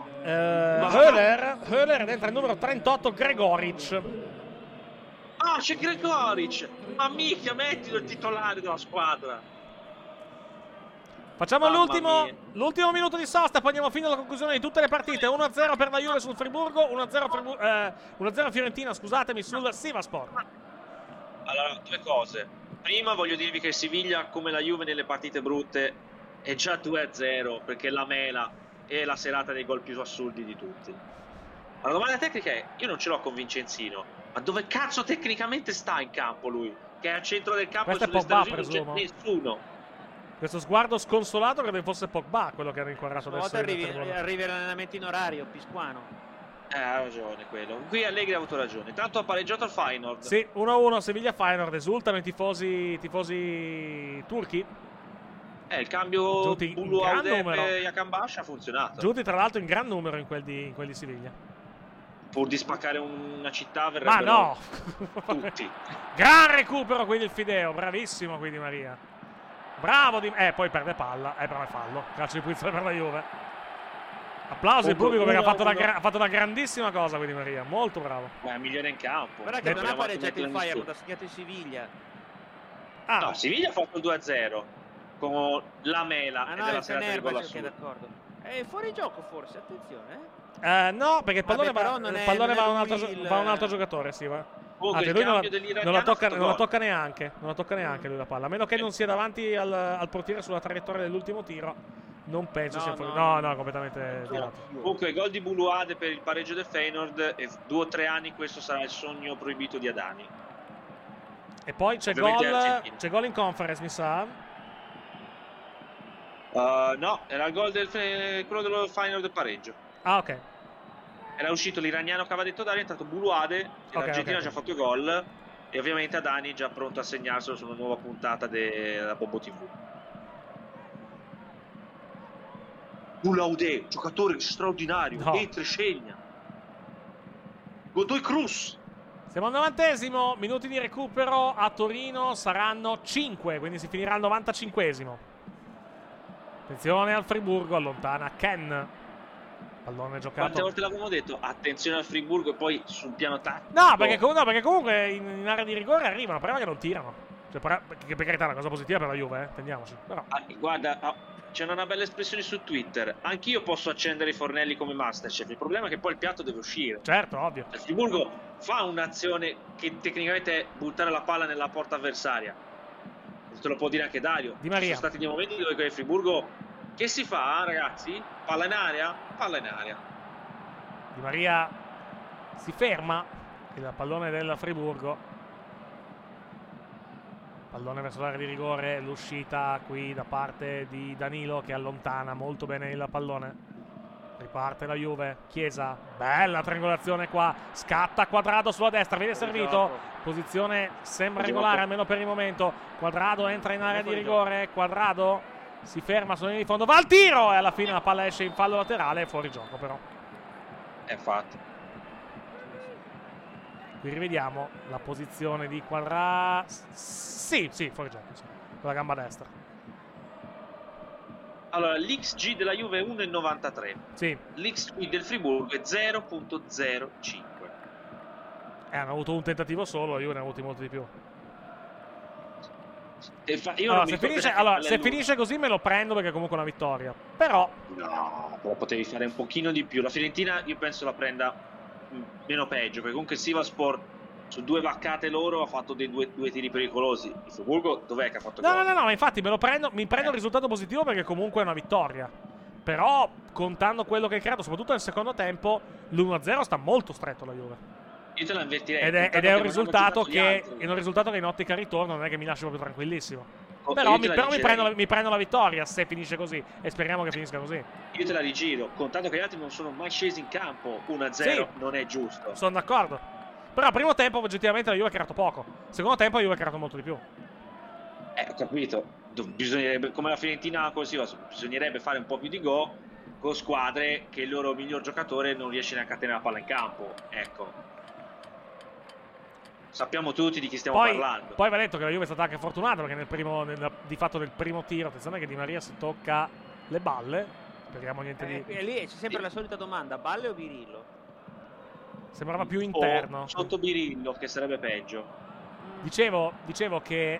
Höhler, entra il numero 38 Gregoric. Ah, c'è Gregoric. Ma mica, mettilo il titolare della squadra. Facciamo l'ultimo minuto di sosta, poi andiamo fino alla conclusione di tutte le partite. 1-0 per la Juve sul Friburgo, 1-0 Fiorentina, scusatemi, sul Sivaspor. Allora, due cose. Prima voglio dirvi che Siviglia, come la Juve nelle partite brutte, è già 2-0, perché la mela è la serata dei gol più assurdi di tutti. La domanda tecnica è, io non ce l'ho con Vincenzino, ma dove cazzo tecnicamente sta in campo lui? Che è al centro del campo e sull'esterno non c'è nessuno. Questo sguardo sconsolato credo fosse Pogba quello che hanno inquadrato adesso. Arrivi all'allenamento in orario, Pisquano. Ha ragione quello. Qui Allegri ha avuto ragione. Tanto ha pareggiato il Feyenoord. Sì, 1-1 Seviglia-Feyenoord. Esultano i tifosi turchi. Il cambio Bulu Audep e Yakambash ha funzionato. Giunti tra l'altro in gran numero in quel di Siviglia. Pur di spaccare una città verrebbero no! tutti. Gran recupero quindi il Fideo. Bravissimo qui Di Maria. Bravo poi perde palla, però è fallo. Calcio di punizione per la Juve. Applauso al pubblico perché ha fatto una grandissima cosa qui Di Maria, molto bravo. Beh, migliore in campo. Guarda che non ha pareggiato il Feyenoord, ha segnato il Siviglia. No, Siviglia ha fatto il 2-0 con la mela Ah e no, della è serata di gol Fenerbahce, assurdo. d'accordo. È fuori gioco forse, attenzione. No, perché il pallone, Vabbè, va, però non il è- pallone non è va, a un altro, lui il- va a un altro giocatore, sì, va. Comunque, il lui non cambio la dell'iraniano ha fatto non la gol. tocca neanche. Non la tocca neanche lui la palla. A meno che non sia davanti al portiere sulla traiettoria dell'ultimo tiro. Non penso sia fuori. No, completamente di lato. Comunque, gol di Buluade per il pareggio del Feyenoord, e 2 o 3 anni questo sarà il sogno proibito di Adani. E poi c'è Ovviamente gol, Argentina. c'è gol in conference, mi sa. No, era il gol quello dello Feyenoord del pareggio. Ah, ok. Era uscito l'iraniano che aveva detto Dani, è entrato Buluade, e l'Argentina ha già fatto gol, e ovviamente Adani è già pronto a segnarselo su una nuova puntata della Bobo TV. Bulaudé, giocatore straordinario, entra e segna. Godoy Cruz. Siamo al 90esimo, minuti di recupero a Torino saranno 5, quindi si finirà al 95esimo. Attenzione al Friburgo, allontana Ken. Pallone giocato. Quante volte l'abbiamo detto? Attenzione al Friburgo, e poi sul piano tattico. No, perché comunque in area di rigore arrivano, però che non tirano. Cioè, per carità è una cosa positiva per la Juve, intendiamoci. Però. Guarda, c'è una bella espressione su Twitter. Anch'io posso accendere i fornelli come Masterchef. Il problema è che poi il piatto deve uscire. Certo, ovvio. Il Friburgo fa un'azione che tecnicamente è buttare la palla nella porta avversaria. Te lo può dire anche Dario. Di Maria. Ci sono stati dei momenti dove il Friburgo... Che si fa, ragazzi? Palla in aria? Palla in aria. Di Maria si ferma. Il pallone del Friburgo. Pallone verso l'area di rigore. L'uscita qui da parte di Danilo che allontana molto bene il pallone. Riparte la Juve. Chiesa. Bella triangolazione qua. Scatta Quadrado sulla destra. Viene servito. Posizione sembra regolare almeno per il momento. Quadrado entra in area di rigore. Quadrado si ferma sulla linea di fondo, va al tiro e alla fine la palla esce in fallo laterale, fuori gioco però. Infatti. Qui rivediamo la posizione di Quadrado. Sì, fuori gioco, sì. Con la gamba destra. Allora, l'XG della Juve è 1,93. Sì. L'XG del Friburgo è 0,05. Hanno avuto un tentativo solo, la Juve ne ha avuti molti di più. Se finisce così me lo prendo perché è comunque una vittoria. Però però potevi fare un pochino di più. La Fiorentina io penso la prenda meno peggio, perché comunque Sivasspor su 2 vaccate loro ha fatto dei due tiri pericolosi. Il Friburgo dov'è che ha fatto gol? No, ma infatti mi prendo il risultato positivo perché comunque è una vittoria. Però contando quello che hai creato, soprattutto nel secondo tempo, l'1-0 sta molto stretto la Juve. Io te la invertirei. Ed è un risultato che in ottica ritorno non è che mi lascia proprio tranquillissimo. Però mi prendo la vittoria se finisce così. E speriamo che finisca così. Io te la rigiro. Contando che gli altri non sono mai scesi in campo, 1-0 non è giusto. Sono d'accordo. Però al primo tempo oggettivamente la Juve ha creato poco. Secondo tempo la Juve ha creato molto di più. Ho capito. Bisognerebbe, come la Fiorentina così, bisognerebbe fare un po' più di gol con squadre che il loro miglior giocatore non riesce neanche a tenere la palla in campo. Ecco. Sappiamo tutti di chi stiamo parlando. Poi va detto che la Juve è stata anche fortunata perché di fatto nel primo tiro, attenzione che Di Maria si tocca le balle. Speriamo niente di... E lì c'è sempre la solita domanda, balle o Birillo? Sembrava più interno. Sotto Birillo, che sarebbe peggio. Dicevo che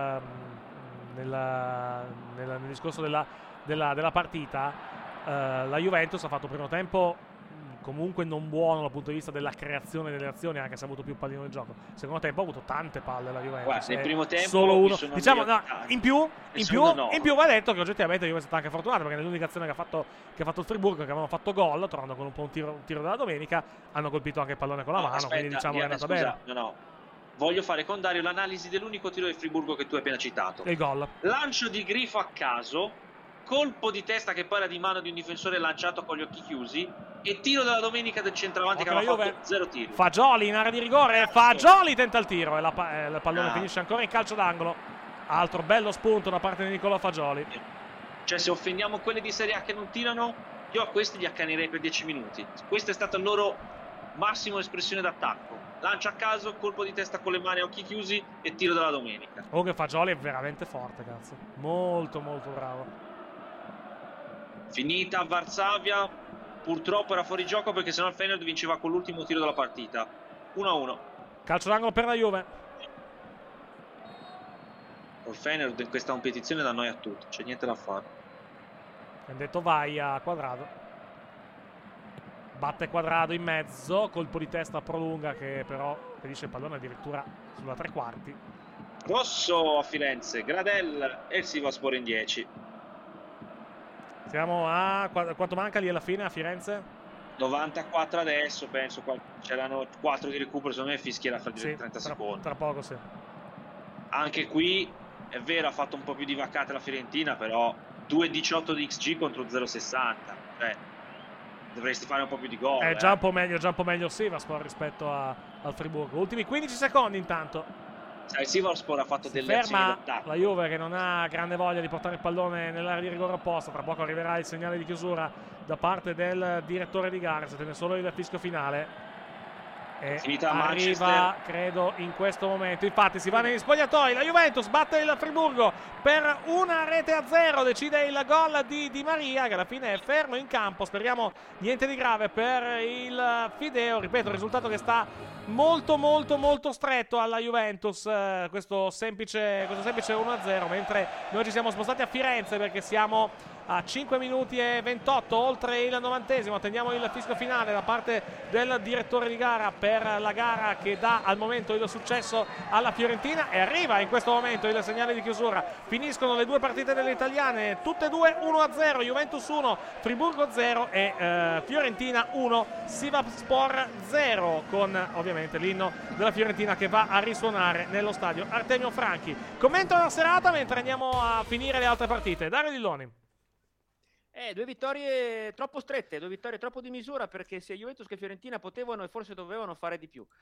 nel discorso della partita la Juventus ha fatto un primo tempo comunque non buono dal punto di vista della creazione delle azioni, anche se ha avuto più pallino del gioco. Secondo tempo ha avuto tante palle la Juventus. Guarda, nel primo tempo solo uno. Diciamo, no, in più va detto che oggettivamente la Juve è stata anche fortunata, perché nell'unica azione che ha fatto il Friburgo, che avevano fatto gol, tornando con un po' un tiro della domenica, hanno colpito anche il pallone con la mano, quindi diciamo che è andata bene. No. Voglio fare con Dario l'analisi dell'unico tiro del Friburgo che tu hai appena citato. Il gol. Lancio di Grifo a caso, colpo di testa che poi era di mano di un difensore lanciato con gli occhi chiusi, e tiro della domenica del centravanti che aveva fatto 0 tiri. Fagioli in area di rigore, Fagioli tenta il tiro e il pallone finisce ancora in calcio d'angolo. Altro bello spunto da parte di Nicolò Fagioli. Cioè, se offendiamo quelli di Serie A che non tirano, io a questi li accanirei per 10 minuti. Questa è stata il loro massimo espressione d'attacco. Lancia a caso, colpo di testa con le mani a occhi chiusi e tiro della domenica. Oh, che Fagioli è veramente forte, cazzo. Molto molto bravo. Finita a Varsavia, purtroppo era fuori gioco perché sennò il Feyenoord vinceva con l'ultimo tiro della partita. 1-1. Calcio d'angolo per la Juve. Fener in questa competizione da noi a tutti, c'è niente da fare. Ha detto vai a Quadrado. Batte Quadrado in mezzo, colpo di testa prolunga che però pedisce il pallone addirittura sulla tre quarti. Rosso a Firenze, Gradel e il Sivaspor in 10. Siamo a quanto manca lì alla fine a Firenze? 94 adesso, penso. C'erano 4 di recupero, secondo me fischierà fra 30 secondi. Tra poco, sì. Anche qui è vero, ha fatto un po' più di vaccate la Fiorentina, però 2,18 di XG contro 0,60. Cioè, dovresti fare un po' più di gol. È già un po' meglio Sivaspor rispetto al Friburgo. Ultimi 15 secondi intanto. Il Sivaspor ha fatto delle azioni Ferma d'attacco. la Juve che non ha grande voglia di portare il pallone nell'area di rigore opposta. Tra poco arriverà il segnale di chiusura da parte del direttore di gara. Si attende solo il fischio finale. E arriva, credo, in questo momento. Infatti si va negli spogliatoi. La Juventus batte il Friburgo per 1-0. Decide il gol di Di Maria, che alla fine è fermo in campo. Speriamo niente di grave per il Fideo. Ripeto, il risultato che sta molto stretto alla Juventus, questo semplice 1-0, mentre noi ci siamo spostati a Firenze perché siamo a 5 minuti e 28 oltre il 90esimo. Attendiamo il fischio finale da parte del direttore di gara per la gara che dà al momento il successo alla Fiorentina, e arriva in questo momento il segnale di chiusura. Finiscono le due partite delle italiane, tutte e due 1-0, Juventus 1, Friburgo 0 e Fiorentina 1, Sivasspor 0, con ovviamente l'inno della Fiorentina che va a risuonare nello stadio Artemio Franchi. Commento la serata mentre andiamo a finire le altre partite. Dario Dilloni. Due vittorie troppo strette, due vittorie troppo di misura, perché sia Juventus che Fiorentina potevano e forse dovevano fare di più.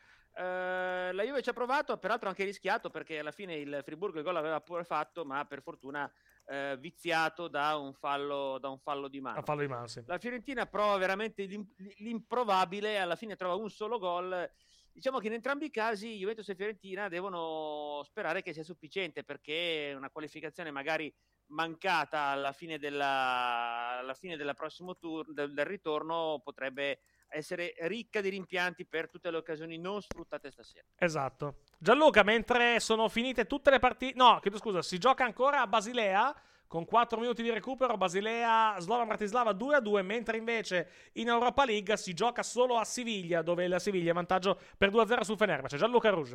La Juve ci ha provato, peraltro anche rischiato, perché alla fine il Friburgo il gol l'aveva pure fatto, ma per fortuna viziato da un fallo di mano. Sì. La Fiorentina prova veramente l'improbabile, alla fine trova un solo gol. Diciamo che in entrambi i casi Juventus e Fiorentina devono sperare che sia sufficiente, perché una qualificazione magari mancata alla fine della prossimo del ritorno potrebbe essere ricca di rimpianti per tutte le occasioni non sfruttate stasera. Esatto. Gianluca, mentre sono finite tutte le partite, no, chiedo scusa, si gioca ancora a Basilea con 4 minuti di recupero, Basilea Slovan Bratislava 2-2, mentre invece in Europa League si gioca solo a Siviglia, dove il Siviglia è in vantaggio per 2-0 sul Fenerbahce. Gianluca Rouge.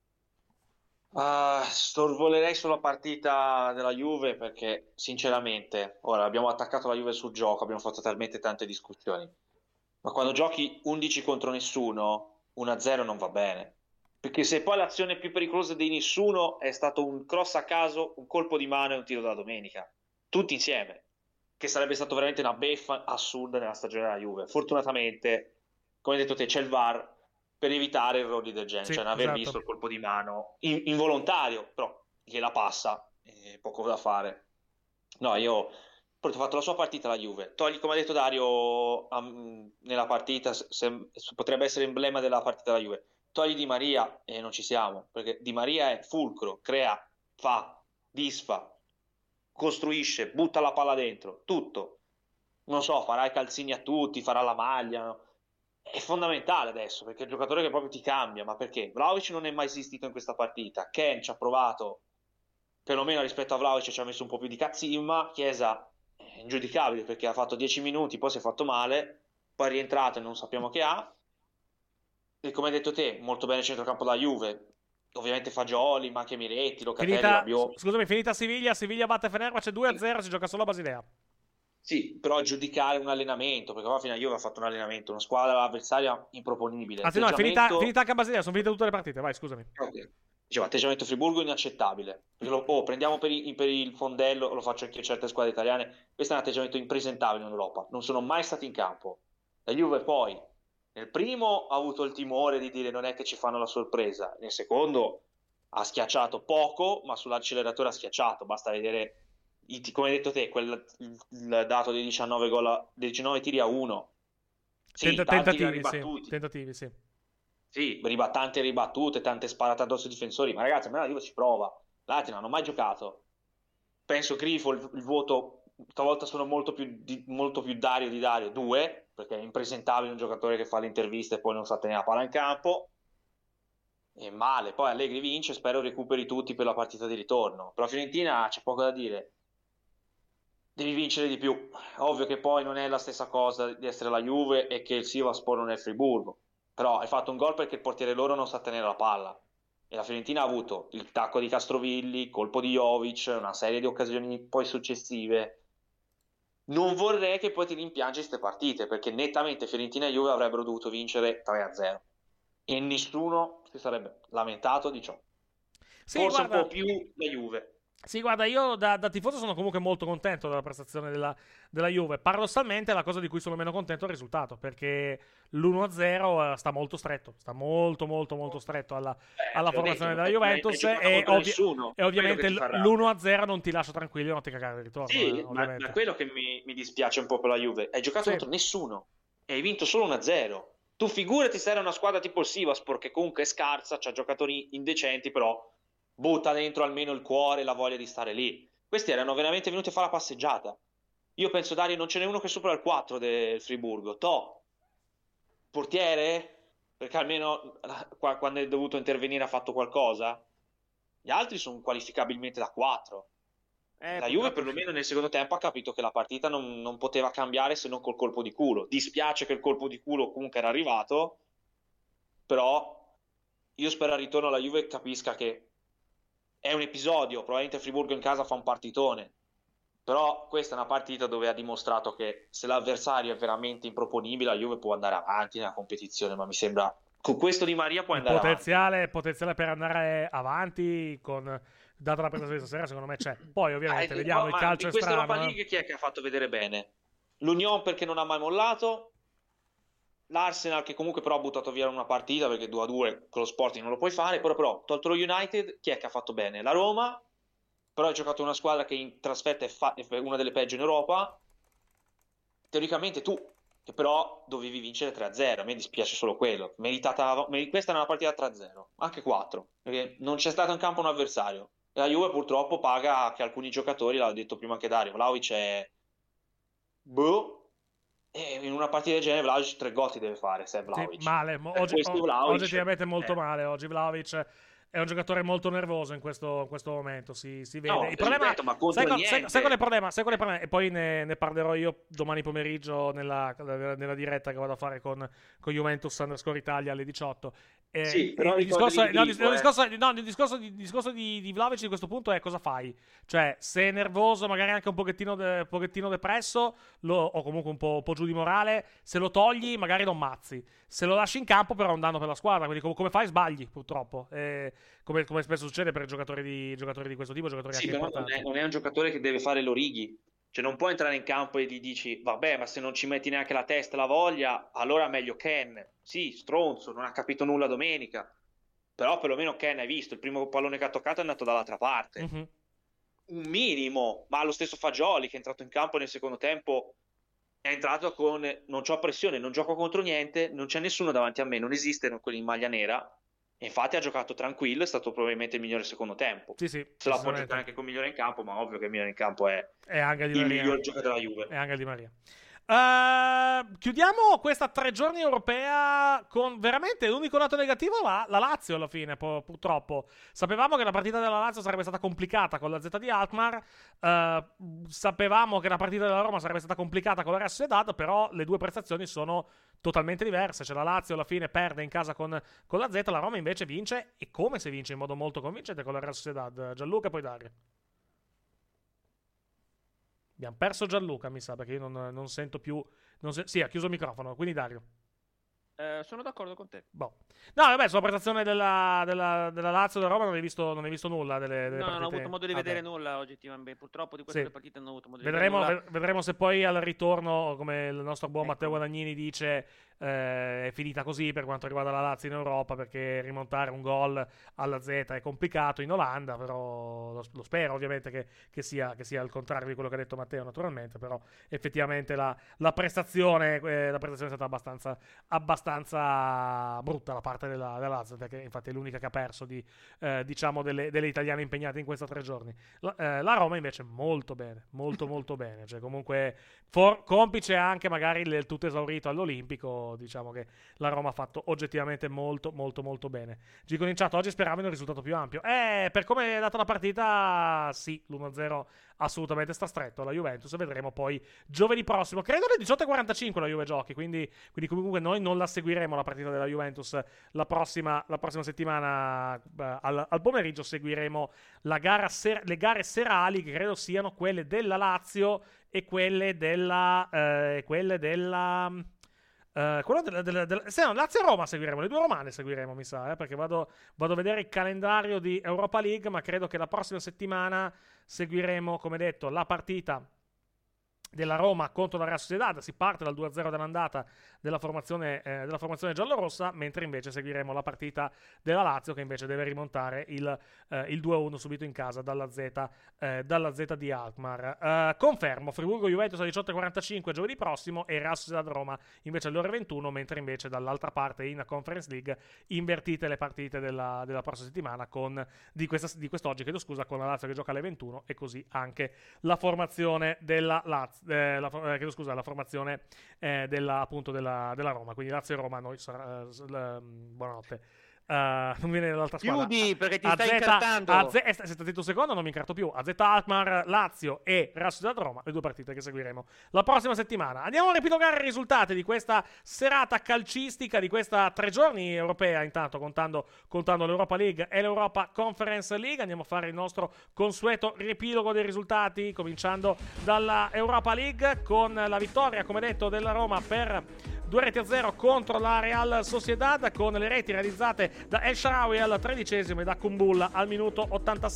Sorvolerei sulla partita della Juve, perché sinceramente ora abbiamo attaccato la Juve sul gioco, abbiamo fatto talmente tante discussioni, ma quando giochi 11 contro nessuno 1-0 non va bene, perché se poi l'azione più pericolosa di nessuno è stato un cross a caso, un colpo di mano e un tiro della domenica, tutti insieme, che sarebbe stato veramente una beffa assurda nella stagione della Juve. Fortunatamente, come hai detto te, c'è il VAR per evitare errori del genere, cioè non aver visto il colpo di mano involontario, però gliela passa, poco da fare. No, io ho fatto la sua partita la Juve, togli, come ha detto Dario nella partita, potrebbe essere emblema della partita della Juve, togli Di Maria e non ci siamo, perché Di Maria è fulcro, crea, fa, disfa, costruisce, butta la palla dentro, tutto. Non so, farà i calzini a tutti, farà la maglia, no? È fondamentale adesso, perché è il giocatore che proprio ti cambia. Ma perché? Vlahovic non è mai esistito in questa partita, Ken ci ha provato, perlomeno rispetto a Vlahovic ci ha messo un po' più di cazzimma. Chiesa è ingiudicabile perché ha fatto 10 minuti, poi si è fatto male, poi è rientrato e non sappiamo che ha. E come hai detto te, molto bene il centrocampo della Juve, ovviamente Fagioli, ma anche Miretti, Locatelli, Rabiot. Scusami, finita Siviglia batte Fenerbahce 2-0, si gioca solo a Basilea. Sì, però giudicare un allenamento, perché alla fine io avevo fatto un allenamento, una squadra avversaria improponibile. Anzi no, è finita anche a Basilea, sono finite tutte le partite, vai, scusami. Okay. Dicevo, atteggiamento Friburgo inaccettabile. Prendiamo per il fondello, lo faccio anche io certe squadre italiane, questo è un atteggiamento impresentabile in Europa, non sono mai stati in campo. La Juve poi, nel primo ha avuto il timore di dire non è che ci fanno la sorpresa, nel secondo ha schiacciato poco, ma sull'acceleratore ha schiacciato, basta vedere... come hai detto te, il dato dei 19 gol, 19 tiri a 1. Sì, tentativi, sì. Sì, tante ribattute, tante sparate addosso ai difensori, ma ragazzi, a me la Juve ci prova. L'altro non hanno mai giocato. Penso Grifo il voto stavolta sono molto più Dario di Dario 2, perché è impresentabile un giocatore che fa le interviste e poi non sa tenere la palla in campo. e male. Poi Allegri vince, spero recuperi tutti per la partita di ritorno. Però Fiorentina c'è poco da dire. Devi vincere di più. Ovvio che poi non è la stessa cosa di essere la Juve e che il Sivasspor non è il Friburgo. Però hai fatto un gol perché il portiere loro non sa tenere la palla. E la Fiorentina ha avuto il tacco di Castrovilli, colpo di Jovic, una serie di occasioni poi successive. Non vorrei che poi ti rimpiangi queste partite, perché nettamente Fiorentina e Juve avrebbero dovuto vincere 3-0. E nessuno si sarebbe lamentato di ciò. Sì, Forse guarda, un po' più la Juve. Sì, guarda, io da tifoso sono comunque molto contento della prestazione della Juve. Paradossalmente la cosa di cui sono meno contento è il risultato, perché l'1-0 sta molto stretto, sta molto stretto alla formazione della Juventus e ovviamente l'1-0 non ti lascia tranquillo e non ti cagare il ritorno. Sì, ma quello che mi dispiace un po' per la Juve, hai giocato contro nessuno e hai vinto solo 1-0. Tu figurati se era una squadra tipo il Sivasspor, che comunque è scarsa, c'ha giocatori indecenti, però butta dentro almeno il cuore e la voglia di stare lì. Questi erano veramente venuti a fare la passeggiata. Io penso, Dario, non ce n'è uno che supera il 4 del Friburgo. Portiere? Perché almeno quando è dovuto intervenire ha fatto qualcosa. Gli altri sono qualificabilmente da 4. La Juve perlomeno nel secondo tempo ha capito che la partita non poteva cambiare se non col colpo di culo. Dispiace che il colpo di culo comunque era arrivato, però io spero al ritorno la Juve capisca che è un episodio, probabilmente Friburgo in casa fa un partitone, però questa è una partita dove ha dimostrato che se l'avversario è veramente improponibile la Juve può andare avanti nella competizione, ma mi sembra con questo Di Maria può andare potenziale per andare avanti data la prestazione di stasera secondo me c'è. Poi ovviamente vediamo il calcio è strano. In questa Europa League chi è che ha fatto vedere bene? L'Union perché non ha mai mollato, l'Arsenal che comunque però ha buttato via una partita perché 2-2 con lo Sporting non lo puoi fare, però tolto lo United chi è che ha fatto bene? La Roma, però hai giocato una squadra che in trasferta è una delle peggio in Europa, teoricamente tu che però dovevi vincere 3-0, a me dispiace solo quello, questa era una partita 3-0, anche 4, perché non c'è stato in campo un avversario e la Juve purtroppo paga che alcuni giocatori, l'ha detto prima anche Dario, Vlahovic è e in una partita del genere Vlahovic 3 gol ti deve fare se è Vlahovic. Sì, male, oggettivamente molto male. Oggi Vlahovic è un giocatore molto nervoso in questo momento, si vede. No, il problema, sai qual è il problema? E poi ne parlerò io domani pomeriggio nella diretta che vado a fare con Juventus _ Italia alle 18. Sì, però il discorso di Vlahovic di questo punto è cosa fai? Cioè, se è nervoso, magari anche un pochettino depresso, o comunque un po' giù di morale, se lo togli magari lo ammazzi. Se lo lasci in campo però è un danno per la squadra, quindi come fai? Sbagli, purtroppo. Come spesso succede per giocatori di questo tipo, giocatori anche però importanti. non è un giocatore che deve fare l'orighi. Cioè non puoi entrare in campo e gli dici vabbè, ma se non ci metti neanche la testa e la voglia, allora meglio Ken. Sì, stronzo, non ha capito nulla domenica, però perlomeno Ken hai visto, il primo pallone che ha toccato è andato dall'altra parte. Un minimo, ma lo stesso Fagioli che è entrato in campo nel secondo tempo è entrato con non c'ho pressione, non gioco contro niente, non c'è nessuno davanti a me, non esistono quelli in maglia nera. Infatti ha giocato tranquillo, è stato probabilmente il migliore secondo tempo. Sì, se la può giocare anche con migliore in campo, ma ovvio che il migliore in campo è anche il miglior giocatore della Juve. È anche Di Maria. Chiudiamo questa 3 giorni europea con veramente l'unico lato negativo la Lazio alla fine, purtroppo. Sapevamo che la partita della Lazio sarebbe stata complicata con la Z di Alkmaar, sapevamo che la partita della Roma sarebbe stata complicata con la Real Sociedad, però le due prestazioni sono totalmente diverse. Cioè la Lazio alla fine perde in casa con la Z, la Roma invece vince, e come se vince in modo molto convincente con la Real Sociedad. Gianluca e poi Dario. Abbiamo perso Gianluca, mi sa, perché io non sento più. Sì, ha chiuso il microfono, quindi Dario. Sono d'accordo con te. Boh. No, vabbè, sulla prestazione della Lazio e della Roma non hai visto nulla delle no, partite. Non ho avuto modo di vedere nulla oggettivamente. Purtroppo di queste partite non ho avuto modo di vedere nulla. Vedremo se poi al ritorno, come il nostro buon Matteo Guadagnini dice, è finita così per quanto riguarda la Lazio in Europa, perché rimontare un gol alla Z è complicato in Olanda, però lo spero ovviamente che sia il contrario di quello che ha detto Matteo, naturalmente, però effettivamente la prestazione è stata abbastanza brutta la parte della Lazio, perché infatti è l'unica che ha perso diciamo delle italiane impegnate in questi 3 giorni. La Roma invece molto bene, molto molto bene, cioè comunque complice anche magari il tutto esaurito all'Olimpico, però diciamo che la Roma ha fatto oggettivamente molto molto molto bene. Gico in chat, oggi speravo in un risultato più ampio. Per come è data la partita, sì, l'1-0 assolutamente sta stretto la Juventus. Vedremo poi giovedì prossimo, credo alle 18:45 la Juve giochi, quindi comunque noi non la seguiremo la partita della Juventus la prossima settimana al pomeriggio. Seguiremo le gare serali, che credo siano quelle della Lazio e quelle della Lazio e Roma seguiremo, le due romane seguiremo, mi sa, perché vado a vedere il calendario di Europa League, ma credo che la prossima settimana seguiremo, come detto, la partita della Roma contro la Real Sociedad. Si parte dal 2-0 dell'andata della formazione giallorossa, mentre invece seguiremo la partita della Lazio, che invece deve rimontare il 2-1 subito in casa dalla Z di Alkmaar. Confermo, Friburgo-Juventus alle 18:45 giovedì prossimo e Real Sociedad-Roma invece alle ore 21, mentre invece dall'altra parte in Conference League invertite le partite della prossima settimana di quest'oggi, chiedo scusa, con la Lazio che gioca alle 21 e così anche la formazione della Lazio. La formazione della Roma, quindi Lazio e Roma. Noi buonanotte. Non viene dall'altra squadra. Chiudi perché ti stai incartando. Stai zitto un secondo, non mi incarto più. AZ Alkmaar, Lazio e Real Sociedad Roma, le due partite che seguiremo la prossima settimana. Andiamo a riepilogare i risultati di questa serata calcistica, di questa 3 giorni europea, intanto contando l'Europa League e l'Europa Conference League. Andiamo a fare il nostro consueto riepilogo dei risultati, cominciando dalla Europa League con la vittoria, come detto, della Roma per 2-0 contro la Real Sociedad, con le reti realizzate da El Shaarawy al 13esimo e da Kumbulla al minuto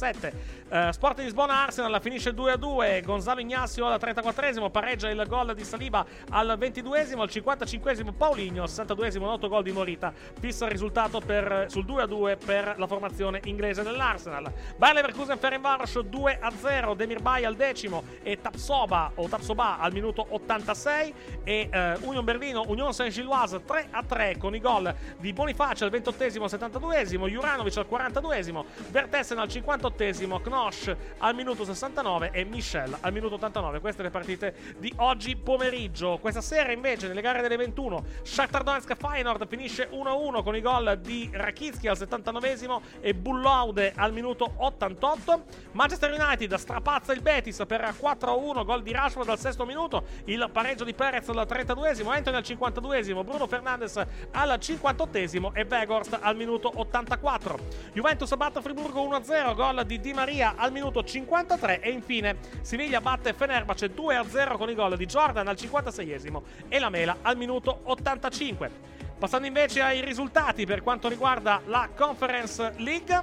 87. Sporting Lisbona Arsenal finisce 2-2, Gonzalo Ignacio al 34esimo pareggia il gol di Saliba al 22esimo, al 55esimo Paulinho, al 62esimo noto gol di Morita fissa il risultato sul 2-2 per la formazione inglese dell'Arsenal. Bayer Leverkusen Ferencváros 2-0, Demirbay al 10° e Tapsoba al minuto 86 e Union Berlino Union Saint-Gilloise 3-3 con i gol di Bonifacio al 28esimo, 72esimo, Juranovic al 42esimo, Vertessen al 58esimo, Knosch al minuto 69 e Michel al minuto 89. Queste le partite di oggi pomeriggio. Questa sera invece nelle gare delle 21 Shakhtar Donetsk Feyenoord finisce 1-1 con i gol di Rakitski al 79esimo e Bullaude al minuto 88. Manchester United strapazza il Betis per 4-1, gol di Rashford al 6° minuto, il pareggio di Perez al 32esimo, Anthony al 52esimo, Bruno Fernandes al 58esimo e Weghorst al minuto 84. Juventus batte Friburgo 1-0, gol di Di Maria al minuto 53 e infine Siviglia batte Fenerbahce 2-0 con i gol di Jordan al 56esimo e Lamela al minuto 85. Passando invece ai risultati per quanto riguarda la Conference League,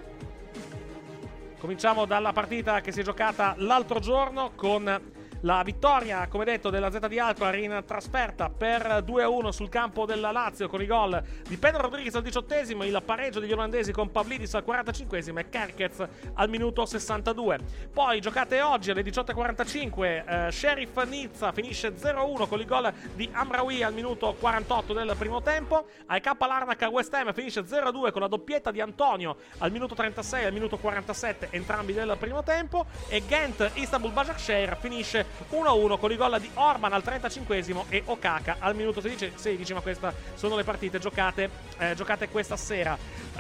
cominciamo dalla partita che si è giocata l'altro giorno con la vittoria, come detto, della Z di Alkmaar in trasferta per 2-1 sul campo della Lazio con i gol di Pedro Rodriguez al 18esimo, il pareggio degli olandesi con Pavlidis al 45esimo e Kerkez al minuto 62. Poi giocate oggi alle 18:45, Sheriff Nizza finisce 0-1 con il gol di Amraoui al minuto 48 del primo tempo. AEK Larnaca West Ham finisce 0-2 con la doppietta di Antonio al minuto 36 e al minuto 47, entrambi del primo tempo, e Ghent Istanbul Başakşehir finisce 1-1 con il gol di Orban al 35esimo e Okaka al minuto 16, ma queste sono le partite giocate questa sera.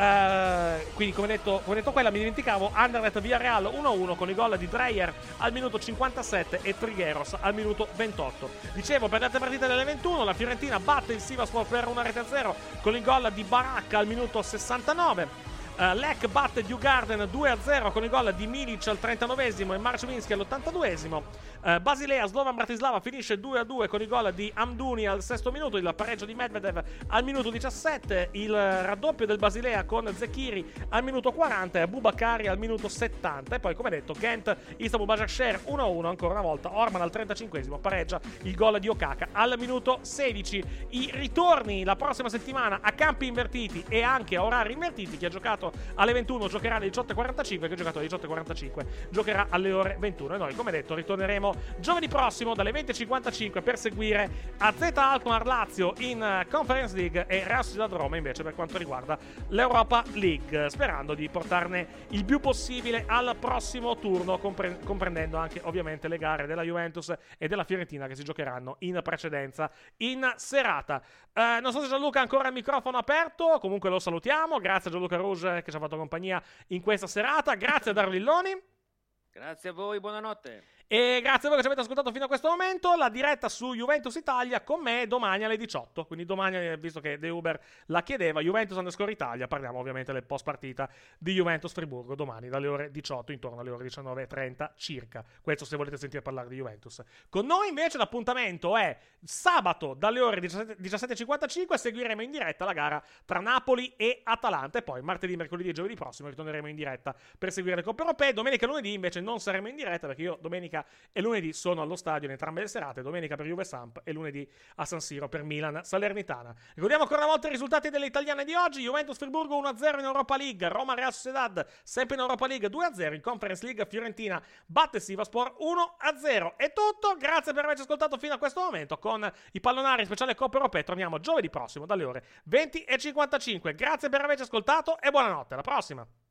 Quindi come detto quella, mi dimenticavo, Anderlecht Villarreal 1-1 con il gol di Dreyer al minuto 57 e Trigueros al minuto 28. Dicevo, per le altre partite delle 21 la Fiorentina batte il Sivasspor per 1-0 con il gol di Baracca al minuto 69. Lech batte Djurgården 2-0 con il gol di Milic al 39esimo e Marciovinski all'82esimo. Basilea Slovan Bratislava finisce 2-2 con il gol di Amdouni al 6° minuto, il pareggio di Medvedev al minuto 17, il raddoppio del Basilea con Zekiri al minuto 40 e Bubakari al minuto 70. E poi, come detto, Ghent Istanbul Başakşehir 1-1 ancora una volta, Orban al 35esimo pareggia il gol di Okaka al minuto 16. I ritorni la prossima settimana a campi invertiti e anche a orari invertiti. Chi ha giocato giocato alle 21 giocherà alle 18.45, che ha giocato alle 18.45 giocherà alle ore 21. E noi, come detto, ritorneremo giovedì prossimo dalle 20.55 per seguire AZ Alkmaar Lazio in Conference League e Real Sociedad Roma invece per quanto riguarda l'Europa League, sperando di portarne il più possibile al prossimo turno, comprendendo anche ovviamente le gare della Juventus e della Fiorentina che si giocheranno in precedenza in serata. Non so se Gianluca ha ancora il microfono aperto, comunque lo salutiamo. Grazie a Gianluca Rouge che ci ha fatto compagnia in questa serata, grazie a Darlilloni. Grazie a voi, buonanotte. E grazie a voi che ci avete ascoltato fino a questo momento. La diretta su Juventus Italia con me domani alle 18. Quindi domani, visto che De Uber la chiedeva, Juventus_Italia, parliamo ovviamente del post partita di Juventus Friburgo domani dalle ore 18 intorno alle ore 19.30 circa. Questo se volete sentire parlare di Juventus. Con noi invece l'appuntamento è sabato dalle ore 17.55. Seguiremo in diretta la gara tra Napoli e Atalanta. E poi martedì, mercoledì e giovedì prossimo ritorneremo in diretta per seguire le coppe europee. Domenica e lunedì invece non saremo in diretta perché io domenica e lunedì sono allo stadio in entrambe le serate, domenica per Juve Samp e lunedì a San Siro per Milan Salernitana. Ricordiamo ancora una volta i risultati delle italiane di oggi: Juventus Friburgo 1-0 in Europa League, Roma Real Sociedad sempre in Europa League 2-0, in Conference League Fiorentina batte Sivasspor 1-0. È tutto, grazie per averci ascoltato fino a questo momento. Con i pallonari speciale Coppe Europee torniamo giovedì prossimo dalle ore 20.55. Grazie per averci ascoltato e buonanotte, alla prossima.